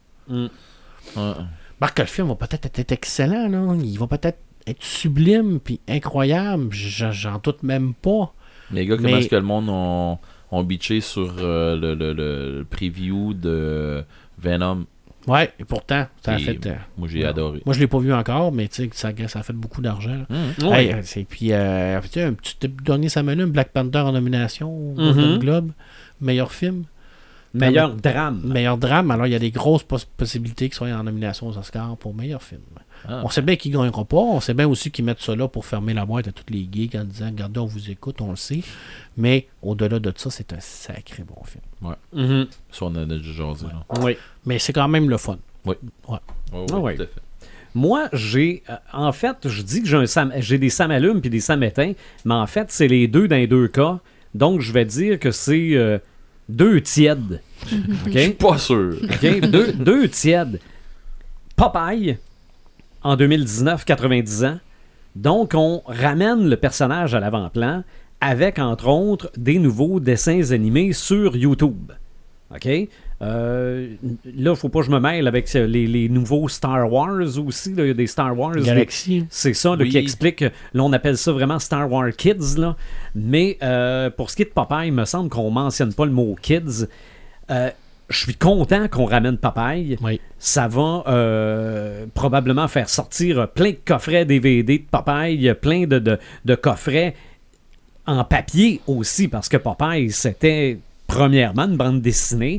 Marc, le film va peut-être être excellent. Là. Il va peut-être être sublime puis incroyable. J'en doute même pas. Les gars, comment est-ce que le monde ont bitché sur le preview de Venom? Ouais, et pourtant, ça a fait... moi, j'ai adoré. Moi, je l'ai pas vu encore, mais tu sais, ça a fait beaucoup d'argent. Et puis, un petit dernier samedi, Black Panther en nomination au Golden Globe. Meilleur film. Meilleur drame. Meilleur drame. Alors, il y a des grosses possibilités qu'il soit en nomination aux Oscars pour meilleur film. On sait bien qu'il ne gagnera pas. On sait bien aussi qu'ils mettent ça là pour fermer la boîte à tous les geeks en disant, regardez, on vous écoute, on le sait. Mais au-delà de ça, c'est un sacré bon film. Ouais. Ça, on a déjà jasé. Oui. Mais c'est quand même le fun. Oui. Ouais. Oui, tout à fait. Moi, en fait, je dis que j'ai des Sam Allume puis des Sam Éteint, mais en fait, c'est les deux dans les deux cas. Donc, je vais dire que c'est deux tièdes. Okay? Je suis pas sûr. Okay? deux tièdes. Popeye, en 2019, 90 ans. Donc, on ramène le personnage à l'avant-plan avec, entre autres, des nouveaux dessins animés sur YouTube. OK? Là, il ne faut pas que je me mêle avec les nouveaux Star Wars aussi. Là. Il y a des Star Wars. Galaxy. C'est ça qui explique. Là, on appelle ça vraiment Star Wars Kids. Là. Mais pour ce qui est de Popeye, il me semble qu'on ne mentionne pas le mot Kids. Je suis content qu'on ramène Popeye. Oui. Ça va probablement faire sortir plein de coffrets DVD de Popeye, plein de coffrets en papier aussi, parce que Popeye, c'était premièrement une bande dessinée.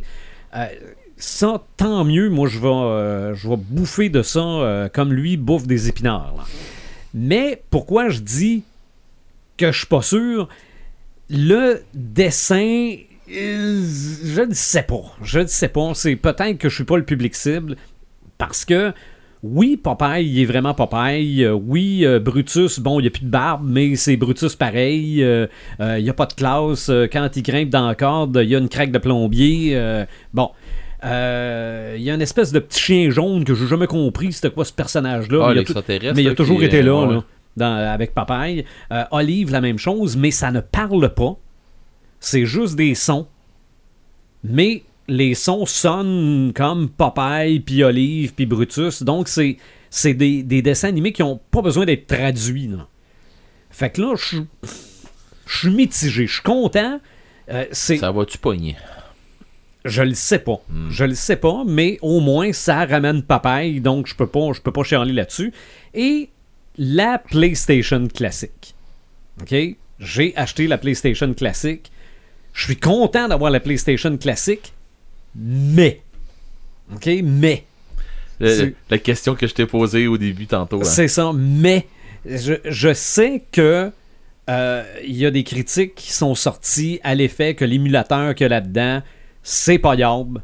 Ça, tant mieux. Moi, je vais bouffer de ça comme lui bouffe des épinards. Là. Mais pourquoi je dis que je suis pas sûr? Le dessin... Je ne sais pas. C'est peut-être que je suis pas le public cible parce que oui, Popeye, il est vraiment Popeye. Oui, Brutus, bon, il n'y a plus de barbe, mais c'est Brutus pareil. Il n'y a pas de classe. Quand il grimpe dans la corde, il y a une craque de plombier. Bon. Il y a une espèce de petit chien jaune que j'ai jamais compris c'était quoi ce personnage-là. Mais il a toujours été là, avec Popeye. Olive, la même chose, mais ça ne parle pas. C'est juste des sons. Mais les sons sonnent comme Popeye, puis Olive, puis Brutus. Donc, c'est des dessins animés qui n'ont pas besoin d'être traduits. Là. Fait que là, Je suis mitigé, je suis content. Ça va-tu pogner? Je le sais pas. Je le sais pas, mais au moins, ça ramène papaye, donc je peux pas chialer là-dessus. Et la PlayStation classique. OK? J'ai acheté la PlayStation classique. Je suis content d'avoir la PlayStation classique, mais... OK? Mais... La question que je t'ai posée au début tantôt. Hein. C'est ça, mais je sais que il y a des critiques qui sont sorties à l'effet que l'émulateur qu'il y a là-dedans, c'est payable.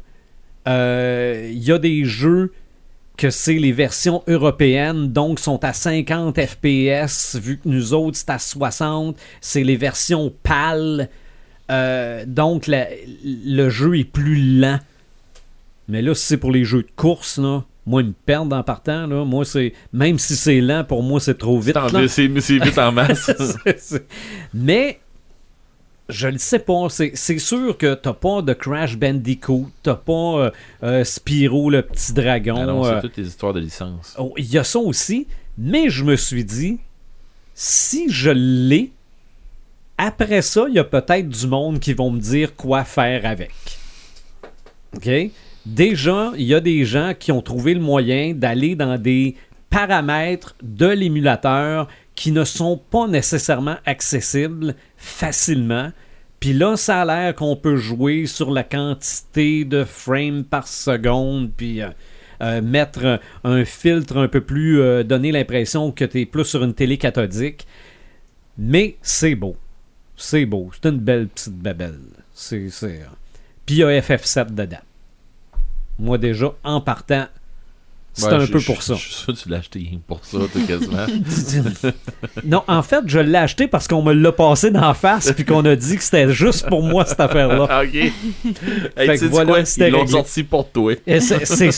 Il y a des jeux que c'est les versions européennes, donc sont à 50 FPS, vu que nous autres, c'est à 60. C'est les versions PAL. Donc, le jeu est plus lent. Mais là, si c'est pour les jeux de course, là, moi, ils me perdent en partant. Là. Moi, même si c'est lent, pour moi, c'est trop vite. C'est vite en masse. Mais, je le sais pas. C'est sûr que t'as pas de Crash Bandicoot, t'as pas Spyro, le petit dragon. Alors, c'est toutes les histoires de licence. Il y a ça aussi. Mais je me suis dit, si je l'ai, après ça, il y a peut-être du monde qui vont me dire quoi faire avec. OK? Déjà, il y a des gens qui ont trouvé le moyen d'aller dans des paramètres de l'émulateur qui ne sont pas nécessairement accessibles facilement. Puis là, ça a l'air qu'on peut jouer sur la quantité de frames par seconde, puis mettre un filtre un peu plus... donner l'impression que tu es plus sur une télé cathodique. Mais c'est beau. C'est beau. C'est une belle petite babelle. Puis il y a FF7 dedans. Moi, déjà, en partant, c'est un peu pour ça. Je suis sûr que tu l'as acheté pour ça, toi, quasiment. Non, en fait, je l'ai acheté parce qu'on me l'a passé d'en face puis qu'on a dit que c'était juste pour moi, cette affaire-là. OK. Hey, tu sais quoi? Ils l'ont sorti pour toi. C'est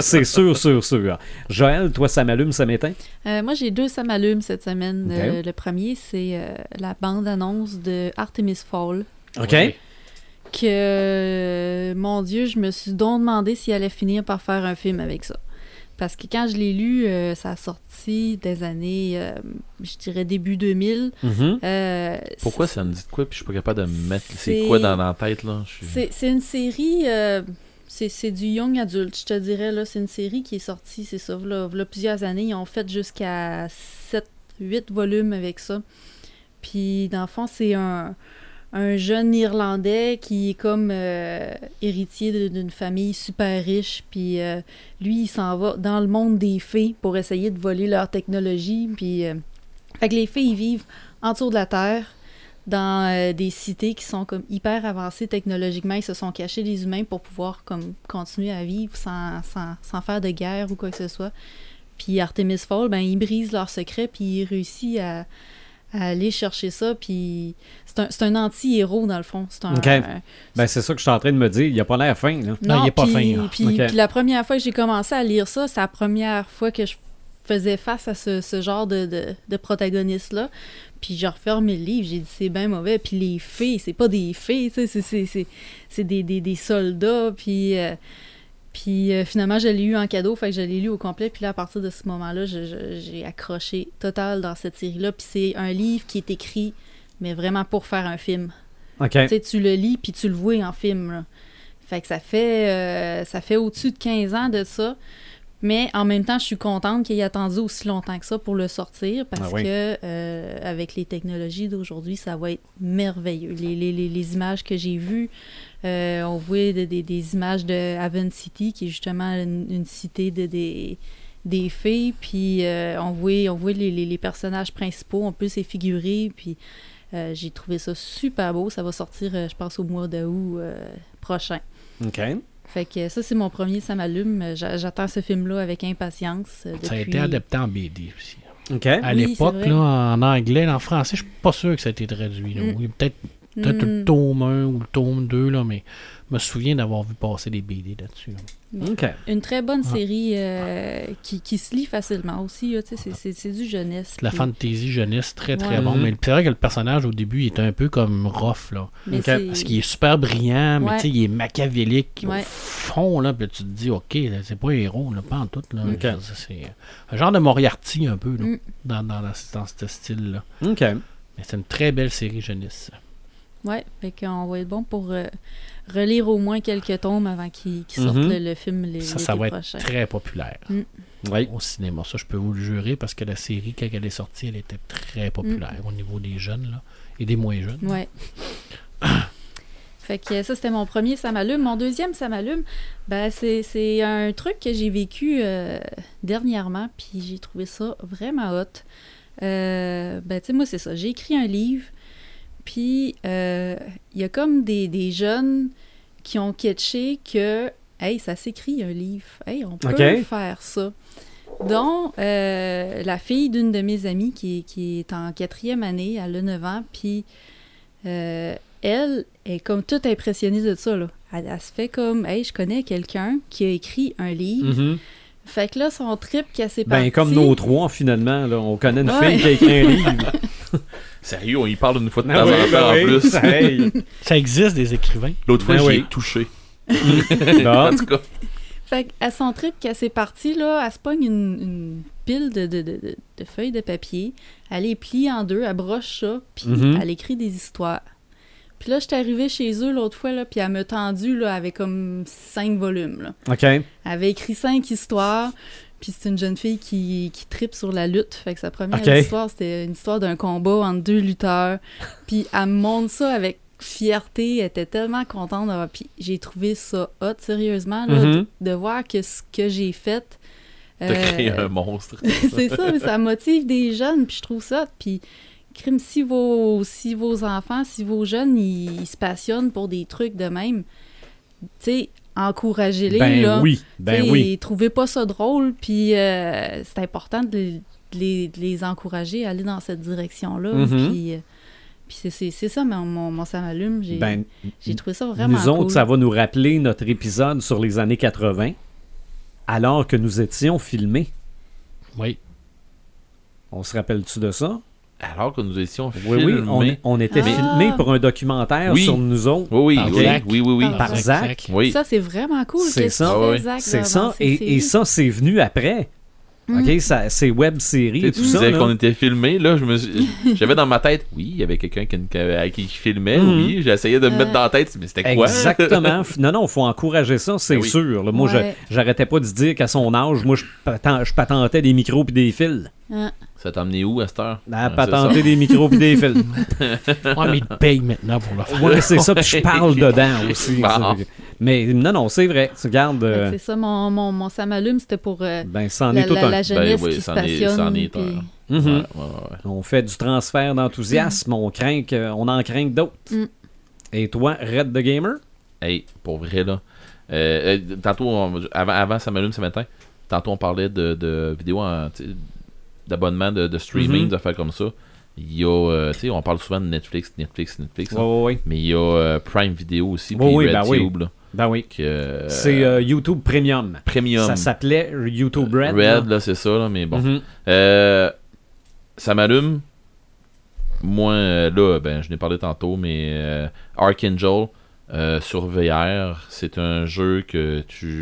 sûr. Joël, toi, ça m'allume, ça m'éteint? Moi, j'ai 2 ça m'allume cette semaine. Okay. Le premier, c'est la bande-annonce de Artemis Fall. OK. Que, mon Dieu, je me suis donc demandé s'il allait finir par faire un film avec ça. Parce que quand je l'ai lu, ça a sorti des années, je dirais début 2000. Mm-hmm. Pourquoi ça me dit de quoi? Puis je suis pas capable de me mettre c'est quoi dans la tête, là? C'est une série... c'est du young adulte, je te dirais. Là. C'est une série qui est sortie, c'est ça, là, plusieurs années. Ils ont fait jusqu'à 7-8 volumes avec ça. Puis, dans le fond, c'est un jeune Irlandais qui est comme héritier d'une famille super riche, puis lui, il s'en va dans le monde des fées pour essayer de voler leur technologie, puis fait que les fées, ils vivent en dessous de la Terre, dans des cités qui sont comme hyper avancées technologiquement. Ils se sont cachés des humains pour pouvoir comme continuer à vivre sans faire de guerre ou quoi que ce soit. Puis Artemis Fall, ben, il brise leur secret, puis il réussit à aller chercher ça, puis c'est un anti-héros, dans le fond. Ben, c'est ça que je suis en train de me dire. Il a pas l'air fin, là. Non, il n'est pas fin. Puis la première fois que j'ai commencé à lire ça, c'est la première fois que je faisais face à ce genre de protagoniste-là. Puis j'ai refermé le livre, j'ai dit c'est bien mauvais. Puis les fées, c'est pas des fées, c'est des soldats, puis finalement, je l'ai eu en cadeau, fait que je l'ai lu au complet. Puis là, à partir de ce moment-là, j'ai accroché total dans cette série-là. Puis c'est un livre qui est écrit, mais vraiment pour faire un film. OK. Tu sais, tu le lis, puis tu le vois en film, là. Fait que ça fait au-dessus de 15 ans de ça. Mais en même temps, je suis contente qu'il ait attendu aussi longtemps que ça pour le sortir, parce que avec les technologies d'aujourd'hui, ça va être merveilleux. Les images que j'ai vues, on voit des images de Haven City, qui est justement une cité des fées, puis on voit les personnages principaux, on peut s'y figurer, puis j'ai trouvé ça super beau. Ça va sortir, je pense, au mois d'août prochain. OK. Fait que ça, c'est mon premier, ça m'allume. J'attends ce film-là avec impatience. Ça a été adapté en BD aussi. Okay. À l'époque, là, en anglais, en français, je suis pas sûr que ça a été traduit. Là. Il y a peut-être le tome 1 ou le tome 2, là, mais je me souviens d'avoir vu passer des BD là-dessus. Là. Okay. Une très bonne série qui se lit facilement aussi. Là, c'est du jeunesse. La fantasy jeunesse, très très bon. Mais c'est vrai que le personnage au début il est un peu comme rough. Là. Parce qu'il est super brillant, mais il est machiavélique au fond. Là, puis tu te dis, OK, là, c'est pas un héros, là, pas en tout. Là. C'est un genre de Moriarty un peu là, dans ce style-là. OK. Mais c'est une très belle série jeunesse. Ouais, fait qu'on va être bon pour relire au moins quelques tomes avant qu'ils sortent le film l'été prochain. Ça va être très populaire au cinéma. Ça, je peux vous le jurer, parce que la série, quand elle est sortie, elle était très populaire au niveau des jeunes là, et des moins jeunes. Ouais. Fait que ça, c'était mon premier Ça m'allume. Mon deuxième Ça m'allume, ben, c'est un truc que j'ai vécu dernièrement, puis j'ai trouvé ça vraiment hot. Ben, tu sais, moi, c'est ça. J'ai écrit un livre, puis il y a comme des jeunes qui ont catché que, hey, ça s'écrit un livre. Hey, on peut faire ça. Donc, la fille d'une de mes amies qui est en 4e année, elle a 9 ans, puis elle est comme toute impressionnée de ça, là. Elle se fait comme, hey, je connais quelqu'un qui a écrit un livre. Fait que là, son trip qu'elle s'est partie... Ben, comme nos trois, finalement, là, on connaît une fille qui a écrit un livre. Sérieux, on y parle une fois de temps en temps, en plus. Ça existe, des écrivains. L'autre fois, j'y ai touché. En tout cas. Fait qu'à son trip qu'elle s'est partie, là, elle se pogne une pile de feuilles de papier, elle les plie en deux, elle broche ça, puis elle écrit des histoires. Puis là, j'étais arrivée chez eux l'autre fois, là, puis elle m'a tendu là, avec comme 5 volumes. Là. OK. Elle avait écrit 5 histoires, puis c'est une jeune fille qui tripe sur la lutte. Fait que sa première histoire, c'était une histoire d'un combat entre 2 lutteurs. Puis elle me montre ça avec fierté, elle était tellement contente d'avoir... Puis j'ai trouvé ça hot, sérieusement, là, de voir que ce que j'ai fait... T'as créé un monstre. C'est ça, mais ça motive des jeunes, puis je trouve ça hot. Puis... Crime, si vos enfants, si vos jeunes, ils se passionnent pour des trucs de même, tu sais, encouragez-les, là. Oui. Trouvez pas ça drôle, puis c'est important de les encourager à aller dans cette direction-là. Puis c'est ça, mon ça m'allume. J'ai trouvé ça vraiment cool. Nous autres, ça va nous rappeler notre épisode sur les années 80, alors que nous étions filmés. Oui. On se rappelle-tu de ça? Alors que nous étions filmés. Oui, on était filmés pour un documentaire sur nous autres. Oui. Par Zach. Oui. Ça, c'est vraiment cool. C'est ça. C'est ça. Et ça, c'est venu après. OK, c'est web série et tout ça. Tu disais qu'on était filmés, là, j'avais dans ma tête, oui, il y avait quelqu'un qui filmait, oui, j'essayais de me mettre dans la tête, mais c'était quoi? Exactement. Non, il faut encourager ça, c'est sûr. Là. Moi, j'arrêtais pas de dire qu'à son âge, moi, je patentais des micros puis des fils. Ça t'a amené où à cette heure? À patenter des micros puis des fils. Mais ils te payent maintenant pour le faire. Oui, c'est ça, puis je parle dedans aussi. Mais non, c'est vrai. Tu gardes... C'est ça, mon ça m'allume, c'était pour c'en est tout la jeunesse qui se passionne. On fait du transfert d'enthousiasme, on en craint d'autres. Et toi, Red the Gamer? Hey, pour vrai, là. Tantôt, avant ça m'allume ce matin, tantôt on parlait de vidéos d'abonnement de streaming, d'affaires comme ça. Il y a, tu sais, on parle souvent de Netflix. Oui. Mais il y a Prime Video aussi, puis RedTube. C'est YouTube Premium. Ça s'appelait YouTube Red. Là, c'est ça, là, mais bon. Ça m'allume. Moi, là, je n'ai parlé tantôt, mais Archangel sur VR, c'est un jeu que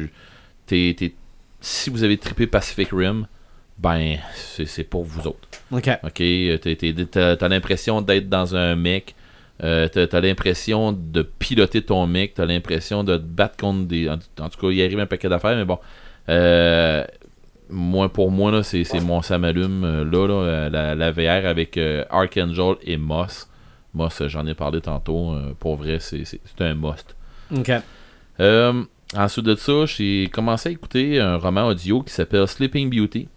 si vous avez trippé Pacific Rim, c'est pour vous autres. OK. T'as l'impression d'être dans un mech. T'as l'impression de piloter ton mec, t'as l'impression de te battre contre des... En tout cas, il arrive un paquet d'affaires, mais bon. Pour moi, là, c'est mon ça m'allume la VR avec Archangel et Moss. Moss, j'en ai parlé tantôt. Pour vrai, c'est un must. OK. Ensuite de ça, j'ai commencé à écouter un roman audio qui s'appelle Sleeping Beauties,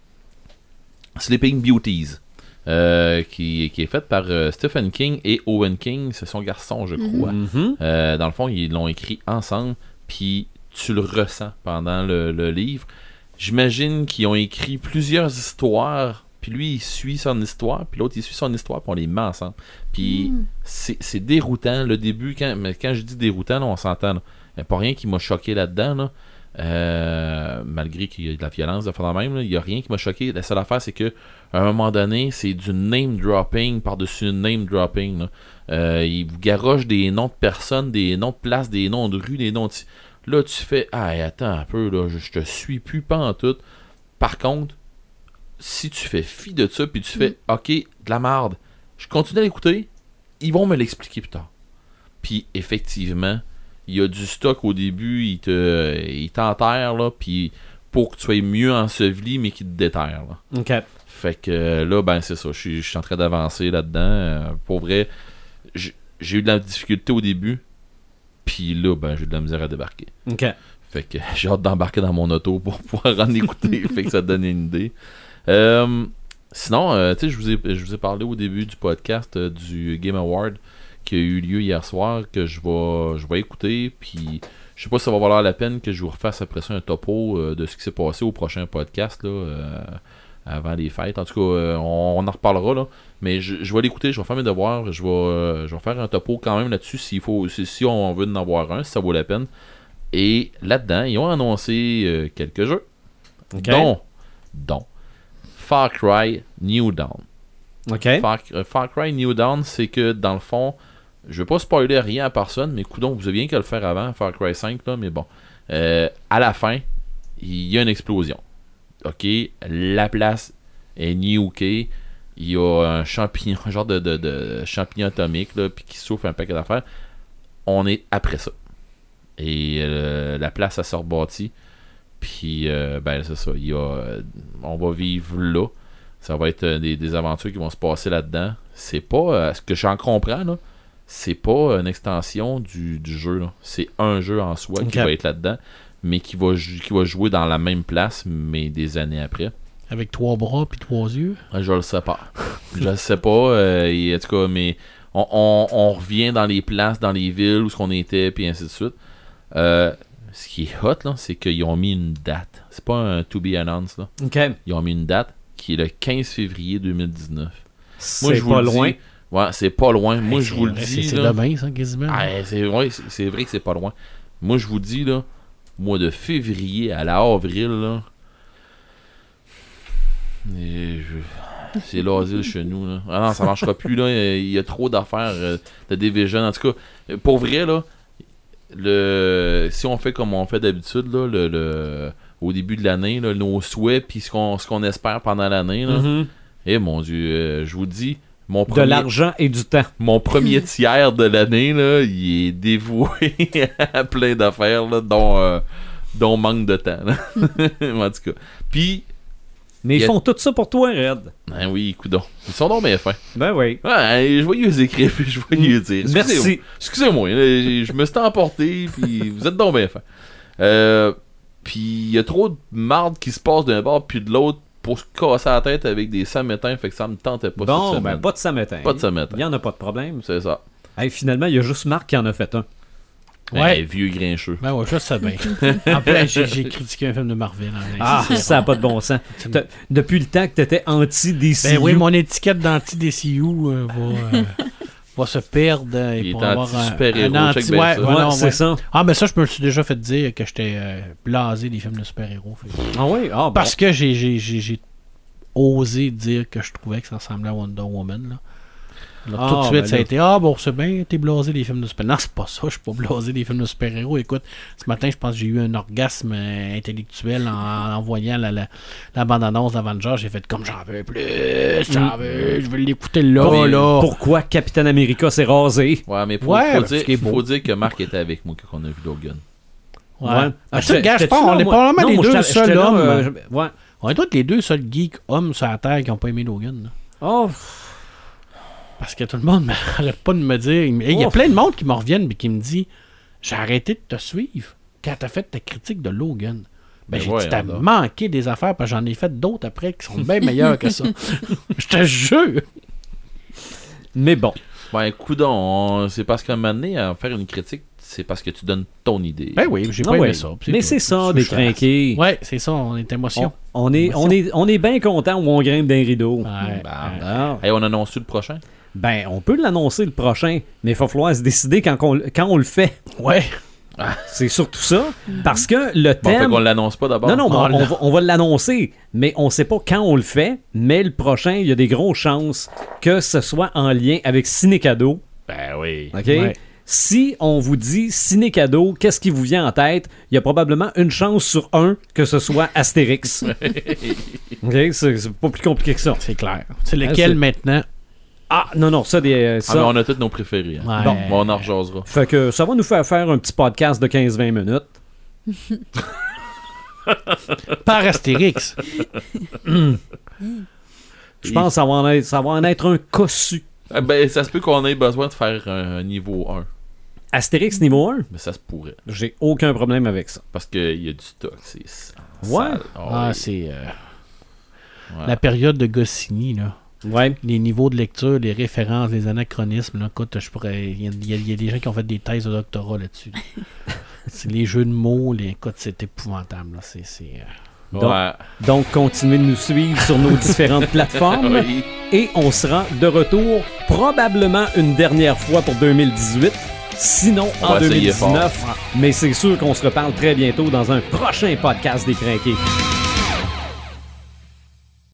qui est fait par Stephen King et Owen King. C'est son garçon, je crois. Dans le fond, ils l'ont écrit ensemble, puis tu le ressens pendant le livre. J'imagine qu'ils ont écrit plusieurs histoires, puis lui, il suit son histoire, puis l'autre, il suit son histoire, puis on les met ensemble. Puis c'est déroutant, le début. Quand je dis déroutant, là, on s'entend. Il n'y a pas rien qui m'a choqué là-dedans, là. Malgré qu'il y a de la violence de faire même, il n'y a rien qui m'a choqué. La seule affaire, c'est que à un moment donné, c'est du name dropping par-dessus name dropping. Il vous garoche des noms de personnes, des noms de places, des noms de rues, des noms de... Là, tu fais attends un peu, là, je te suis plus pas en tout. Par contre, si tu fais fi de ça, puis tu fais OK, de la marde, Je continue à l'écouter. Ils vont me l'expliquer plus tard. Puis, effectivement, il y a du stock au début. Il t'enterre, là. Puis, pour que tu sois mieux enseveli, mais qu'il te déterre, là. OK. Fait que là, ben, c'est ça. Je suis en train d'avancer là-dedans. Pour vrai, j'ai eu de la difficulté au début. Puis là, ben, j'ai eu de la misère à débarquer. OK. Fait que j'ai hâte d'embarquer dans mon auto pour pouvoir en écouter. Fait que ça te donne une idée. Sinon, tu sais, je vous ai parlé au début du podcast du Game Award qui a eu lieu hier soir, que je vais écouter. Puis je sais pas si ça va valoir la peine que je vous refasse après ça un topo de ce qui s'est passé au prochain podcast là, avant les fêtes. En tout cas, on en reparlera là. Mais je vais l'écouter, je vais faire mes devoirs, je vais faire un topo quand même là-dessus si on veut en avoir un, si ça vaut la peine. Et là-dedans, ils ont annoncé quelques jeux, dont Far Cry New Dawn. Okay. Far Cry New Dawn, c'est que dans le fond, je vais pas spoiler rien à personne, mais coudonc, vous aviez rien qu'à le faire avant, Far Cry 5, là, mais bon. À la fin, il y a une explosion. OK, la place est nuke. Il y a un champignon, un genre de champignon atomique, là, puis qui souffle un paquet d'affaires. On est après ça. Et la place, elle se rebâtit. Puis, ben, c'est ça. On va vivre là. Ça va être des aventures qui vont se passer là-dedans. C'est pas, ce que j'en comprends, là, c'est pas une extension du jeu, là. C'est un jeu en soi qui va être là-dedans, mais qui va jouer dans la même place, mais des années après. Avec 3 bras puis 3 yeux? Je le sais pas. Je le sais pas. En tout cas, mais on revient dans les places, dans les villes où on était, puis ainsi de suite. Ce qui est hot, là, c'est qu'ils ont mis une date. C'est pas un to be announced, là. Okay. Ils ont mis une date qui est le 15 février 2019. C'est pas loin. Ouais, c'est pas loin. Moi, je vous le dis. C'est demain, ça, quasiment. C'est vrai que c'est pas loin. Moi, je vous dis, là, mois de février à l'avril, là. C'est l'asile chez nous, là. Ah non, ça marchera plus, là. Il y a trop d'affaires de Division. En tout cas, pour vrai, là, si on fait comme on fait d'habitude, là, au début de l'année, là, nos souhaits, puis ce qu'on espère pendant l'année, là. Mm-hmm. Mon Dieu, je vous dis, de l'argent et du temps. Mon premier tiers de l'année, là, il est dévoué à plein d'affaires, là, dont manque de temps, là. En tout cas. Puis, mais ils font tout ça pour toi, Red. Ben oui, coudonc. Ils sont donc bien fins. Ben oui. Ouais, je vais les écrire, puis je vais les dire. Merci. Excusez-moi, je me suis emporté, puis vous êtes donc bien fins. Puis il y a trop de marde qui se passe d'un bord puis de l'autre pour se casser la tête avec des samétins, fait que ça me tentait pas. Bon, ben pas de samétins. Pas de samétins. Il y en a pas de problème. C'est ça. Hey, finalement, il y a juste Marc qui en a fait un. Ouais, vieux grincheux. Ben ouais, je sais bien. En plus, j'ai critiqué un film de Marvel. Ça n'a pas de bon sens. Depuis le temps que tu étais anti-DCU. Ben oui, mon étiquette d'anti-DCU va se perdre. Il est anti-super-héros. C'est ça. Ah, mais ça, je me suis déjà fait dire que j'étais blasé des films de super-héros. Ah oui? Ah, bon. Parce que j'ai osé dire que je trouvais que ça ressemblait à Wonder Woman, là. Là, tout de suite, ça a été bon, c'est bien, t'es blasé des films de super-héros. Non, c'est pas ça, je suis pas blasé des films de super-héros. Écoute, ce matin, je pense que j'ai eu un orgasme intellectuel en voyant la bande-annonce d'Avengers. J'ai fait comme j'en veux plus, je veux l'écouter là. Pourquoi Captain America s'est rasé? Ouais, mais faut dire que Marc était avec moi quand on a vu Logan. Ouais. Je pense on est probablement les deux seuls hommes. On est tous les deux seuls geeks hommes sur la Terre qui n'ont pas aimé Logan. Là. Oh! Parce que tout le monde n'arrête pas de me dire. Il y a plein de monde qui me reviennent et qui me dit j'ai arrêté de te suivre quand t'as fait ta critique de Logan. Ben j'ai dit t'as manqué des affaires parce que j'en ai fait d'autres après qui sont bien meilleures que ça. Je te jure. Mais bon. Ben coudonc, c'est parce qu'à un moment donné, à faire une critique, c'est parce que tu donnes ton idée. Ben oui, j'ai pas aimé ça. Mais c'est ça, des crinqués. Ouais, c'est ça, on est émotion. On est bien content où on grimpe d'un rideau. Ouais. Hey, on annonce le prochain? Ben, on peut l'annoncer le prochain, mais il va falloir se décider quand on le fait. Ouais. C'est surtout ça, parce que le thème... Fait qu'on l'annonce pas d'abord. Non, on va l'annoncer, mais on sait pas quand on le fait, mais le prochain, il y a des grosses chances que ce soit en lien avec Ciné-Cadeau. Ben oui. OK? Ouais. Si on vous dit Ciné-Cadeau, qu'est-ce qui vous vient en tête? Il y a probablement une chance sur 1 que ce soit Astérix. OK? C'est pas plus compliqué que ça. C'est clair. C'est lequel maintenant? Ah, non, ça... mais on a tous nos préférés. Hein. Bon, on en rejasera. Fait que ça va nous faire un petit podcast de 15-20 minutes. Par Astérix. Je pense que ça va en être un cossu. Ça se peut qu'on ait besoin de faire un niveau 1. Astérix niveau 1? Mais ça se pourrait. J'ai aucun problème avec ça. Parce qu'il y a du stock. C'est sale. C'est... La période de Goscinny, là. Ouais. Les niveaux de lecture, les références, les anachronismes, là, écoute, il y a des gens qui ont fait des thèses de doctorat là-dessus. C'est les jeux de mots, écoute, c'est épouvantable. Là. Donc, continuez de nous suivre sur nos différentes plateformes. Oui. Et on sera de retour probablement une dernière fois pour 2018. Sinon, en 2019. Mais c'est sûr qu'on se reparle très bientôt dans un prochain podcast des Crinqués.